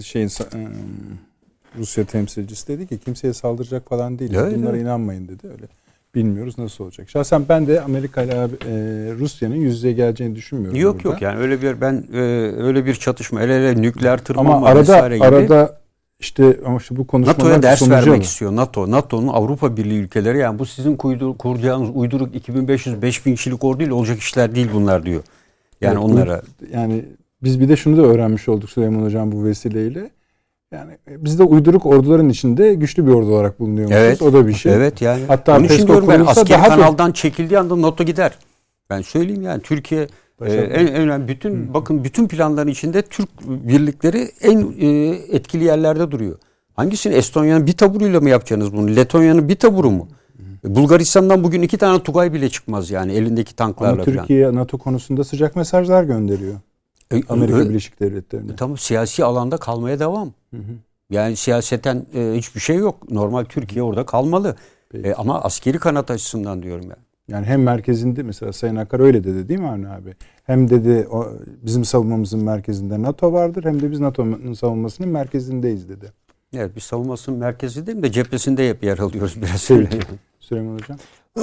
Rusya temsilcisi dedi ki kimseye saldıracak falan değil. Evet, bunlara inanmayın dedi. Öyle bilmiyoruz nasıl olacak. Şahsen ben de Amerika ile Rusya'nın yüz yüze geleceğini düşünmüyorum. Yok burada. yani öyle bir çatışma, el ele nükleer tırmanma ama vesaire gibi. Arada işte bu konuşmalar NATO'ya ders vermek istiyor. NATO'nun Avrupa Birliği ülkeleri, yani bu sizin kuracağınız uyduruk 2500-5000 kişilik orduyla olacak işler değil bunlar diyor. Yani evet, onlara. Yani biz bir de şunu da öğrenmiş olduk Süleyman Hocam bu vesileyle. Yani biz de uyduruk orduların içinde güçlü bir ordu olarak bulunuyormuşuz. Evet, o da bir şey. Evet yani. Hatta onun için diyorum ben, askeri kanaldan çekildiği anda NATO gider. Ben söyleyeyim yani Türkiye en önemli bütün planların içinde Türk birlikleri en etkili yerlerde duruyor. Hangisini? Estonya'nın bir taburuyla mı yapacaksınız bunu? Letonya'nın bir taburu mu? Bulgaristan'dan bugün 2 tane Tugay bile çıkmaz yani elindeki tanklarla. Ama Türkiye falan NATO konusunda sıcak mesajlar gönderiyor. Amerika Birleşik Devletleri'ne. Tamam, siyasi alanda kalmaya devam. Yani siyaseten hiçbir şey yok. Normal Türkiye orada kalmalı. Ama askeri kanat açısından diyorum ben. Yani hem merkezinde mesela Sayın Akar öyle dedi değil mi Avni abi? Hem dedi bizim savunmamızın merkezinde NATO vardır, hem de biz NATO'nun savunmasının merkezindeyiz dedi. Evet, biz savunmasının merkezindeyim de cephesinde hep yer alıyoruz biraz öyle. Süleyman Hocam.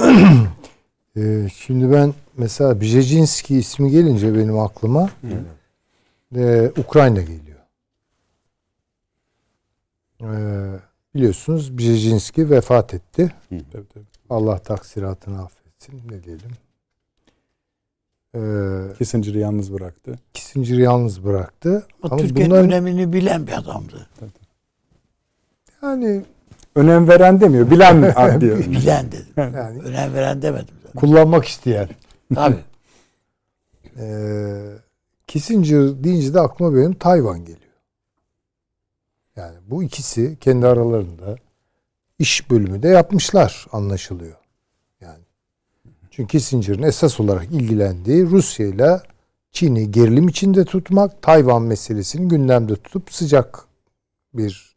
Şimdi ben mesela Brzezinski ismi gelince benim aklıma Ukrayna geliyor. Biliyorsunuz Brzezinski vefat etti. Tabii. Allah taksiratını affetsin. Ne diyelim. Kissinger'ı yalnız bıraktı. Kissinger'ı yalnız bıraktı. Ama Türkiye'nin önemini bilen bir adamdı. Tabii. Yani önem veren demiyor. Bilen diyor. Bilen dedim. Yani, önem veren demedim zaten. Kullanmak isteyen. Tabii. Kissinger deyince de aklıma benim Tayvan geliyor. Yani bu ikisi kendi aralarında iş bölümü de yapmışlar anlaşılıyor. Yani çünkü Kissinger'ın esas olarak ilgilendiği Rusya ile Çin'i gerilim içinde tutmak, Tayvan meselesini gündemde tutup sıcak bir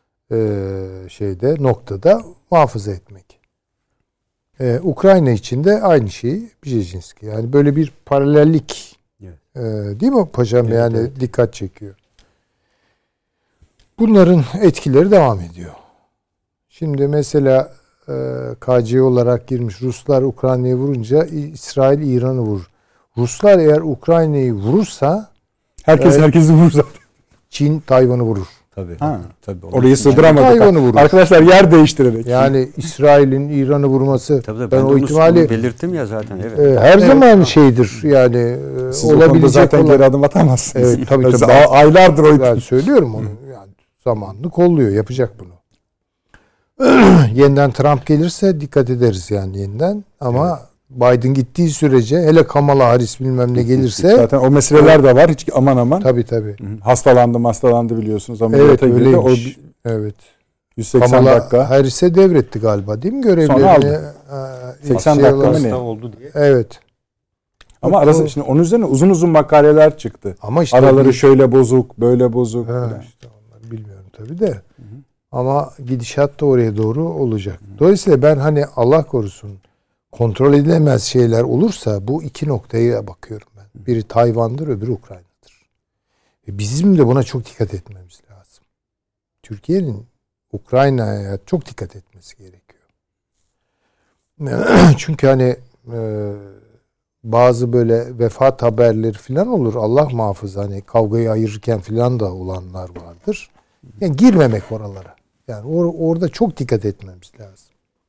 noktada muhafaza etmek. Ukrayna için de aynı şeyi Brzezinski. Yani böyle bir paralellik değil mi paşam? Evet, yani evet. Dikkat çekiyor. Bunların etkileri devam ediyor. Şimdi mesela KC olarak girmiş Ruslar Ukrayna'yı vurunca İsrail İran'ı vurur. Ruslar eğer Ukrayna'yı vurursa herkesi vurur zaten. Çin Tayvan'ı vurur. Tabii. Orayı sığdıramadık. Arkadaşlar yer değiştirerek. Yani İsrail'in İran'ı vurması tabii, ben o ihtimali belirttim ya zaten. Evet. Her zaman şeydir. Yani siz olabilecek zaten geri adım atamazsınız. Evet, tabii. Aylardır o. Ben söylüyorum onu. Yani zamanlı kolluyor. Yapacak bunu. Yeniden Trump gelirse dikkat ederiz yani yeniden. Ama Biden gittiği sürece hele Kamala Harris bilmem ne gelirse. Zaten o meseleler de var. Hiç aman. Tabii. Hastalandı biliyorsunuz. Ameliyata girdi. Öyleymiş. Evet. 180 Kamala dakika. Harris'e devretti galiba değil mi görevlerini? Sonra aldı. 80 dakika mı ne? Oldu diye. Evet. Ama arası şimdi onun üzerine uzun makaleler çıktı. Ama işte araları şöyle bozuk, böyle bozuk. İşte onları bilmiyorum tabii de. Ama gidişat da oraya doğru olacak. Dolayısıyla ben hani Allah korusun kontrol edilemez şeyler olursa bu iki noktaya bakıyorum ben. Biri Tayvan'dır, öbürü Ukrayna'dır. Bizim de buna çok dikkat etmemiz lazım. Türkiye'nin Ukrayna'ya çok dikkat etmesi gerekiyor. Çünkü hani bazı böyle vefat haberleri falan olur. Allah muhafaza, hani kavgayı ayırırken falan da olanlar vardır. Yani girmemek oralara. Yani orada çok dikkat etmemiz lazım.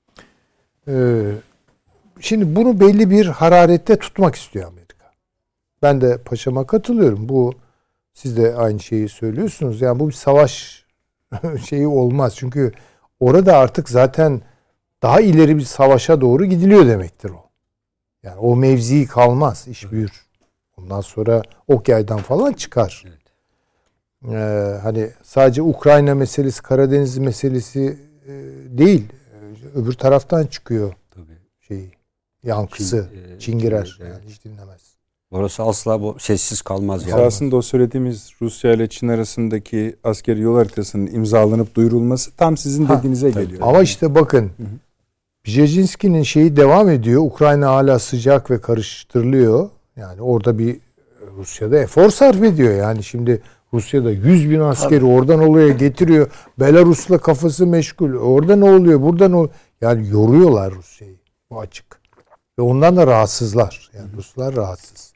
Şimdi bunu belli bir hararette tutmak istiyor Amerika. Ben de paşama katılıyorum. Bu, siz de aynı şeyi söylüyorsunuz. Yani bu bir savaş şeyi olmaz. Çünkü orada artık zaten daha ileri bir savaşa doğru gidiliyor demektir o. Yani o mevzi kalmaz. İş büyür. Ondan sonra ok yaydan falan çıkar. Evet. Hani sadece Ukrayna meselesi, Karadeniz meselesi değil. Öbür taraftan çıkıyor şeyi. Yankısı. Çin girer. Yani hiç dinlemez. Orası asla sessiz kalmaz. Yani. Aslında o söylediğimiz Rusya ile Çin arasındaki askeri yol haritasının imzalanıp duyurulması tam sizin dediğinize geliyor. Ama işte bakın, Brzezinski'nin şeyi devam ediyor. Ukrayna hala sıcak ve karıştırılıyor. Yani orada bir Rusya'da efor sarf ediyor. Yani şimdi Rusya'da 100.000 askeri oradan oraya getiriyor. Belarus'la kafası meşgul. Orada ne oluyor? Burada ne oluyor? Yani yoruyorlar Rusya'yı. Bu açık. Ve ondan da rahatsızlar. Yani Ruslar rahatsız.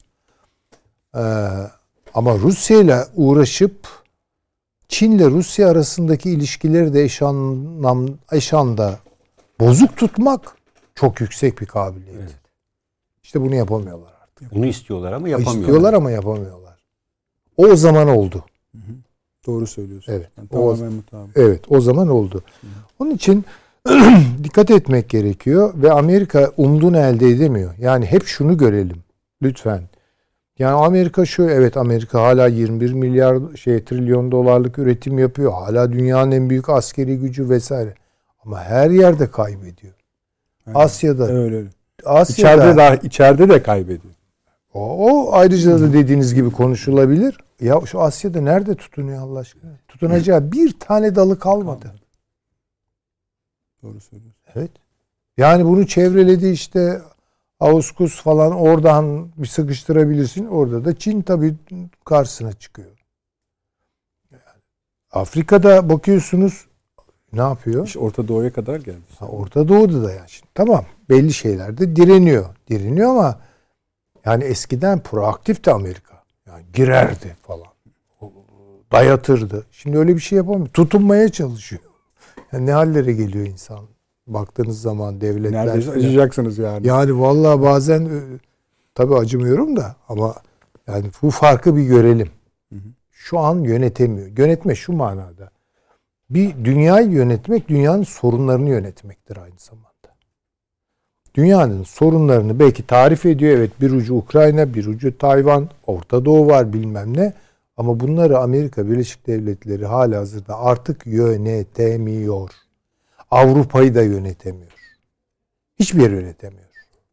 Ama Rusya ile uğraşıp Çin'le Rusya arasındaki ilişkileri de eş anda bozuk tutmak çok yüksek bir kabiliyet. Evet. İşte bunu yapamıyorlar artık. Bunu istiyorlar ama yapamıyorlar. İstiyorlar ama yapamıyorlar. O zaman oldu. Doğru söylüyorsun. Evet. Yani tamamen mutabık. Evet, o zaman oldu. Onun için dikkat etmek gerekiyor ve Amerika umduğunu elde edemiyor. Yani hep şunu görelim lütfen. Yani Amerika evet, Amerika hala 21 milyar trilyon dolarlık üretim yapıyor. Hala dünyanın en büyük askeri gücü vesaire. Ama her yerde kaybediyor. Yani, Asya'da. Öyle. Asya'da içeride de kaybediyor. O ayrıca da dediğiniz gibi konuşulabilir. Ya şu Asya'da nerede tutunuyor Allah aşkına? Tutunacağı bir tane dalı kalmadı. Doğru söylüyorsun. Evet. Yani bunu çevreledi işte Ağustos falan, oradan bir sıkıştırabilirsin. Orada da Çin tabii karşısına çıkıyor. Yani Afrika'da bakıyorsunuz ne yapıyor? İşte Orta Doğu'ya kadar geldi. Orta Doğu'da da yani. Şimdi, tamam, belli şeylerde direniyor. Direniyor ama yani eskiden proaktifti Amerika. Yani girerdi falan. Dayatırdı. Şimdi öyle bir şey yapamıyor. Tutunmaya çalışıyor. Yani ne hallere geliyor insan. Baktığınız zaman devletler. Neredeyse acıyacaksınız yani. Yani vallahi bazen tabii acımıyorum da ama yani bu farkı bir görelim. Şu an yönetemiyor. Yönetme şu manada. Bir dünyayı yönetmek, dünyanın sorunlarını yönetmektir aynı zamanda. Dünyanın sorunlarını belki tarif ediyor. Evet, bir ucu Ukrayna, bir ucu Tayvan, Orta Doğu var bilmem ne. Ama bunları Amerika Birleşik Devletleri halihazırda artık yönetemiyor. Avrupa'yı da yönetemiyor. Hiçbir yer yönetemiyor.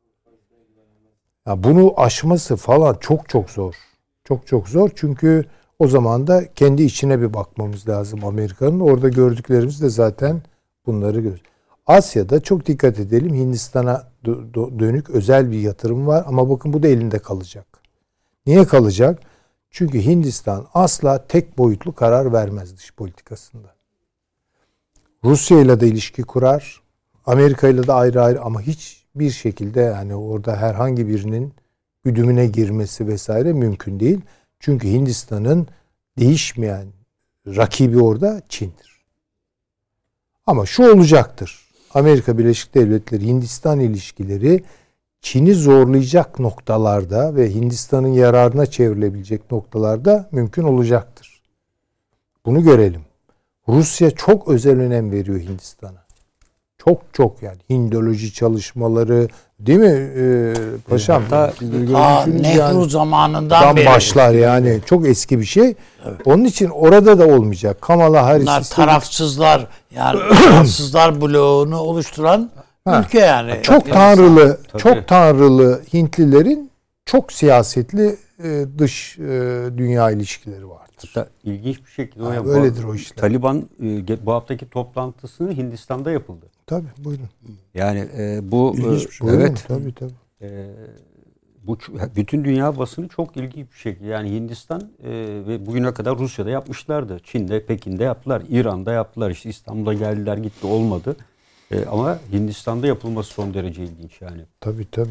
Ya bunu aşması falan çok çok zor. Çok çok zor çünkü o zaman da kendi içine bir bakmamız lazım Amerika'nın. Orada gördüklerimiz de zaten bunları görüyoruz. Asya'da çok dikkat edelim. Hindistan'a dönük özel bir yatırım var ama bakın bu da elinde kalacak. Niye kalacak? Çünkü Hindistan asla tek boyutlu karar vermez dış politikasında. Rusya ile de ilişki kurar. Amerika ile de ayrı ayrı ama hiçbir şekilde yani orada herhangi birinin güdümüne girmesi vesaire mümkün değil. Çünkü Hindistan'ın değişmeyen rakibi orada Çin'dir. Ama şu olacaktır. Amerika Birleşik Devletleri Hindistan ilişkileri Çin'i zorlayacak noktalarda ve Hindistan'ın yararına çevrilebilecek noktalarda mümkün olacaktır. Bunu görelim. Rusya çok özel önem veriyor Hindistan'a. Çok yani Hindoloji çalışmaları değil mi paşam? Nehru zamanından beri. Başlar yani çok eski bir şey. Evet. Onun için orada da olmayacak. Kamala Harris. Bunlar tarafsızlar yani tarafsızlar bloğunu oluşturan ülke yani. Çok tanrılı, çok tanrılı Hintlilerin çok siyasetli dış dünya ilişkileri vardır. Hatta ilginç bir şekilde öyledir o işler. Taliban bu haftaki toplantısını Hindistan'da yapıldı. Tabii buyurun. Yani bu şey. Evet tabii. Bu bütün dünya basını çok ilginç bir şekilde. Yani Hindistan ve bugüne kadar Rusya'da yapmışlardı. Çin'de, Pekin'de yaptılar. İran'da yaptılar. İşte İstanbul'a geldiler gitti olmadı. Ama Hindistan'da yapılması son derece ilginç yani. Tabii.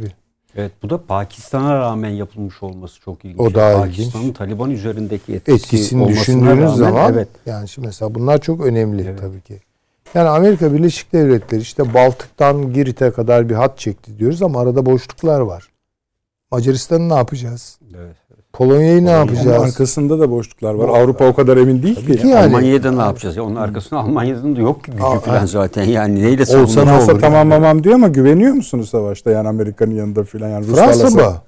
Evet, bu da Pakistan'a rağmen yapılmış olması çok ilginç. O daha Pakistan'ın Taliban üzerindeki etkisini düşündüğünüz zaman evet. Yani şimdi mesela bunlar çok önemli tabii ki. Yani Amerika Birleşik Devletleri işte Baltık'tan Girit'e kadar bir hat çekti diyoruz ama arada boşluklar var. Macaristan'ı ne yapacağız? Evet. Polonya'yı ne yapacağız? Onun arkasında da boşluklar var. Avrupa o kadar emin değil ki. Yani. Almanya'da ne yapacağız? Onun arkasında Almanya'nın da yok ki gücü falan zaten. Yani neyle savunulursa olsa tamamlamam diyor ama güveniyor musunuz savaşta? Yani Amerika'nın yanında falan. Yani Fransa mı?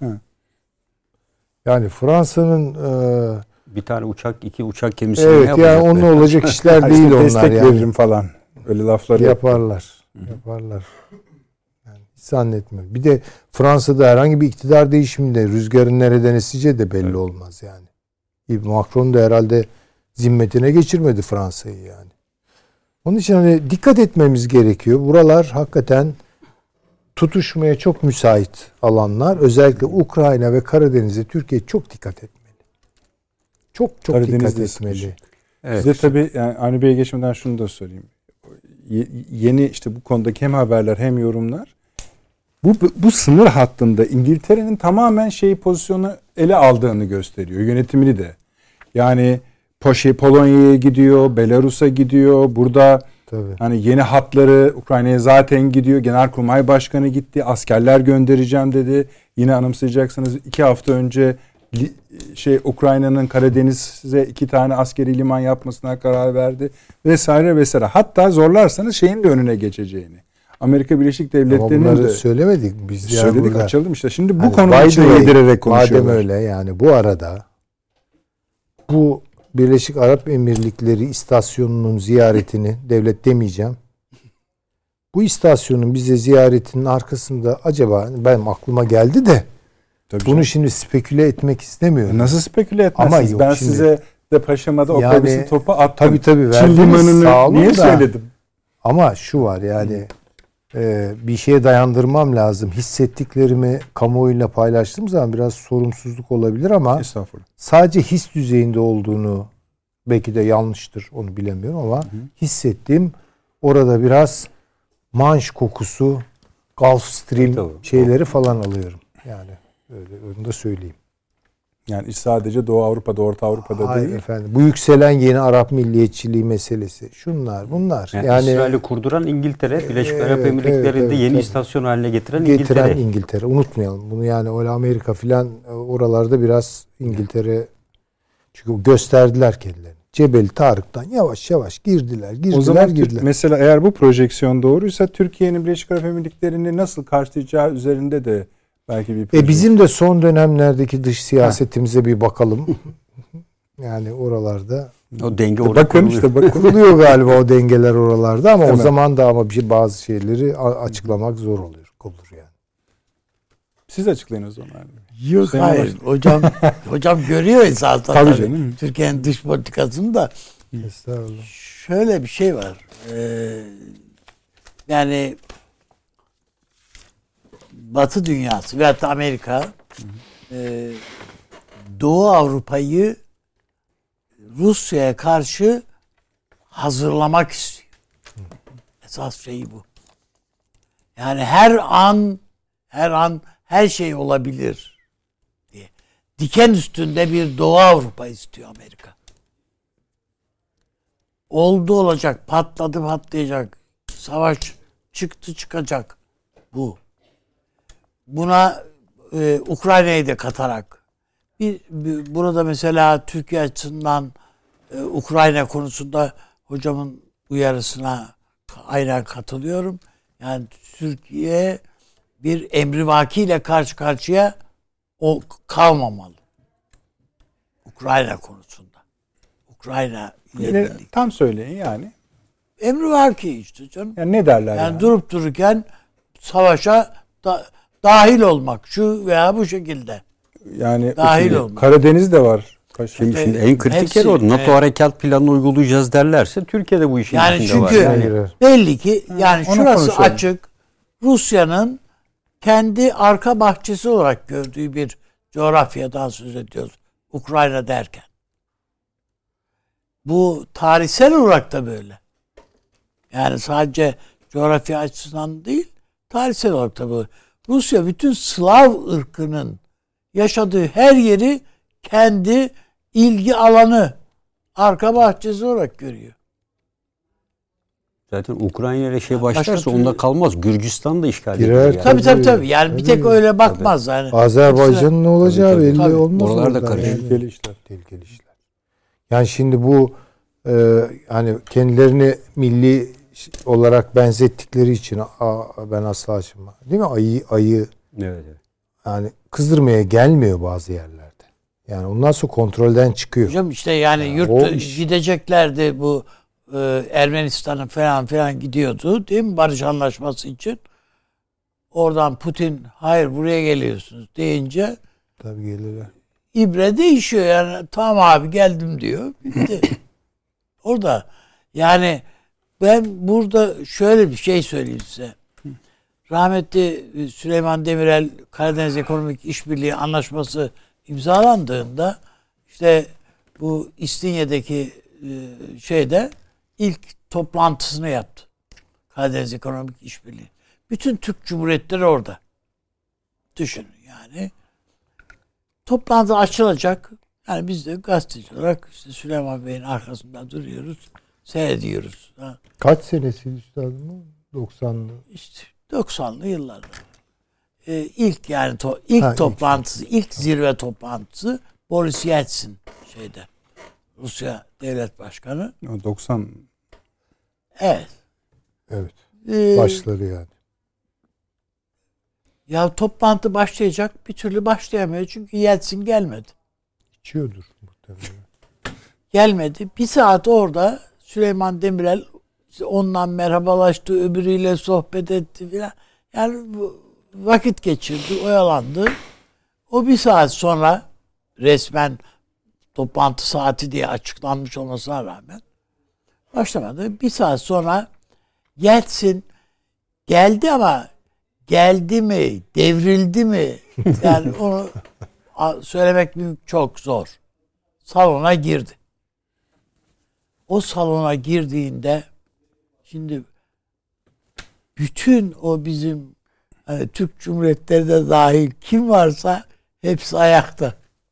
Yani Fransa'nın bir tane uçak, 2 uçak gemisi evet yani onunla olacak işler değil onlar destek yani. veririm falan. Öyle lafları yaparlar. Yaparlar. Yani hiç zannetmiyorum. Bir de Fransa'da herhangi bir iktidar değişiminde rüzgarın nereden eseceği de belli olmaz yani. Macron da herhalde zimmetine geçirmedi Fransa'yı yani. Onun için hani dikkat etmemiz gerekiyor. Buralar hakikaten tutuşmaya çok müsait alanlar. Özellikle Ukrayna ve Karadeniz'e Türkiye çok dikkat etmeli. Çok dikkat etmeli. Evet. Size tabii yani Avni Bey'e geçmeden şunu da söyleyeyim. Yeni işte bu konudaki hem haberler hem yorumlar bu sınır hattında İngiltere'nin tamamen pozisyonu ele aldığını gösteriyor. Yönetimini de. Yani Polonya'ya gidiyor, Belarus'a gidiyor. Burada hani yeni hatları Ukrayna'ya zaten gidiyor. Genelkurmay Başkanı gitti. Askerler göndereceğim dedi. Yine anımsayacaksınız 2 hafta önce Ukrayna'nın Karadeniz'e 2 tane askeri liman yapmasına karar verdi vesaire vesaire. Hatta zorlarsanız şeyin de önüne geçeceğini. Amerika Birleşik Devletleri'nin de söylemedik biz söyledik burada. Açalım işte. Şimdi bu konuyu içine yedirerek konuşuyorlar. Madem öyle yani bu arada bu Birleşik Arap Emirlikleri istasyonunun ziyaretini devlet demeyeceğim. Bu istasyonun bize ziyaretinin arkasında acaba benim aklıma geldi de tabii bunu şimdi speküle etmek istemiyorum. Nasıl speküle etmezsiniz? Ama ben şimdi, size de Paşama'da o polisi topu attım. Tabii. Çin limanını niye söyledim? Ama şu var yani bir şeye dayandırmam lazım. Hissettiklerimi kamuoyuyla paylaştığım zaman biraz sorumsuzluk olabilir ama sadece his düzeyinde olduğunu belki de yanlıştır onu bilemiyorum ama hissettiğim orada biraz Manş kokusu, Gulf Stream şeyleri falan alıyorum. Yani öyle onu da söyleyeyim. Yani sadece Doğu Avrupa'da, Orta Avrupa'da değil. Efendim. Bu yükselen yeni Arap milliyetçiliği meselesi. Şunlar, bunlar. Yani İsrail'i kurduran İngiltere, Birleşik Arap Emirlikleri'nde yeni istasyon haline getiren İngiltere. Unutmayalım. Bunu yani öyle Amerika filan oralarda biraz İngiltere çünkü gösterdiler kendilerini. Cebel Tarık'tan yavaş yavaş girdiler. O zaman mesela eğer bu projeksiyon doğruysa Türkiye'nin Birleşik Arap Emirlikleri'ni nasıl karşılayacağı üzerinde de belki bir bizim de son dönemlerdeki dış siyasetimize bir bakalım. Yani oralarda o denge kuruluyor galiba o dengeler oralarda ama o zaman da ama bazı şeyleri açıklamak zor olur yani. Siz açıklayın o zaman. Yok hayır. Hocam görüyor esasında tabii. Türkiye'nin dış politikasını da. Estağfurullah. Şöyle bir şey var. Yani Batı dünyası veyahut da Amerika Doğu Avrupa'yı Rusya'ya karşı hazırlamak istiyor. Esas şeyi bu. Yani her an her şey olabilir diye. Diken üstünde bir Doğu Avrupa istiyor Amerika. Oldu olacak, patladı patlayacak, savaş çıktı çıkacak bu. Buna Ukrayna'yı da katarak burada mesela Türkiye açısından Ukrayna konusunda hocamın uyarısına aynen katılıyorum. Yani Türkiye bir emrivaki ile karşı karşıya kalmamalı. Ukrayna konusunda. Ukrayna ile tam söyleyin yani. Emrivaki işte canım. Yani ne derler yani? Durup dururken savaşa dahil olmak şu veya bu şekilde. Yani dahil olmak. Karadeniz de var. Şimdi en kritik yer o. NATO harekat planını uygulayacağız derlerse Türkiye'de bu işin yani içinde var. Yani belli ki yani şurası açık. Rusya'nın kendi arka bahçesi olarak gördüğü bir coğrafyadan söz ediyoruz. Ukrayna derken. Bu tarihsel olarak da böyle. Yani sadece coğrafya açısından değil, tarihsel olarak da böyle. Rusya bütün Slav ırkının yaşadığı her yeri kendi ilgi alanı, arka bahçesi olarak görüyor. Zaten Ukrayna ile başlarsa onda kalmaz. Gürcistan da işgal ediyor. Yani. Tabii. Yani bir tek öyle bakmaz. Yani. Azerbaycan'ın ne olacağı belli olmaz. Oralar da karışık. Tehlikeli işler. Yani şimdi bu hani kendilerini milli olarak benzettikleri için ben asla açmam. Değil mi? Ayı evet. Yani kızdırmaya gelmiyor bazı yerlerde. Yani ondan sonra kontrolden çıkıyor. Hocam işte yani gideceklerdi bu Ermenistan'a falan gidiyordu değil mi barış anlaşması için. Oradan Putin hayır buraya geliyorsunuz deyince tabii gelirler. İbre değişiyor yani. Tamam abi geldim diyor. Bitti. Orada yani ben burada şöyle bir şey söyleyeyim size. Rahmetli Süleyman Demirel Karadeniz Ekonomik İşbirliği Anlaşması imzalandığında işte bu İstinye'deki şeyde ilk toplantısını yaptı. Karadeniz Ekonomik İşbirliği. Bütün Türk Cumhuriyetleri orada. Düşünün yani. Toplantı açılacak. Yani biz de gazeteci olarak işte Süleyman Bey'in arkasında duruyoruz. Seyrediyoruz. Kaç senesi üstadım? 90'lı. İşte 90'lı yıllarda. İlk yani ilk toplantısı, ilk zirve toplantısı Boris Yeltsin şeyde. Rusya Devlet Başkanı. 90. Evet. Evet. Başları yani. Ya toplantı başlayacak bir türlü başlayamıyor çünkü Yeltsin gelmedi. İçiyordur muhtemelen. Gelmedi. Bir saat orada Süleyman Demirel ondan merhabalaştı, öbürüyle sohbet etti filan. Yani vakit geçirdi, oyalandı. O bir saat sonra resmen toplantı saati diye açıklanmış olmasına rağmen başlamadı. Bir saat sonra Yeltsin geldi ama geldi mi, devrildi mi? Yani onu söylemek çok zor. Salona girdi. O salona girdiğinde şimdi bütün o bizim hani Türk Cumhuriyetleri de dahil kim varsa hepsi ayakta.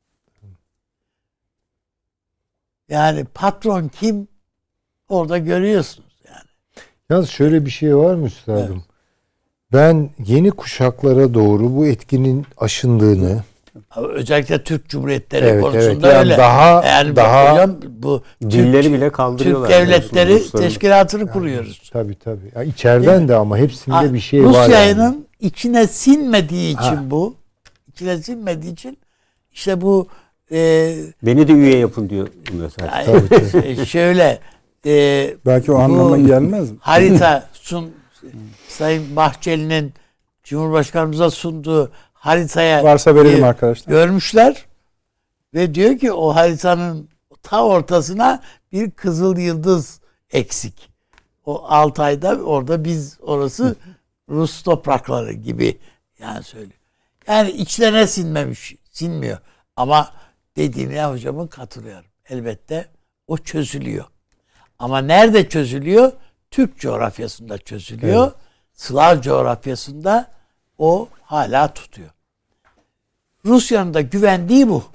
Yani patron kim orada görüyorsunuz yani. Yalnız şöyle bir şey var mı üstadım? Evet. Ben yeni kuşaklara doğru bu etkinin aşındığını özellikle Türk Cumhuriyetleri konusunda yani öyle. Daha hocam, bu dilleri bile kaldırıyorlar. Türk devletleri teşkilatını kuruyoruz. Tabii. Yani içeriden de ama hepsinde bir şey var. Rusya'nın içine sinmediği için bu. İçine sinmediği için işte bu beni de üye yapın diyor mesela. Yani, şöyle belki o anlama gelmez mi? Harita Sayın Bahçeli'nin Cumhurbaşkanımıza sunduğu haritaya varsa verelim arkadaşlar. Görmüşler ve diyor ki o haritanın ta ortasına bir kızıl yıldız eksik. O Altay'da orada orası Rus toprakları gibi yani söylüyor. Yani içlerine sinmiyor. Ama dediğine hocamın katılıyorum. Elbette o çözülüyor. Ama nerede çözülüyor? Türk coğrafyasında çözülüyor. Evet. Slav coğrafyasında o hala tutuyor. Rusya'nın da güvendiği bu.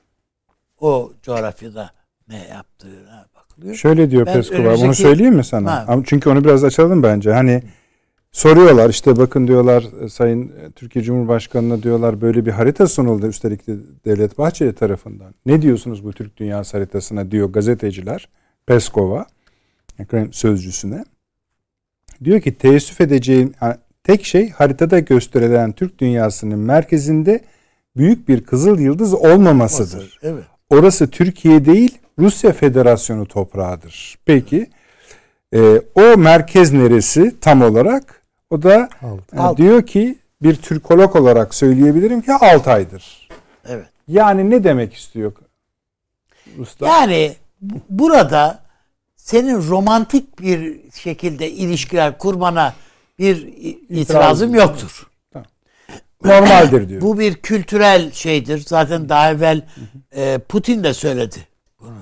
O coğrafyada ne yaptığına bakılıyor. Şöyle diyor Peskova. Bunu söyleyeyim mi sana? Ama çünkü onu biraz açalım bence. Hani soruyorlar işte bakın diyorlar Sayın Türkiye Cumhurbaşkanı'na diyorlar böyle bir harita sunuldu üstelik de Devlet Bahçeli tarafından. Ne diyorsunuz bu Türk Dünyası haritasına diyor gazeteciler Peskova sözcüsüne. Diyor ki teessüf edeceğim tek şey haritada gösterilen Türk dünyasının merkezinde büyük bir kızıl yıldız olmamasıdır. Evet. Orası Türkiye değil Rusya Federasyonu toprağıdır. Peki o merkez neresi tam olarak? O da diyor ki bir Türkolog olarak söyleyebilirim ki Altay'dır. Evet. Yani ne demek istiyor Ruslar? Yani burada senin romantik bir şekilde ilişkiler kurmana bir itirazım yoktur. Tamam. Normaldir diyor. Bu bir kültürel şeydir. Zaten daha evvel Putin de söyledi bunu.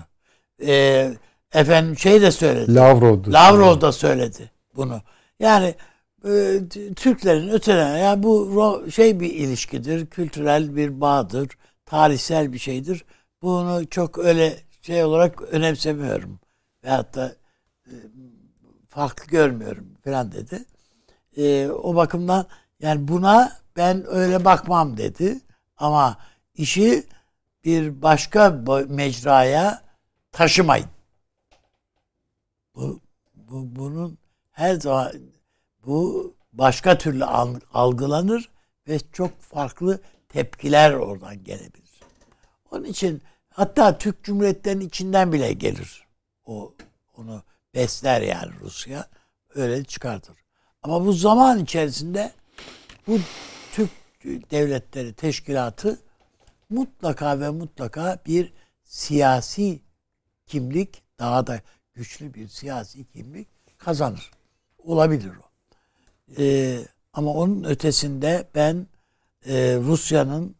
Efendim de söyledi. Lavrov da söyledi bunu. Yani Türklerin öteden yani bu şey bir ilişkidir, kültürel bir bağdır, tarihsel bir şeydir. Bunu çok öyle şey olarak önemsemiyorum. Veyahut da farklı görmüyorum falan dedi. O bakımdan yani buna ben öyle bakmam dedi. Ama işi bir başka mecraya taşımayın. Bunun her zaman bu başka türlü algılanır ve çok farklı tepkiler oradan gelebilir. Onun için hatta Türk Cumhuriyetlerinin içinden bile gelir. Onu besler yani Rusya. Öyle çıkartır. Ama bu zaman içerisinde bu Türk devletleri teşkilatı mutlaka ve mutlaka bir siyasi kimlik, daha da güçlü bir siyasi kimlik kazanır. Olabilir o. Ama onun ötesinde ben Rusya'nın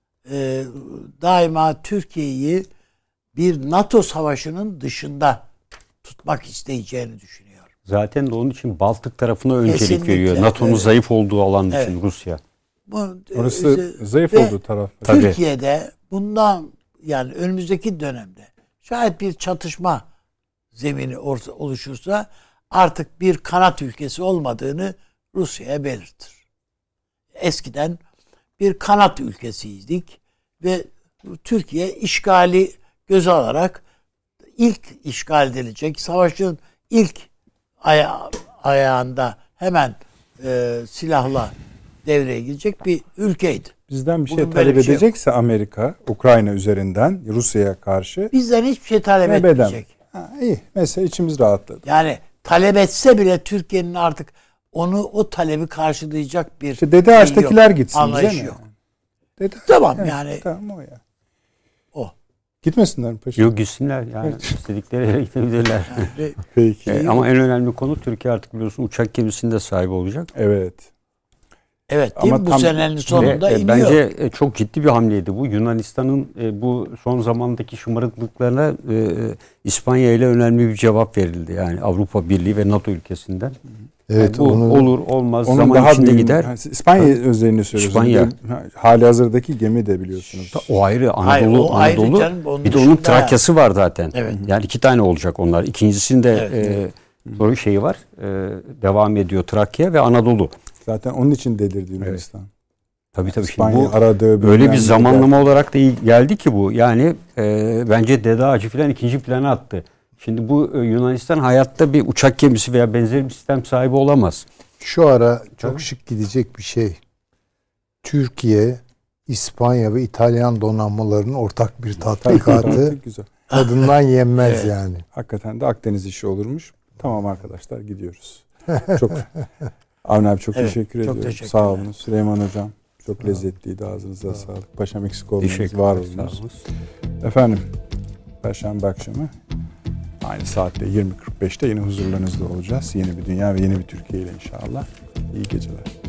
daima Türkiye'yi bir NATO savaşının dışında tutmak isteyeceğini düşünüyorum. Zaten de onun için Baltık tarafına öncelik Kesinlikle, veriyor. NATO'nun zayıf olduğu alan için Rusya. Orası zayıf olduğu taraf. Türkiye'de bundan yani önümüzdeki dönemde şayet bir çatışma zemini oluşursa artık bir kanat ülkesi olmadığını Rusya'ya belirtir. Eskiden bir kanat ülkesiydik ve Türkiye işgali göze alarak ilk işgal edilecek savaşın ilk ayağında hemen silahla devreye girecek bir ülkeydi. Bizden bir şey talep edecekse Amerika, Ukrayna üzerinden Rusya'ya karşı bizden hiçbir şey talep etmeyecek. İyi. Mesela içimiz rahatladı. Yani talep etse bile Türkiye'nin artık o talebi karşılayacak bir işte Dede Ağaç'takiler gitsin bize mi? Yok. Tamam evet, yani. Tamam o ya. O. Gitmesinler mi paşam? Yok gitsinler yani istedikleri yere gidebilirler. Yani, peki. Ama en önemli konu Türkiye artık biliyorsun uçak gemisinde sahibi olacak. Evet. Evet değil mi? Bu senenin sonunda iniyor. Bence çok ciddi bir hamleydi bu. Yunanistan'ın bu son zamandaki şımarıklıklarına İspanya ile önemli bir cevap verildi. Yani Avrupa Birliği ve NATO ülkesinden. Evet, yani bu olur olmaz onun zaman daha içinde büyük, gider. İspanya özelliğini söylüyorsunuz. İspanya. Hali hazırdaki gemi de biliyorsunuz. O ayrı. Hayır, Anadolu. Ayrı canım, bir de onun Trakya'sı var zaten. Evet. Yani 2 tane olacak onlar. İkincisinde soru şeyi var. Devam ediyor Trakya ve Anadolu. Zaten onun için delirdi Yunanistan. Evet. Tabii İspanya şimdi bu aradığı böyle bir zamanlama olarak da iyi geldi ki bu. Yani bence Dede Ağacı falan ikinci plana attı. Şimdi bu Yunanistan hayatta bir uçak gemisi veya benzeri bir sistem sahibi olamaz. Şu ara çok şık gidecek bir şey. Türkiye, İspanya ve İtalyan donanmalarının ortak bir tatbikatı tadından yenmez yani. Hakikaten de Akdeniz işi olurmuş. Tamam arkadaşlar gidiyoruz. Çok Avni abi çok teşekkür ediyorum. Sağ olun. Süleyman Hocam çok lezzetliydi. Ağzınıza sağlık. Paşam eksik olmayınız. Var olunuz. Efendim Perşembe akşamı aynı saatte 20.45'te yine huzurlarınızda olacağız. Yeni bir dünya ve yeni bir Türkiye ile inşallah. İyi geceler.